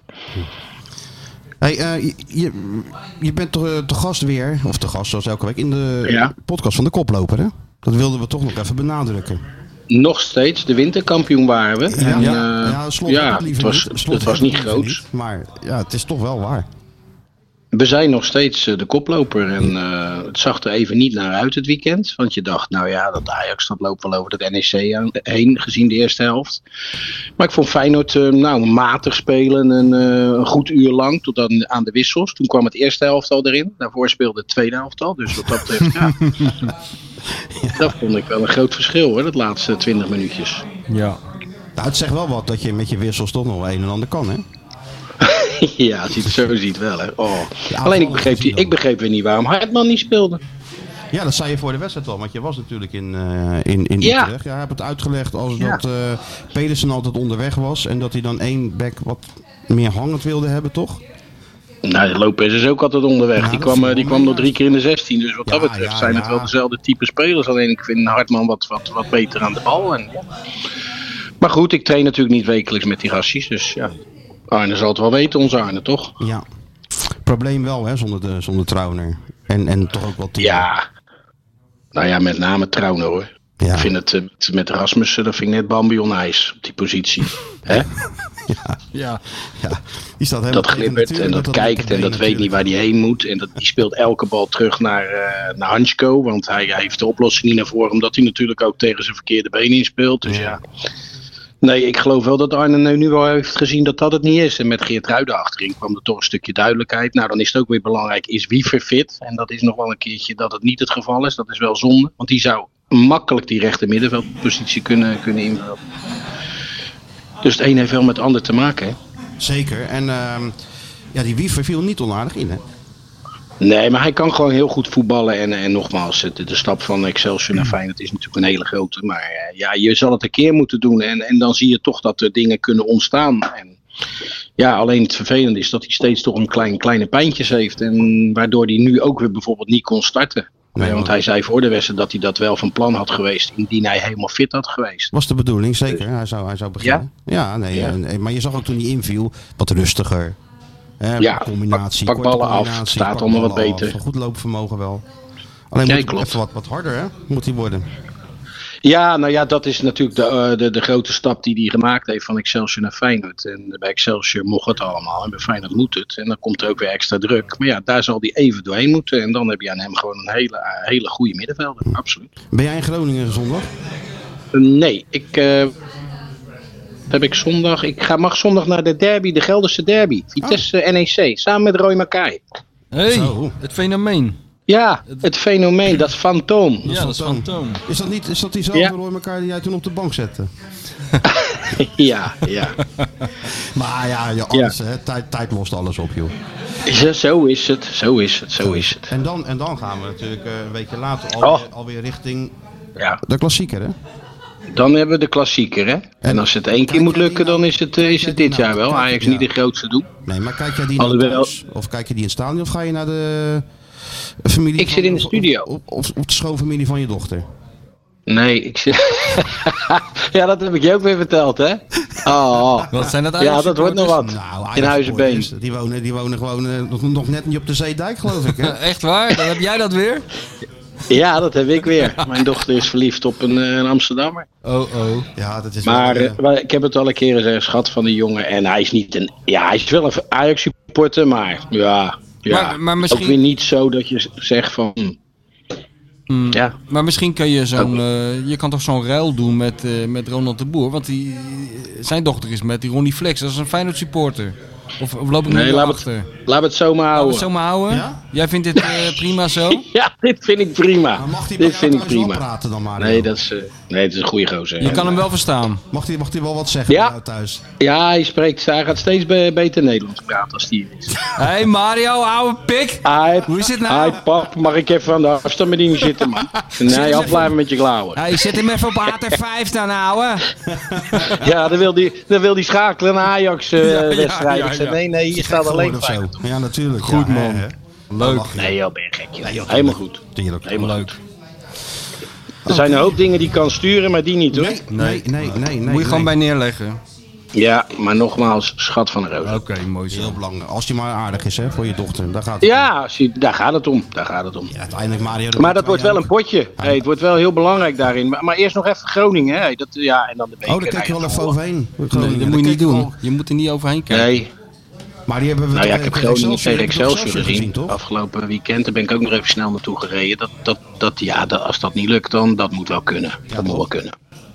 [SPEAKER 2] Hey, je bent te gast weer, of te gast zoals elke week, in de podcast van de Koploper, hè? Dat wilden we toch nog even benadrukken.
[SPEAKER 8] Nog steeds, de winterkampioen waren we.
[SPEAKER 2] Het
[SPEAKER 8] was niet groot.
[SPEAKER 2] maar ja, het is toch wel waar.
[SPEAKER 8] We zijn nog steeds de koploper en het zag er even niet naar uit het weekend. Want je dacht, nou ja, dat Ajax dat loopt wel over het NEC heen gezien de eerste helft. Maar ik vond Feyenoord matig spelen een goed uur lang tot aan de wissels. Toen kwam het eerste helft al erin. Daarvoor speelde het tweede helft al. Dus wat dat betreft, dat vond ik wel een groot verschil hoor, dat laatste 20 minuutjes.
[SPEAKER 3] Ja.
[SPEAKER 2] Nou, het zegt wel wat dat je met je wissels toch nog wel een en ander kan, hè?
[SPEAKER 8] Ja, als je het zo ziet wel, hè. Oh. Alleen ik begreep weer niet waarom Hartman niet speelde.
[SPEAKER 2] Ja, dat zei je voor de wedstrijd al, want je was natuurlijk in Utrecht. Ja, je hebt het uitgelegd als dat Pedersen altijd onderweg was en dat hij dan één back wat meer hangend wilde hebben, toch?
[SPEAKER 8] Nou, Lopez is ook altijd onderweg. Ja, die kwam nog 3 keer in de 16. Dus wat dat betreft zijn het wel dezelfde type spelers. Alleen ik vind Hartman wat beter aan de bal. Maar goed, ik train natuurlijk niet wekelijks met die gastjes. Dus ja, Arne zal het wel weten, onze Arne, toch?
[SPEAKER 2] Ja. Probleem wel, hè, zonder Trauner. En toch ook wel team.
[SPEAKER 8] Ja. Nou ja, met name Trauner, hoor. Ja. Ik vind het met Rasmussen, dat vind ik net Bambi on ijs op die positie. Hè?
[SPEAKER 2] Ja. Die staat
[SPEAKER 8] dat glibbert en dat kijkt en dat weet niet waar hij heen moet. En die speelt elke bal terug naar Hansko. Want hij heeft de oplossing niet naar voren. Omdat hij natuurlijk ook tegen zijn verkeerde benen inspeelt. Dus ja. Nee, ik geloof wel dat Arne nu wel heeft gezien dat het niet is. En met Geert Ruiden achterin kwam er toch een stukje duidelijkheid. Nou, dan is het ook weer belangrijk, is Wiever fit? En dat is nog wel een keertje dat het niet het geval is. Dat is wel zonde. Want die zou makkelijk die rechter middenveldpositie kunnen invullen. Dus het een heeft wel met het ander te maken, hè?
[SPEAKER 2] Zeker. En die Wiever viel niet onaardig in, hè?
[SPEAKER 8] Nee, maar hij kan gewoon heel goed voetballen. En nogmaals, de stap van Excelsior naar Feyenoord is natuurlijk een hele grote. Maar je zal het een keer moeten doen. En dan zie je toch dat er dingen kunnen ontstaan. En ja, alleen het vervelende is dat hij steeds toch een kleine pijntjes heeft. En waardoor hij nu ook weer bijvoorbeeld niet kon starten. Nee, want hij zei voor de wedstrijd dat hij dat wel van plan had geweest, indien hij helemaal fit had geweest.
[SPEAKER 2] Was de bedoeling, zeker. Hij zou beginnen. Ja, maar je zag ook toen hij inviel, wat rustiger. Combinatie.
[SPEAKER 8] Pak ballen af, staat allemaal wat beter.
[SPEAKER 2] Goed loopvermogen wel. Alleen moet hij even wat harder, hè? Moet hij worden.
[SPEAKER 8] Ja, nou ja, dat is natuurlijk de grote stap die hij gemaakt heeft van Excelsior naar Feyenoord. En bij Excelsior mocht het allemaal en bij Feyenoord moet het. En dan komt er ook weer extra druk. Maar ja, daar zal hij even doorheen moeten. En dan heb je aan hem gewoon een hele goede middenvelder, absoluut.
[SPEAKER 2] Ben jij in Groningen zondag?
[SPEAKER 8] Nee, heb ik zondag. Mag zondag naar de derby, de Gelderse derby. Vitesse NEC, samen met Roy Mackay.
[SPEAKER 3] Hey, het fenomeen.
[SPEAKER 8] Ja, het fenomeen, dat fantoom.
[SPEAKER 3] Ja, dat is fantoom.
[SPEAKER 2] Is dat diezelfde Roy Mackay die jij toen op de bank zette?
[SPEAKER 8] Ja.
[SPEAKER 2] Maar ja, alles, hè, tijd lost alles op, joh.
[SPEAKER 8] Zo is het.
[SPEAKER 2] En dan gaan we natuurlijk een weekje later alweer richting de klassieker, hè?
[SPEAKER 8] Dan hebben we de klassieker, hè? En als het 1 keer moet lukken, dan is het dit jaar wel. Ajax niet de grootste doel.
[SPEAKER 2] Nee, maar kijk jij die nou thuis? Of kijk je die in het stadion? Of ga je naar de familie?
[SPEAKER 8] Ik zit in de studio.
[SPEAKER 2] Of de schoonfamilie van je dochter?
[SPEAKER 8] Nee, ik zit... Ja, dat heb ik je ook weer verteld, hè? Oh.
[SPEAKER 3] Wat zijn dat
[SPEAKER 8] ja, dat wordt nog wat.
[SPEAKER 2] Nou,
[SPEAKER 8] in Huizenbeen.
[SPEAKER 2] Die wonen gewoon nog net niet op de Zeedijk, geloof ik, hè?
[SPEAKER 3] Echt waar? Dan heb jij dat weer?
[SPEAKER 8] Ja, dat heb ik weer. Mijn dochter is verliefd op een Amsterdammer.
[SPEAKER 3] Oh.
[SPEAKER 2] Ja, dat is
[SPEAKER 8] maar ik heb het al een keer gezegd, schat van die jongen. En hij is niet hij is wel een Ajax supporter, maar maar misschien... ook weer niet zo dat je zegt van... Ja.
[SPEAKER 3] Maar misschien kan je je kan toch zo'n ruil doen met Ronald de Boer, want zijn dochter is met die Ronnie Flex, dat is een Feyenoord supporter. Of loop ik nu achter?
[SPEAKER 8] Laat het zomaar houden.
[SPEAKER 3] Ja? Jij vindt dit prima zo?
[SPEAKER 8] Ja, dit vind ik prima.
[SPEAKER 2] Mag hij
[SPEAKER 8] dit vind ik prima.
[SPEAKER 2] Praten dan maar?
[SPEAKER 8] Nee, dat is een goede gozer.
[SPEAKER 3] Je kan hem wel verstaan.
[SPEAKER 2] Mag hij wel wat zeggen bij jou thuis?
[SPEAKER 8] Ja, hij gaat steeds beter Nederlands praten als hij is.
[SPEAKER 3] Hey Mario, ouwe pik. Hoe is het nou?
[SPEAKER 8] Hey pap, mag ik even aan de afstandsbediening zitten, man? Nee, afblijven met je klauwen.
[SPEAKER 3] Hey, zet hem even op AT5 dan, ouwe.
[SPEAKER 8] Ja, dan wil die schakelen naar Ajax-wedstrijd. Nee, je staat alleen vijf.
[SPEAKER 2] Ja, natuurlijk.
[SPEAKER 3] Goed, man. Leuk.
[SPEAKER 8] Nee, joh, ben je gek. Joh. Helemaal goed.
[SPEAKER 2] Helemaal
[SPEAKER 3] leuk.
[SPEAKER 8] Er zijn een hoop dingen die kan sturen, maar die niet, hoor.
[SPEAKER 2] Nee.
[SPEAKER 3] Moet je gewoon bij neerleggen.
[SPEAKER 8] Ja, maar nogmaals, schat van de roos.
[SPEAKER 3] Oké, mooi zo.
[SPEAKER 2] Heel belangrijk. Als die maar aardig is, hè, voor je dochter. Daar gaat
[SPEAKER 8] het daar gaat het om.
[SPEAKER 2] Ja, uiteindelijk Mario.
[SPEAKER 8] Maar dat wordt wel een potje. Hey, het wordt wel heel belangrijk daarin. Maar eerst nog even Groningen, hè. En dan de beker.
[SPEAKER 2] Daar kijk je wel even overheen.
[SPEAKER 3] Nee, dat moet je niet doen. Je moet er niet overheen kijken.
[SPEAKER 2] Maar die hebben we
[SPEAKER 8] Nou ja, ik heb Groningen tegen Excelsior
[SPEAKER 2] gezien,
[SPEAKER 8] gezien.
[SPEAKER 2] toch?
[SPEAKER 8] Afgelopen weekend, daar ben ik ook nog even snel naartoe gereden. Als dat niet lukt, dan dat moet wel kunnen. Dat moet wel kunnen.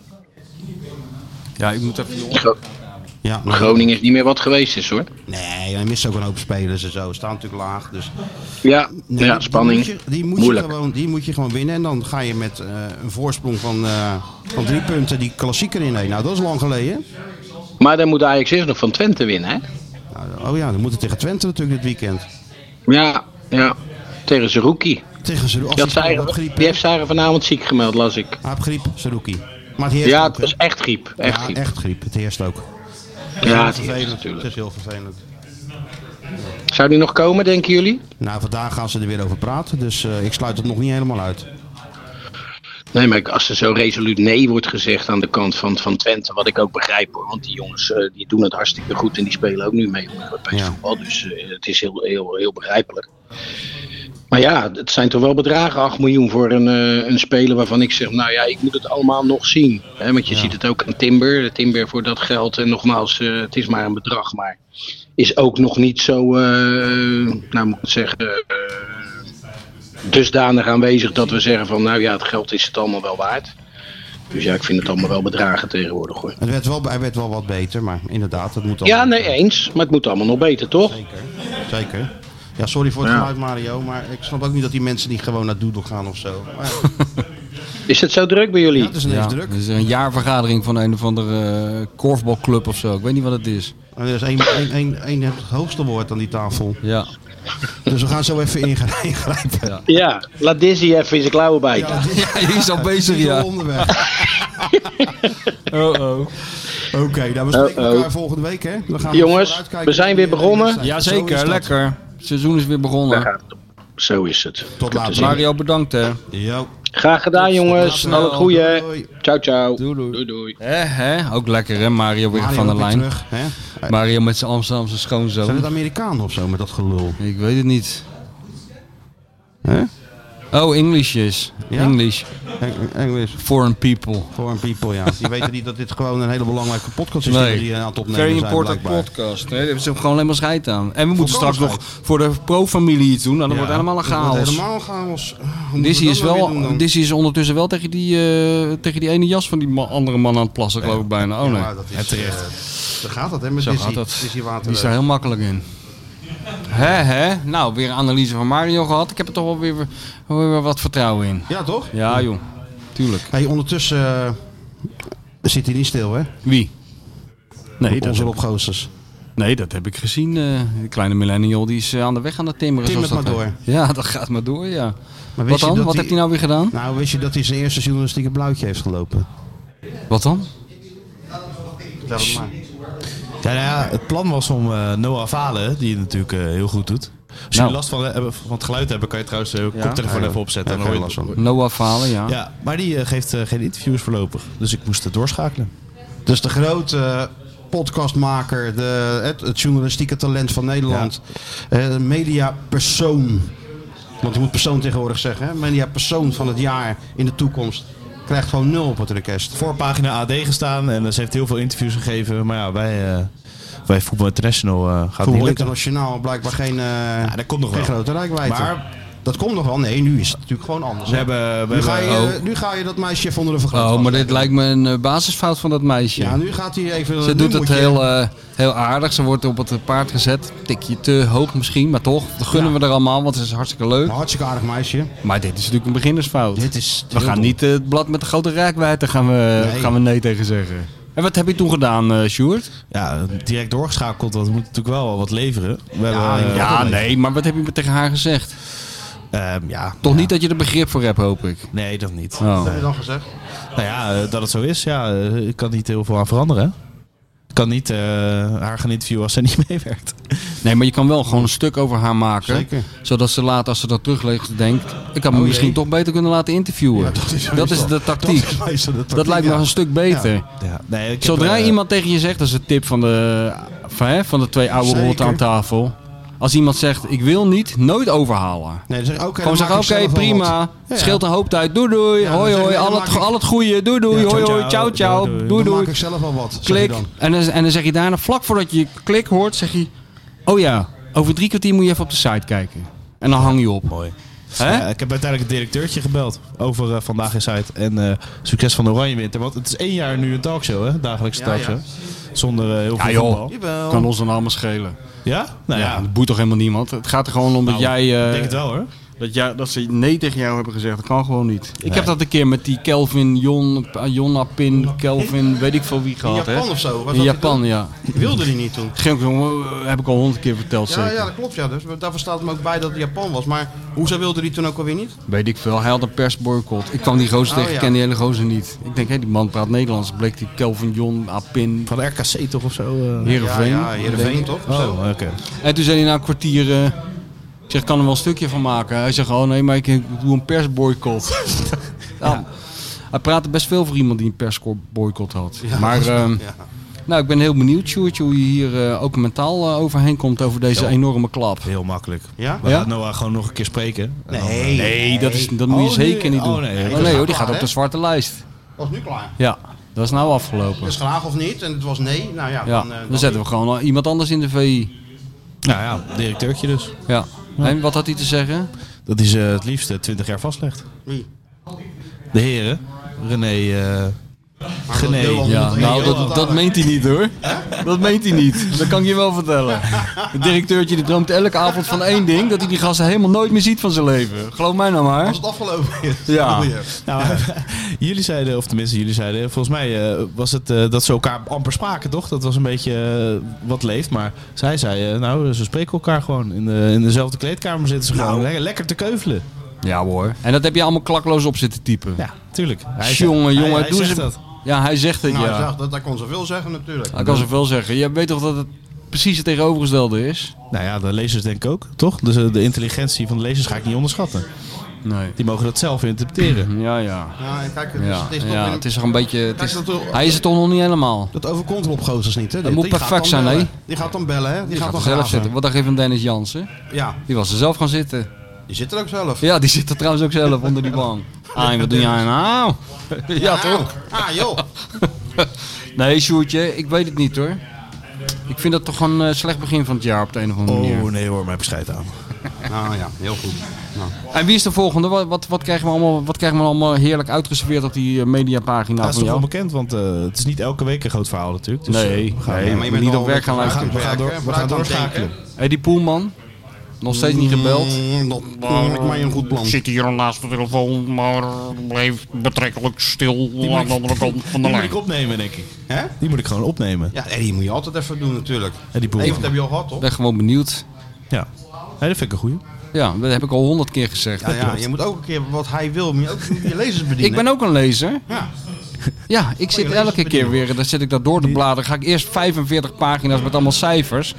[SPEAKER 3] Ja, ik moet even...
[SPEAKER 2] Ja,
[SPEAKER 8] Groningen is niet meer wat geweest is, hoor.
[SPEAKER 2] Nee, hij mist ook een hoop spelers en zo. Staan natuurlijk laag. Dus
[SPEAKER 8] Ja,
[SPEAKER 2] nee,
[SPEAKER 8] spanning.
[SPEAKER 2] Die moet je gewoon winnen. En dan ga je met een voorsprong van 3 punten die klassieker in. Nou, dat is lang geleden.
[SPEAKER 8] Maar dan moet Ajax eerst nog van Twente winnen, hè?
[SPEAKER 2] Nou, oh ja, dan moet het tegen Twente natuurlijk dit weekend.
[SPEAKER 8] Ja. Tegen Zerouki.
[SPEAKER 2] Tegen Zerouki.
[SPEAKER 8] Die heeft Sarah vanavond ziek gemeld, las ik.
[SPEAKER 2] Hij heeft griep, Zerouki. Maar het
[SPEAKER 8] ja,
[SPEAKER 2] ook,
[SPEAKER 8] het was echt griep.
[SPEAKER 2] Echt griep. Het heerst ook.
[SPEAKER 8] Ja, het heerst natuurlijk.
[SPEAKER 2] Het is heel vervelend.
[SPEAKER 8] Zou die nog komen, denken jullie?
[SPEAKER 2] Nou, vandaag gaan ze er weer over praten. Dus ik sluit het nog niet helemaal uit.
[SPEAKER 8] Nee, maar als er zo resoluut nee wordt gezegd aan de kant van Twente, wat ik ook begrijp hoor. Want die jongens die doen het hartstikke goed en die spelen ook nu mee op Europees voetbal. Dus het is heel begrijpelijk. Maar ja, het zijn toch wel bedragen, 8 miljoen voor een speler waarvan ik zeg, nou ja, ik moet het allemaal nog zien. Hè? Want je ziet het ook aan Timber. De Timber voor dat geld, en nogmaals, het is maar een bedrag, maar is ook nog niet zo, nou moet ik zeggen, dusdanig aanwezig dat we zeggen van, nou ja, het geld is het allemaal wel waard. Dus ja, ik vind het allemaal wel bedragen tegenwoordig hoor.
[SPEAKER 2] Hij werd wel wat beter, maar inderdaad, het moet
[SPEAKER 8] allemaal... Ja, nee, eens. Maar het moet allemaal nog beter, toch?
[SPEAKER 2] Zeker. Ja, sorry voor het geluid, Mario, maar ik snap ook niet dat die mensen niet gewoon naar Doedel gaan of zo. Maar...
[SPEAKER 8] Is het zo druk bij jullie?
[SPEAKER 2] Ja, het is ineens druk.
[SPEAKER 3] Het is een jaarvergadering van een of andere korfbalclub of zo. Ik weet niet wat het is.
[SPEAKER 2] Er is één het hoogste woord aan die tafel.
[SPEAKER 3] Ja.
[SPEAKER 2] Dus we gaan zo even ingrijpen.
[SPEAKER 8] Ja, laat Dizzy even in zijn klauwen bijten.
[SPEAKER 3] Ja, die is al bezig, ja.
[SPEAKER 2] Onderweg. Oké, nou we spreken elkaar volgende week, hè? Dan gaan
[SPEAKER 8] jongens, we zijn weer begonnen.
[SPEAKER 3] Jazeker, lekker. Het seizoen is weer begonnen.
[SPEAKER 8] Zo is het.
[SPEAKER 2] Tot later.
[SPEAKER 3] Mario, bedankt hè.
[SPEAKER 2] Jo.
[SPEAKER 8] Graag gedaan jongens. Al het goede. Ciao, ciao.
[SPEAKER 3] Doei. Ook lekker hè, Mario weer van de lijn.
[SPEAKER 2] Terug, hè?
[SPEAKER 3] Mario met zijn Amsterdamse schoonzoon.
[SPEAKER 2] Zijn het Amerikanen of zo met dat gelul?
[SPEAKER 3] Ik weet het niet.
[SPEAKER 2] Hè?
[SPEAKER 3] Oh, English is.
[SPEAKER 2] Ja?
[SPEAKER 3] English.
[SPEAKER 2] English.
[SPEAKER 3] Foreign people.
[SPEAKER 2] Foreign people, ja. Die weten niet dat dit gewoon een hele belangrijke podcast is die aan het opnemen
[SPEAKER 3] Very
[SPEAKER 2] zijn.
[SPEAKER 3] important podcast. Nee, daar hebben ze gewoon alleen maar scheid aan. En we moeten straks nog voor de pro-familie iets doen. Nou, dat wordt helemaal een chaos.
[SPEAKER 2] Dat wordt helemaal chaos.
[SPEAKER 3] Dizzy is ondertussen wel tegen die ene jas van die andere man aan het plassen, geloof ik bijna. Oh nee.
[SPEAKER 2] Ja, dat is terecht. Zo gaat dat, hè, met
[SPEAKER 3] Zo
[SPEAKER 2] Dizzy.
[SPEAKER 3] gaat dat.
[SPEAKER 2] Dizzy Waterreus.
[SPEAKER 3] Die is daar heel makkelijk in. Nou, weer een analyse van Mario gehad. Ik heb er toch wel weer wat vertrouwen in.
[SPEAKER 2] Ja, toch?
[SPEAKER 3] Ja, joh. Tuurlijk.
[SPEAKER 2] Hey, ondertussen zit hij niet stil, hè?
[SPEAKER 3] Wie? Nee,
[SPEAKER 2] onze Rob Goossens.
[SPEAKER 3] Nee, dat heb ik gezien. Die kleine millennial die is aan de weg aan het timmeren.
[SPEAKER 2] Timmert maar door.
[SPEAKER 3] Ja, dat gaat maar door, ja.
[SPEAKER 2] Maar
[SPEAKER 3] wat dan? Wat heeft hij nou weer gedaan?
[SPEAKER 2] Nou, wist je dat hij zijn eerste journalistieke blauwtje heeft gelopen?
[SPEAKER 3] Wat dan?
[SPEAKER 2] Vertel het maar.
[SPEAKER 4] Ja, het plan was om Noah Valen, die het natuurlijk heel goed doet. Als je last van het geluid hebben, kan je trouwens de koptelefoon even opzetten.
[SPEAKER 3] Noah Valen, ja.
[SPEAKER 4] Ja, maar die geeft geen interviews voorlopig. Dus ik moest het doorschakelen.
[SPEAKER 2] Dus de grote podcastmaker, het journalistieke talent van Nederland, mediapersoon. Want je moet persoon tegenwoordig zeggen, hè? Mediapersoon van het jaar in de toekomst. Krijgt gewoon 0 op het request.
[SPEAKER 4] Voorpagina AD gestaan en ze heeft heel veel interviews gegeven. Maar ja, bij Voetbal International gaat het niet lukken.
[SPEAKER 2] Voetbal International blijkbaar geen grote rijkwijde. Maar dat komt nog wel. Nee, nu is het natuurlijk gewoon anders. Nu ga je dat meisje even onder de vergrootglas.
[SPEAKER 3] Oh, maar dit lijkt me een basisfout van dat meisje.
[SPEAKER 2] Ja, nu gaat hij even...
[SPEAKER 3] Ze doet het heel aardig. Ze wordt op het paard gezet. Tikje te hoog misschien, maar toch. Dat gunnen we er allemaal, want het is hartstikke leuk.
[SPEAKER 2] Een hartstikke aardig meisje.
[SPEAKER 3] Maar dit is natuurlijk een beginnersfout.
[SPEAKER 2] We
[SPEAKER 3] gaan niet het blad met de grote rijkwijde gaan we nee tegen zeggen. En wat heb je toen gedaan, Sjoerd?
[SPEAKER 4] Ja, direct doorgeschakeld. Want we moeten natuurlijk wel wat leveren.
[SPEAKER 3] Maar wat heb je tegen haar gezegd? Toch niet dat je er begrip voor hebt, hoop ik?
[SPEAKER 4] Nee, dat niet.
[SPEAKER 2] Wat heb je dan gezegd?
[SPEAKER 4] Nou ja, dat het zo is. Ja, ik kan niet heel veel aan veranderen. Ik kan niet haar gaan interviewen als ze niet meewerkt.
[SPEAKER 3] Nee, maar je kan wel gewoon een stuk over haar maken.
[SPEAKER 2] Zeker.
[SPEAKER 3] Zodat ze later, als ze dat terugleest, denkt... Ik had me misschien toch beter kunnen laten interviewen. Ja, dat is de tactiek. Dat lijkt me een stuk beter.
[SPEAKER 4] Ja. Nee,
[SPEAKER 3] Zodra iemand tegen je zegt, dat is een tip van de 2 oude rotten aan tafel... Als iemand zegt, ik wil niet, nooit overhalen.
[SPEAKER 2] Nee, dan zeg ik,
[SPEAKER 3] gewoon zeggen, oké, prima. Scheelt een hoop tijd. Doei, doei. Ja, hoi, hoi. Al het goede. Doei, doei. Hoi, hoi. Ciao, ciao. Doei, doei.
[SPEAKER 2] Dan maak ik zelf wel wat.
[SPEAKER 3] Klik. En dan zeg je daarna, vlak voordat je klik hoort, zeg je... Oh ja, over 3 kwartier moet je even op de site kijken. En dan hang je op.
[SPEAKER 4] Mooi. Ik heb uiteindelijk het directeurtje gebeld over Vandaag in Site en succes van de Oranje Winter. Want het is 1 jaar nu een talkshow, hè? Dagelijkse talkshow. Ja. Zonder heel veel voetbal.
[SPEAKER 3] Joh, kan ons dan allemaal schelen.
[SPEAKER 4] Ja? Nou ja.
[SPEAKER 3] Dat boeit toch helemaal niemand. Het gaat er gewoon om dat jij...
[SPEAKER 4] Ik denk het wel hoor.
[SPEAKER 3] Dat ze nee tegen jou hebben gezegd, dat kan gewoon niet. Ik heb dat een keer met die Kelvin, Jonna Pin, Kelvin, weet ik veel wie gehad.
[SPEAKER 2] In Japan of zo?
[SPEAKER 3] In Japan, ja.
[SPEAKER 2] Wilde die niet toen?
[SPEAKER 3] Heb ik al 100 keer verteld, zeker.
[SPEAKER 2] Ja, dat klopt. Ja. Dus daarvoor staat hem ook bij dat het Japan was. Maar hoezo wilde die toen ook alweer niet?
[SPEAKER 3] Weet ik veel. Hij had een persboycott. Ik kwam die gozer tegen, ik ken die hele gozer niet. Ik denk, die man praat Nederlands. Bleek die Kelvin, Jon, Apin.
[SPEAKER 4] Van RKC toch of zo?
[SPEAKER 3] Heerenveen.
[SPEAKER 2] Ja, Heerenveen toch?
[SPEAKER 4] Oh, oké.
[SPEAKER 3] En toen zei hij na een kwartier... Ik zeg, ik kan er wel een stukje van maken. Hij zegt, oh nee, maar ik doe een persboycott. Hij praatte best veel voor iemand die een persboycott had. Ja, maar nou, ik ben heel benieuwd, Sjoerd, hoe je hier ook mentaal overheen komt over deze enorme klap.
[SPEAKER 4] Heel makkelijk.
[SPEAKER 2] Ja?
[SPEAKER 4] We gaan Noah gewoon nog een keer spreken.
[SPEAKER 3] Nee, dat moet je zeker niet doen. Nee hoor, die gaat op de zwarte lijst.
[SPEAKER 2] Dat is nu klaar.
[SPEAKER 3] Ja, dat is nou afgelopen.
[SPEAKER 2] Dus graag of niet, en het was nee. Nou ja,
[SPEAKER 3] dan zetten we gewoon iemand anders in de VI.
[SPEAKER 4] Nou ja, directeurtje dus.
[SPEAKER 3] Ja. En wat had hij te zeggen?
[SPEAKER 4] Dat hij het liefst 20 jaar vastlegt.
[SPEAKER 2] Wie?
[SPEAKER 4] De heren. René.
[SPEAKER 3] Ja, nou, dat meent hij niet hoor. Dat meent hij niet. Dat kan ik je wel vertellen. Het directeurtje die droomt elke avond van één ding. Dat hij die gasten helemaal nooit meer ziet van zijn leven. Geloof mij nou maar.
[SPEAKER 2] Als het afgelopen is.
[SPEAKER 3] Ja.
[SPEAKER 4] Nou, jullie zeiden, of tenminste jullie zeiden, volgens mij was het dat ze elkaar amper spraken, toch? Dat was een beetje wat leeft. Maar zij zei, nou, ze spreken elkaar gewoon. In dezelfde kleedkamer zitten ze gewoon lekker te keuvelen.
[SPEAKER 3] Ja hoor. En dat heb je allemaal klakloos op zitten typen.
[SPEAKER 4] Ja, tuurlijk.
[SPEAKER 3] Jongen,
[SPEAKER 4] hij zegt dat.
[SPEAKER 3] Ja, hij zegt het,
[SPEAKER 2] ja. Hij kon zoveel zeggen natuurlijk.
[SPEAKER 3] Hij kan zoveel zeggen. Je weet toch dat het precies het tegenovergestelde is?
[SPEAKER 4] Nou ja, de lezers denk ik ook, toch? Dus de intelligentie van de lezers ga ik niet onderschatten.
[SPEAKER 3] Nee.
[SPEAKER 4] Die mogen dat zelf interpreteren.
[SPEAKER 3] Ja,
[SPEAKER 2] kijk,
[SPEAKER 3] het is toch een beetje... hij is het toch nog niet helemaal.
[SPEAKER 2] Dat overkomt hem op gozers niet, hè?
[SPEAKER 3] Dat moet perfect zijn, hè?
[SPEAKER 2] Die gaat dan bellen, hè? Die gaat dan
[SPEAKER 3] zelf zitten. Wat dacht je van Dennis Jansen?
[SPEAKER 2] Ja.
[SPEAKER 3] Die was er zelf gaan zitten.
[SPEAKER 2] Die zit er ook zelf.
[SPEAKER 3] Ja, die zit er trouwens ook zelf onder die bank. Wat doe jij nou? Ja, toch?
[SPEAKER 2] Joh.
[SPEAKER 3] Nee, Sjoerdje, ik weet het niet hoor. Ik vind dat toch een slecht begin van het jaar op de een of andere manier.
[SPEAKER 4] Oh nee hoor, mij bescheid aan.
[SPEAKER 2] Nou ja, heel goed. Nou.
[SPEAKER 3] En wie is de volgende? Wat krijgen we allemaal heerlijk uitgeserveerd op die mediapagina
[SPEAKER 4] van jou? Dat is toch wel bekend, want het is niet elke week een groot verhaal natuurlijk. Dus,
[SPEAKER 3] maar je bent niet op werk gaan luisteren.
[SPEAKER 4] We gaan doorschakelen.
[SPEAKER 3] Die Poelman? Nog steeds niet gebeld?
[SPEAKER 2] Lijkt mij een goed plan.
[SPEAKER 3] Ik zit hier naast de telefoon, maar bleef betrekkelijk stil aan de andere kant van de lijn.
[SPEAKER 4] Die moet ik opnemen, denk ik.
[SPEAKER 2] Hè?
[SPEAKER 4] Die moet ik gewoon opnemen.
[SPEAKER 2] Ja, die moet je altijd even doen natuurlijk.
[SPEAKER 4] Even
[SPEAKER 2] heb je al gehad, toch?
[SPEAKER 3] Ik ben gewoon benieuwd.
[SPEAKER 4] Ja, dat vind ik een goeie.
[SPEAKER 3] Ja, dat heb ik al 100 keer gezegd.
[SPEAKER 2] Ja, je moet ook een keer wat hij wil, moet je ook je lezers bedienen.
[SPEAKER 3] Ik ben ook een lezer.
[SPEAKER 2] Ja.
[SPEAKER 3] Ja, ik zit elke keer weer, dan zit ik daar door te bladeren. Ga ik eerst 45 pagina's met allemaal cijfers.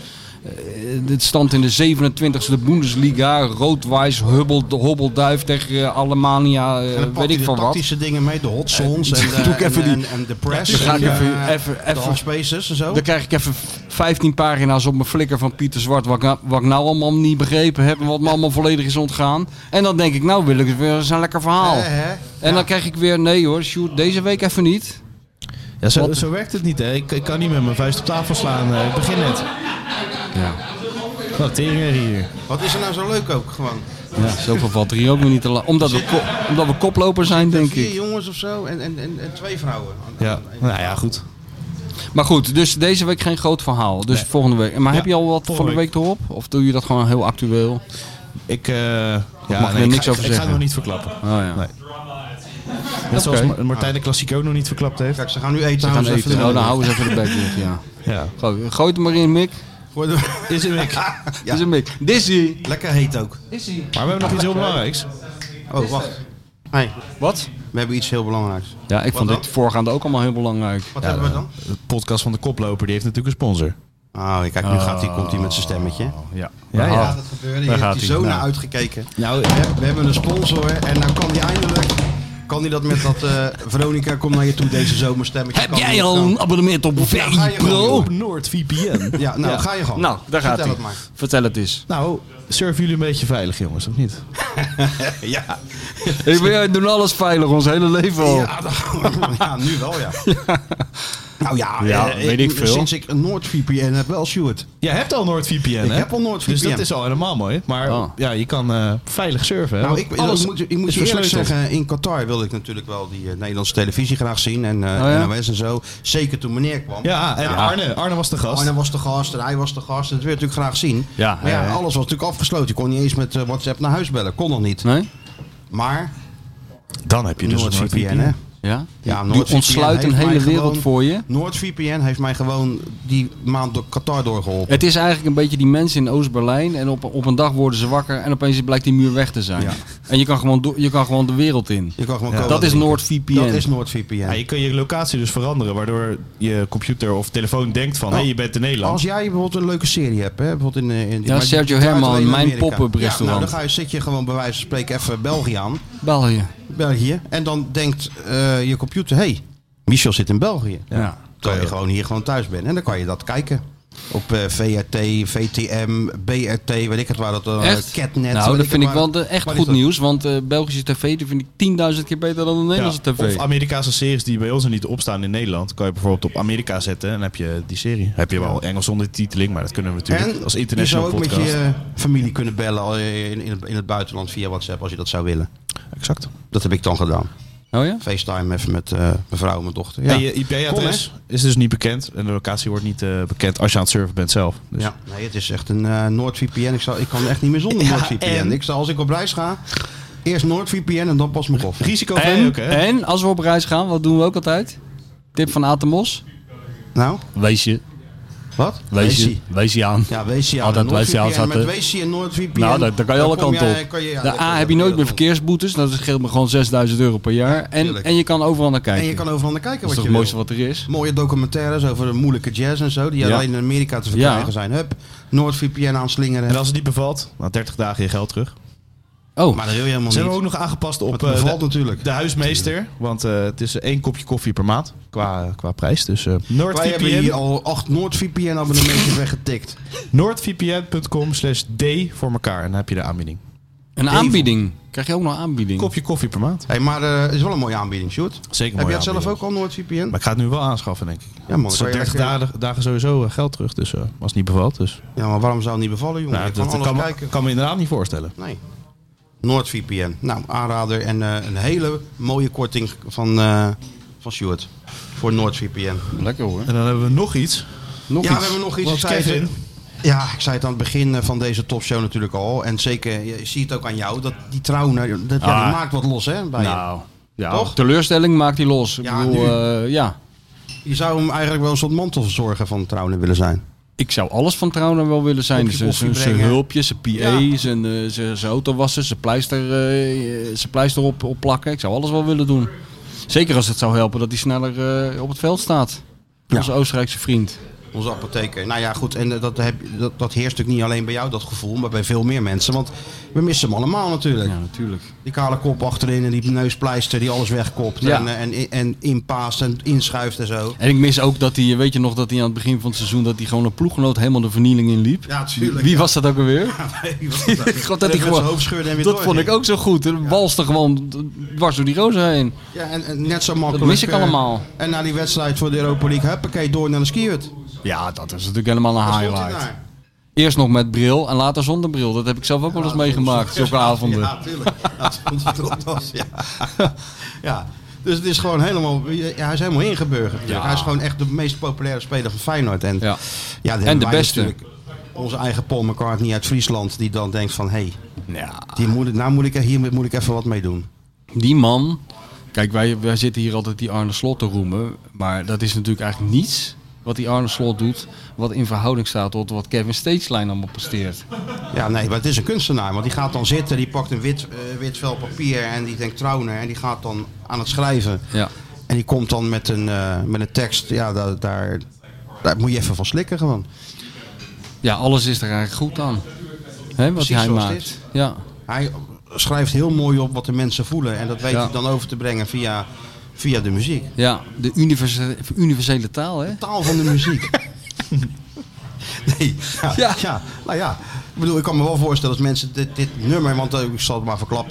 [SPEAKER 3] Dit stand in de 27e Bundesliga. Rood-Wijs, Hobbelduif tegen Alemania, weet ik van wat.
[SPEAKER 2] Tactische dingen mee, de hot zones en de press.
[SPEAKER 3] Dan ga ik even
[SPEAKER 2] de spaces en zo.
[SPEAKER 3] Dan krijg ik even 15 pagina's op mijn flikker van Pieter Zwart. Wat ik nou allemaal niet begrepen heb en wat me allemaal volledig is ontgaan. En dan denk ik, nou wil ik weer eens een lekker verhaal. En dan krijg ik weer, nee hoor, shoot, deze week even niet.
[SPEAKER 4] Ja, zo werkt het niet, hè. Ik kan niet met mijn vuist op tafel slaan. Ik begin net.
[SPEAKER 3] Ja.
[SPEAKER 4] Wat tering hier.
[SPEAKER 2] Wat is er nou zo leuk ook gewoon?
[SPEAKER 3] Ja, zoveel valt er hier ook weer niet te lang. Omdat we koploper zijn, denk ik.
[SPEAKER 2] 4 jongens of zo en 2 vrouwen.
[SPEAKER 4] Ja, nou ja, goed.
[SPEAKER 3] Maar goed, dus deze week geen groot verhaal. Dus volgende week. Maar heb je al wat voor de week erop? Of doe je dat gewoon heel actueel?
[SPEAKER 4] Ik
[SPEAKER 3] mag er niks over zeggen.
[SPEAKER 4] Ik ga het nog niet verklappen.
[SPEAKER 3] Oh, ja.
[SPEAKER 4] Nee. Net zoals Martijn de Klassiek ook nog niet verklapt heeft.
[SPEAKER 2] Kijk, ze gaan nu eten.
[SPEAKER 3] Ze gaan eten. Dan houden ze even de bek dicht, ja. Gooi het maar in, Mick.
[SPEAKER 4] Is een Mick.
[SPEAKER 3] Ja. Is een Mick. Dizzy.
[SPEAKER 2] Lekker heet ook.
[SPEAKER 3] Dizzy.
[SPEAKER 4] Maar we hebben nog iets heel belangrijks.
[SPEAKER 2] Oh, wacht. Hey.
[SPEAKER 3] Wat?
[SPEAKER 2] We hebben iets heel belangrijks.
[SPEAKER 3] Ja, ik vond dit voorgaande ook allemaal heel belangrijk.
[SPEAKER 2] Wat hebben we dan?
[SPEAKER 4] De podcast van de Koploper, die heeft natuurlijk een sponsor.
[SPEAKER 2] Oh, kijk, nu komt hij met zijn stemmetje.
[SPEAKER 3] Ja.
[SPEAKER 2] Ja, dat gebeurde. Je hebt hij zo naar uitgekeken. Nou, we hebben een sponsor en nou kan hij eindelijk... Kan hij dat met dat Veronica, kom naar je toe deze zomerstemmetje.
[SPEAKER 3] Heb jij al een abonnement op VPRO?
[SPEAKER 4] Op NoordVPN.
[SPEAKER 2] Ja, nou ga je gang.
[SPEAKER 3] Nou, daar gaat hij. Vertel het eens.
[SPEAKER 4] Nou, surfen jullie een beetje veilig, jongens, of niet?
[SPEAKER 2] Ja.
[SPEAKER 3] Wij doen alles veilig, ons hele leven al.
[SPEAKER 2] Ja, nu wel, ja. Nou ja,
[SPEAKER 3] weet ik veel.
[SPEAKER 2] Sinds ik een NordVPN heb wel, Sjoerd.
[SPEAKER 4] Jij hebt al NordVPN, hè?
[SPEAKER 2] Ik heb al NordVPN.
[SPEAKER 4] Dus dat is al helemaal mooi. Maar ja, je kan veilig surfen. Hè?
[SPEAKER 2] Nou, ik moet je eerlijk zeggen, in Qatar wilde ik natuurlijk wel die Nederlandse televisie graag zien. En NOS en zo. Zeker toen meneer kwam.
[SPEAKER 4] Ja, en Arne was de gast.
[SPEAKER 2] Arne was de gast en hij was de gast. En dat wil je natuurlijk graag zien.
[SPEAKER 3] Ja,
[SPEAKER 2] maar alles was natuurlijk afgesloten. Je kon niet eens met WhatsApp naar huis bellen. Kon nog niet.
[SPEAKER 3] Nee?
[SPEAKER 2] Maar
[SPEAKER 4] dan heb je dus
[SPEAKER 2] NordVPN, hè?
[SPEAKER 3] Ja?
[SPEAKER 2] Ja,
[SPEAKER 3] Die ontsluit een hele wereld voor je.
[SPEAKER 2] NordVPN heeft mij gewoon die maand door Qatar doorgeholpen.
[SPEAKER 3] Het is eigenlijk een beetje die mensen in Oost-Berlijn. En op een dag worden ze wakker en opeens blijkt die muur weg te zijn. Ja. En je kan gewoon de wereld in.
[SPEAKER 2] Je kan gewoon
[SPEAKER 3] dat is NordVPN.
[SPEAKER 2] Dat is NordVPN.
[SPEAKER 4] Ja, je kan je locatie dus veranderen, waardoor je computer of telefoon denkt van, hé, je bent in Nederland.
[SPEAKER 2] Als jij bijvoorbeeld een leuke serie hebt, hè, bijvoorbeeld in
[SPEAKER 3] Sergio Herman, mijn pop-up restaurant.
[SPEAKER 2] Nou, dan zit je gewoon bij wijze van spreken even België aan.
[SPEAKER 3] België.
[SPEAKER 2] En dan denkt je computer, hé, Michel zit in België.
[SPEAKER 3] Ja.
[SPEAKER 2] Terwijl je gewoon hier gewoon thuis bent. En dan kan je dat kijken. Op VRT, VTM, BRT, weet ik het waar dat... Catnet.
[SPEAKER 3] Nou, dat vind ik wel echt goed nieuws. Want Belgische tv, die vind ik 10.000 keer beter dan de Nederlandse tv.
[SPEAKER 4] Of Amerikaanse series die bij ons er niet opstaan in Nederland. Kan je bijvoorbeeld op Amerika zetten en dan heb je die serie. Heb je wel Engels ondertiteling, maar dat kunnen we natuurlijk
[SPEAKER 2] en
[SPEAKER 4] als international podcast.
[SPEAKER 2] je zou ook met je familie kunnen bellen in het buitenland via WhatsApp als je dat zou willen.
[SPEAKER 4] Exact.
[SPEAKER 2] Dat heb ik dan gedaan.
[SPEAKER 3] Oh ja?
[SPEAKER 2] FaceTime even met mijn vrouw en mijn dochter. Ja.
[SPEAKER 4] En je IP-adres is dus niet bekend. En de locatie wordt niet bekend als je aan het surfen bent zelf. Dus.
[SPEAKER 2] Ja, nee, het is echt een NordVPN. Ik kan echt niet meer zonder NordVPN. Als ik op reis ga, eerst NordVPN en dan pas mijn koffer.
[SPEAKER 4] Risicovrij ook, hè?
[SPEAKER 3] En als we op reis gaan, wat doen we ook altijd? Tip van Atemos.
[SPEAKER 2] Nou?
[SPEAKER 3] Wees je.
[SPEAKER 2] Wat?
[SPEAKER 3] Wees je aan.
[SPEAKER 2] Ja, wees je aan.
[SPEAKER 3] Altijd wees je aan.
[SPEAKER 2] Met wees je en NordVPN.
[SPEAKER 3] Nou, daar kan je alle kanten op. Heb je nooit meer verkeersboetes. Dat scheelt me gewoon €6.000 per jaar. En je kan overal naar kijken.
[SPEAKER 2] En je kan overal naar kijken wat je wil.
[SPEAKER 3] Dat is het mooiste wat er is.
[SPEAKER 2] Mooie documentaires over de moeilijke jazz en zo. Die alleen in Amerika te verkrijgen zijn. Hup, NordVPN aanslingeren.
[SPEAKER 4] En als het niet bevalt, na 30 dagen je geld terug.
[SPEAKER 3] Oh,
[SPEAKER 2] maar dat wil je helemaal niet.
[SPEAKER 4] Ze hebben ook nog aangepast op
[SPEAKER 2] de
[SPEAKER 4] huismeester. Want het is 1 kopje koffie per maand qua prijs. Dus NordVPN.
[SPEAKER 2] Wij hebben hier al 8 NordVPN abonnementjes weggetikt.
[SPEAKER 4] NordVPN.com/D voor elkaar. En dan heb je de aanbieding.
[SPEAKER 3] Een aanbieding? Krijg je ook nog aanbieding?
[SPEAKER 4] Kopje koffie per maand.
[SPEAKER 2] Hey, maar het is wel een mooie aanbieding, Sjoerd.
[SPEAKER 4] Zeker
[SPEAKER 2] heb jij het zelf ook al, NordVPN?
[SPEAKER 4] Maar ik ga het nu wel aanschaffen, denk ik.
[SPEAKER 2] Ja, man.
[SPEAKER 4] Het is 30 dagen sowieso geld terug. Dus als het niet bevalt. Dus.
[SPEAKER 2] Ja, maar waarom zou het niet bevallen, jongen?
[SPEAKER 4] Nou, dat kan me inderdaad niet voorstellen.
[SPEAKER 2] Nee. NordVPN. Nou, aanrader en een hele mooie korting van Sjoerd. Voor NordVPN.
[SPEAKER 3] Lekker hoor.
[SPEAKER 4] En dan hebben we nog iets.
[SPEAKER 2] We hebben nog iets.
[SPEAKER 4] Kevin.
[SPEAKER 2] Ja, ik zei het aan het begin van deze topshow natuurlijk al. En zeker, je ziet het ook aan jou, dat die Trauner, die maakt wat los, hè? Bij
[SPEAKER 3] ja, toch? Teleurstelling maakt hij los. Ik bedoel,
[SPEAKER 2] Je zou hem eigenlijk wel een soort mantelverzorger van Trauner willen zijn.
[SPEAKER 3] Ik zou alles van Trauner wel willen zijn. Zijn hulpjes, zijn PA, zijn auto wassen, zijn pleister op plakken. Ik zou alles wel willen doen. Zeker als het zou helpen dat hij sneller op het veld staat. Onze Oostenrijkse vriend.
[SPEAKER 2] Onze apotheker. Nou ja, goed. En dat heerst natuurlijk niet alleen bij jou, dat gevoel, maar bij veel meer mensen. Want we missen hem allemaal natuurlijk.
[SPEAKER 3] Ja, natuurlijk.
[SPEAKER 2] Die kale kop achterin en die neuspleister die alles wegkopt. Ja. En inpaast en inschuift en zo.
[SPEAKER 3] En ik mis ook dat hij, weet je nog, dat hij aan het begin van het seizoen, dat hij gewoon een ploeggenoot helemaal de vernieling in liep.
[SPEAKER 2] Ja, tuurlijk.
[SPEAKER 3] Wie was dat ook alweer?
[SPEAKER 2] Wie was dat? Dat hij gewoon hoofd scheurde en weer
[SPEAKER 3] dat vond ik ook zo goed. De walste gewoon dwars door die rozen heen.
[SPEAKER 2] Ja, en net zo makkelijk.
[SPEAKER 3] Dat mis ik allemaal.
[SPEAKER 2] En na die wedstrijd voor de Europa League, huppakee, door naar de skihut.
[SPEAKER 3] Ja, dat is natuurlijk helemaal een highlight. Eerst nog met bril en later zonder bril. Dat heb ik zelf ook wel eens meegemaakt, zulke avonden.
[SPEAKER 2] Ja, tuurlijk. Ja, dus het is gewoon helemaal... hij is helemaal ingeburgerd. Ja. Hij is gewoon echt de meest populaire speler van Feyenoord. En,
[SPEAKER 3] en de beste.
[SPEAKER 2] Onze eigen Paul McCartney uit Friesland, die dan denkt van... Hé, hier moet ik even wat mee doen.
[SPEAKER 3] Die man... Kijk, wij zitten hier altijd die Arne Slot te roemen. Maar dat is natuurlijk eigenlijk niets... wat die Arne Slot doet, wat in verhouding staat tot wat Kevin Stageline allemaal presteert.
[SPEAKER 2] Ja, nee, maar het is een kunstenaar. Want die gaat dan zitten, die pakt een wit vel papier en die denkt Trauner en die gaat dan aan het schrijven.
[SPEAKER 3] Ja.
[SPEAKER 2] En die komt dan met een tekst, ja, daar moet je even van slikken gewoon.
[SPEAKER 3] Ja, alles is er eigenlijk goed aan. Hè, wat hij maakt. Ja.
[SPEAKER 2] Hij schrijft heel mooi op wat de mensen voelen en dat weet hij dan over te brengen via de muziek.
[SPEAKER 3] Ja, de universele taal, hè?
[SPEAKER 2] De taal van de muziek. Nee, nou ja. Ik bedoel, ik kan me wel voorstellen als mensen dit nummer, want ik zal het maar verklappen.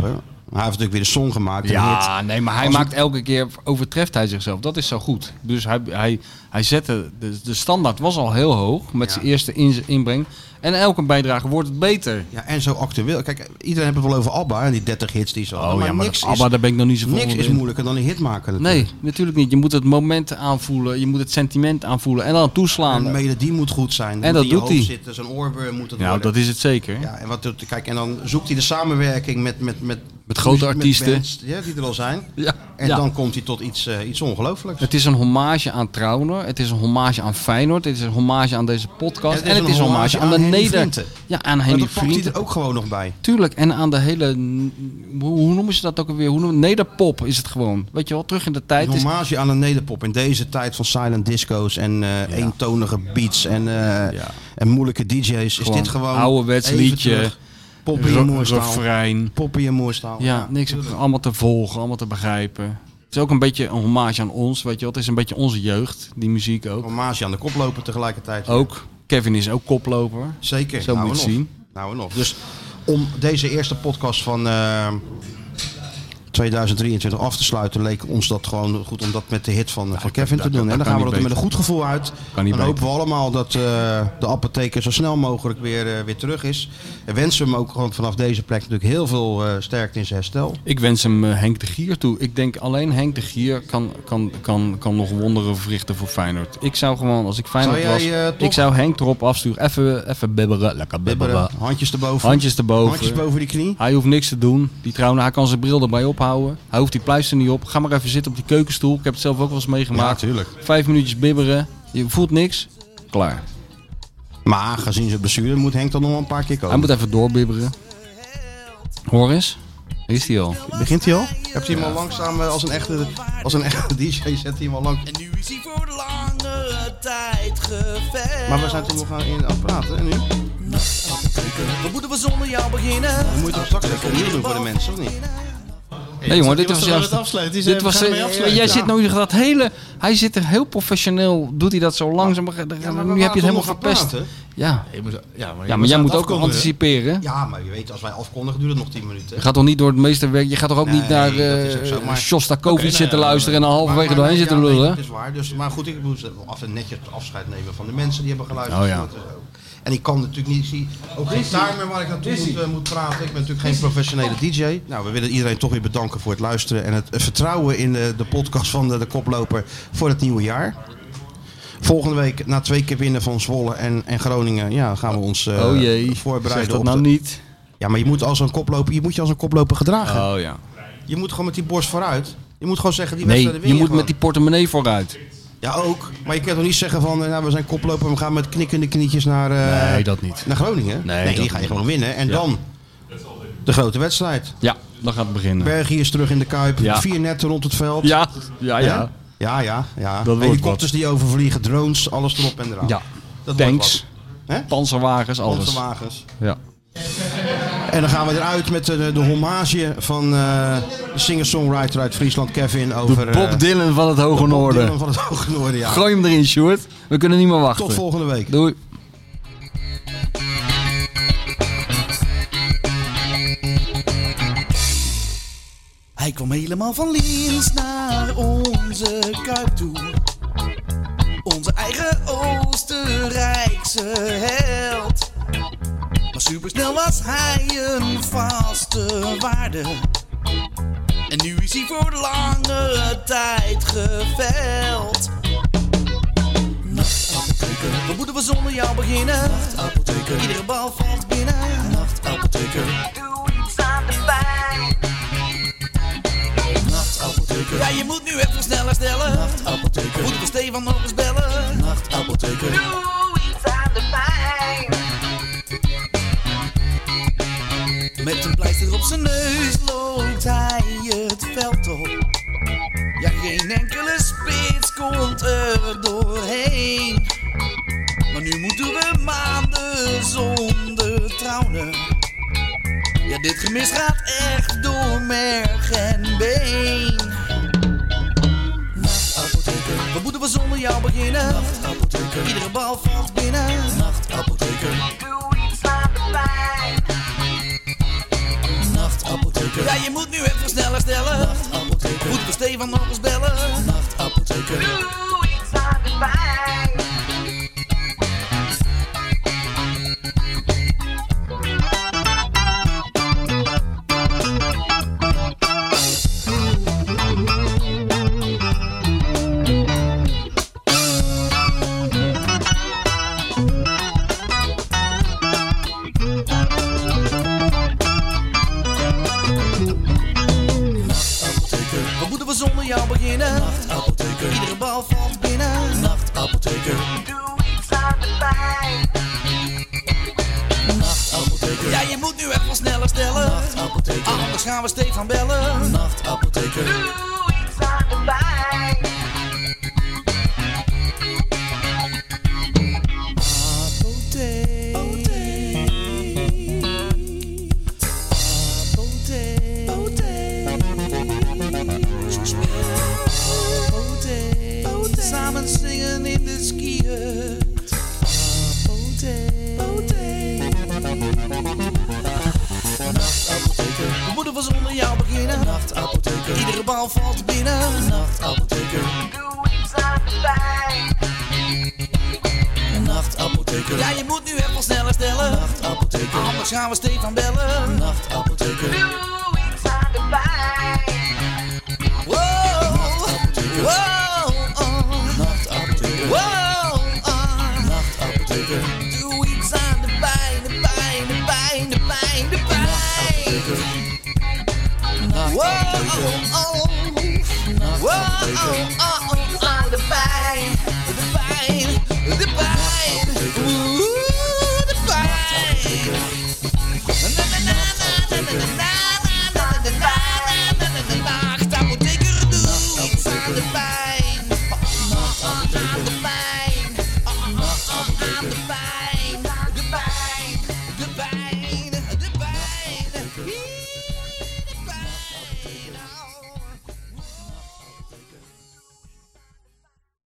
[SPEAKER 2] Hij heeft natuurlijk weer de song gemaakt.
[SPEAKER 3] Ja, nee, maar hij maakt elke keer, overtreft hij zichzelf. Dat is zo goed. Dus hij zette, de standaard was al heel hoog met zijn eerste inbreng. En elke bijdrage wordt het beter.
[SPEAKER 2] Ja, en zo actueel. Kijk, iedereen heeft het wel over ABBA en die 30 hits die zo.
[SPEAKER 3] Maar niks ABBA, daar ben ik nog niet zo
[SPEAKER 2] niks is moeilijker dan een hit maken. Natuurlijk.
[SPEAKER 3] Nee, natuurlijk niet. Je moet het moment aanvoelen, je moet het sentiment aanvoelen en dan toeslaan.
[SPEAKER 2] En de melodie moet goed zijn.
[SPEAKER 3] En dat doet hij.
[SPEAKER 2] Zitten, zijn oorworm moet het
[SPEAKER 3] worden.
[SPEAKER 2] worden.
[SPEAKER 3] Dat is het zeker.
[SPEAKER 2] Ja, en dan zoekt hij de samenwerking met
[SPEAKER 3] grote artiesten.
[SPEAKER 2] Bands, die er al zijn.
[SPEAKER 3] Ja.
[SPEAKER 2] En dan komt hij tot iets ongelooflijks.
[SPEAKER 3] Het is een hommage aan Trauner. Het is een hommage aan Feyenoord. Het is een hommage aan deze podcast. En het is een hommage aan de
[SPEAKER 2] Ja,
[SPEAKER 3] aan Henny
[SPEAKER 2] dat pakt
[SPEAKER 3] Vriend.
[SPEAKER 2] hij er ook gewoon nog bij.
[SPEAKER 3] Tuurlijk. En aan de hele... Hoe noemen ze dat ook alweer? Nederpop is het gewoon. Weet je wel, terug in de tijd.
[SPEAKER 2] Een hommage aan de nederpop. In deze tijd van silent disco's en eentonige beats en moeilijke DJ's. Is dit gewoon
[SPEAKER 3] ouderwets liedje.
[SPEAKER 2] Poppy en moerstaal.
[SPEAKER 3] Refrein.
[SPEAKER 2] Poppy en moerstaal.
[SPEAKER 3] Ja, niks. Allemaal te volgen, allemaal te begrijpen. Het is ook een beetje een hommage aan ons, weet je wel. Het is een beetje onze jeugd, die muziek ook.
[SPEAKER 2] Hommage aan de koploper tegelijkertijd.
[SPEAKER 3] Ook. Kevin is ook koploper.
[SPEAKER 2] Zeker.
[SPEAKER 3] Zo moet je het zien.
[SPEAKER 2] Nou en nog. Dus om deze eerste podcast van 2023 af te sluiten, leek ons dat gewoon goed om dat met de hit van Kevin te doen. En dan gaan we er met een goed gevoel uit. Dan hopen we allemaal dat de apotheker zo snel mogelijk weer terug is. En wensen we hem ook gewoon vanaf deze plek natuurlijk heel veel sterkte in zijn herstel.
[SPEAKER 3] Ik wens hem Henk de Gier toe. Ik denk alleen Henk de Gier kan nog wonderen verrichten voor Feyenoord. Ik zou gewoon, als ik Feyenoord was, ik zou Henk erop afsturen. Even bibberen. Lekker bibberen.
[SPEAKER 2] Handjes erboven.
[SPEAKER 3] Handjes
[SPEAKER 2] boven die knie.
[SPEAKER 3] Hij hoeft niks te doen. Die trouwens, hij kan zijn bril erbij ophouden. Hij hoeft die pleister niet op. Ga maar even zitten op die keukenstoel. Ik heb het zelf ook wel eens meegemaakt.
[SPEAKER 2] Ja, tuurlijk.
[SPEAKER 3] 5 minuutjes bibberen. Je voelt niks. Klaar.
[SPEAKER 2] Maar gezien zijn blessure moet Henk dan nog een paar keer komen.
[SPEAKER 3] Hij moet even doorbibberen. Hoor eens. Is hij al?
[SPEAKER 2] Begint hij al? Hebt hij hem al langzaam als een echte DJ zet hij hem al lang.
[SPEAKER 1] En nu is hij voor lange tijd geveld.
[SPEAKER 2] Maar we zijn toch nog aan het praten, en nu?
[SPEAKER 1] Wat moeten we zonder jou beginnen?
[SPEAKER 2] Dan moet je toch straks even opnieuw doen voor de mensen, of niet?
[SPEAKER 3] Nee jongen, dit was juist...
[SPEAKER 4] Dit was
[SPEAKER 3] jij zit nou dat hele... Hij zit er heel professioneel, doet hij dat zo langzaam. Nu heb je het helemaal verpest. Ja, maar jij moet ook anticiperen.
[SPEAKER 2] Ja, maar je weet, als wij afkondigen duurt het nog 10 minuten.
[SPEAKER 3] Je gaat toch niet door het meeste werk... Je gaat toch ook niet naar Shostakovich zitten luisteren en halverwege doorheen zitten lullen?
[SPEAKER 2] Dat is waar. Dus, maar goed, ik moet even netjes afscheid nemen van de mensen die hebben geluisterd.
[SPEAKER 3] Oh ja.
[SPEAKER 2] En ik kan natuurlijk niet zien, ook geen timer waar ik naartoe moet praten. Ik ben natuurlijk geen professionele DJ. Nou, we willen iedereen toch weer bedanken voor het luisteren en het vertrouwen in de podcast van de koploper voor het nieuwe jaar. Volgende week, na 2 keer winnen van Zwolle en Groningen, gaan we ons voorbereiden.
[SPEAKER 3] Zeg dat nou niet.
[SPEAKER 2] Ja, maar je moet als een koploper gedragen.
[SPEAKER 3] Oh ja.
[SPEAKER 2] Je moet gewoon met die borst vooruit. Je moet gewoon zeggen, die
[SPEAKER 3] nee,
[SPEAKER 2] wedstrijden win
[SPEAKER 3] je moet
[SPEAKER 2] gewoon.
[SPEAKER 3] met die portemonnee vooruit.
[SPEAKER 2] Ja, ook. Maar je kan toch niet zeggen van, we zijn koploper, we gaan met knikkende knietjes naar,
[SPEAKER 3] nee, dat niet.
[SPEAKER 2] Naar Groningen? Nee, die ga je gewoon winnen. En dan de grote wedstrijd.
[SPEAKER 3] Ja, dan gaat het beginnen.
[SPEAKER 2] Bergie is terug in de Kuip.
[SPEAKER 3] Ja.
[SPEAKER 2] 4 netten rond het veld.
[SPEAKER 3] Ja.
[SPEAKER 2] Helikopters die overvliegen, drones, alles erop en eraan.
[SPEAKER 3] Ja.
[SPEAKER 2] Dat
[SPEAKER 3] tanks, panzerwagens, alles.
[SPEAKER 2] Panzerwagens.
[SPEAKER 3] Ja.
[SPEAKER 2] En dan gaan we eruit met de hommage van de singer-songwriter uit Friesland, Kevin. Over,
[SPEAKER 3] de Bob Dylan van het Hoge Noorden.
[SPEAKER 2] Bob Dylan van het Hoge Noorden, ja.
[SPEAKER 3] Gooi hem erin, Sjoerd. We kunnen niet meer wachten.
[SPEAKER 2] Tot volgende week.
[SPEAKER 3] Doei.
[SPEAKER 1] Hij kwam helemaal van Liens naar onze Kuip toe. Onze eigen Oostenrijkse held. Maar supersnel was hij een vaste waarde. En nu is hij voor lange tijd geveld. Nachtapotheker, wat moeten we zonder jou beginnen? Nachtapotheker, iedere bal valt binnen. Nachtapotheker, doe iets aan de pijn. Nachtapotheker, ja, je moet nu even sneller stellen. Nachtapotheker, moeten we Stefan nog eens bellen? Nachtapotheker, doe iets aan de pijn. Met een pleister op zijn neus loopt hij het veld op. Ja, geen enkele spits komt er doorheen. Maar nu moeten we maanden zonder trouwen. Ja, dit gemis gaat echt door merg en been. Nachtapotheker, wat moeten we zonder jou beginnen? Nachtapotheker, iedere bal valt binnen. Nachtapotheker, doe iets aan de pijn. Nachtapotheker, ja, je moet nu even sneller stellen. Nachtapotheker. Moeten we Stefan nog eens bellen? Nachtapotheker.
[SPEAKER 11] Doe iets aan de pijn.
[SPEAKER 1] Zonder jou beginnen. Nachtapotheker. Iedere bal valt binnen. Nachtapotheker.
[SPEAKER 11] Doe iets aan de pijn.
[SPEAKER 1] Nachtapotheker. Ja, je moet nu even sneller stellen. Nachtapotheker. Anders gaan we Stefan bellen. Nachtapotheker.
[SPEAKER 11] Doe iets aan de pijn.
[SPEAKER 1] Samen zingen in de skiën. Nachtapotheker. We moeten van zonder jou beginnen. Nachtapotheker. Iedere bal valt binnen. Nachtapotheker.
[SPEAKER 11] Doe iets aan de pijn.
[SPEAKER 1] Nachtapotheker. Ja, je moet nu even sneller stellen. Nachtapotheker. Anders gaan we Stefan bellen. Nachtapotheker.
[SPEAKER 11] Doe iets aan de pijn.
[SPEAKER 1] Wow. Wow.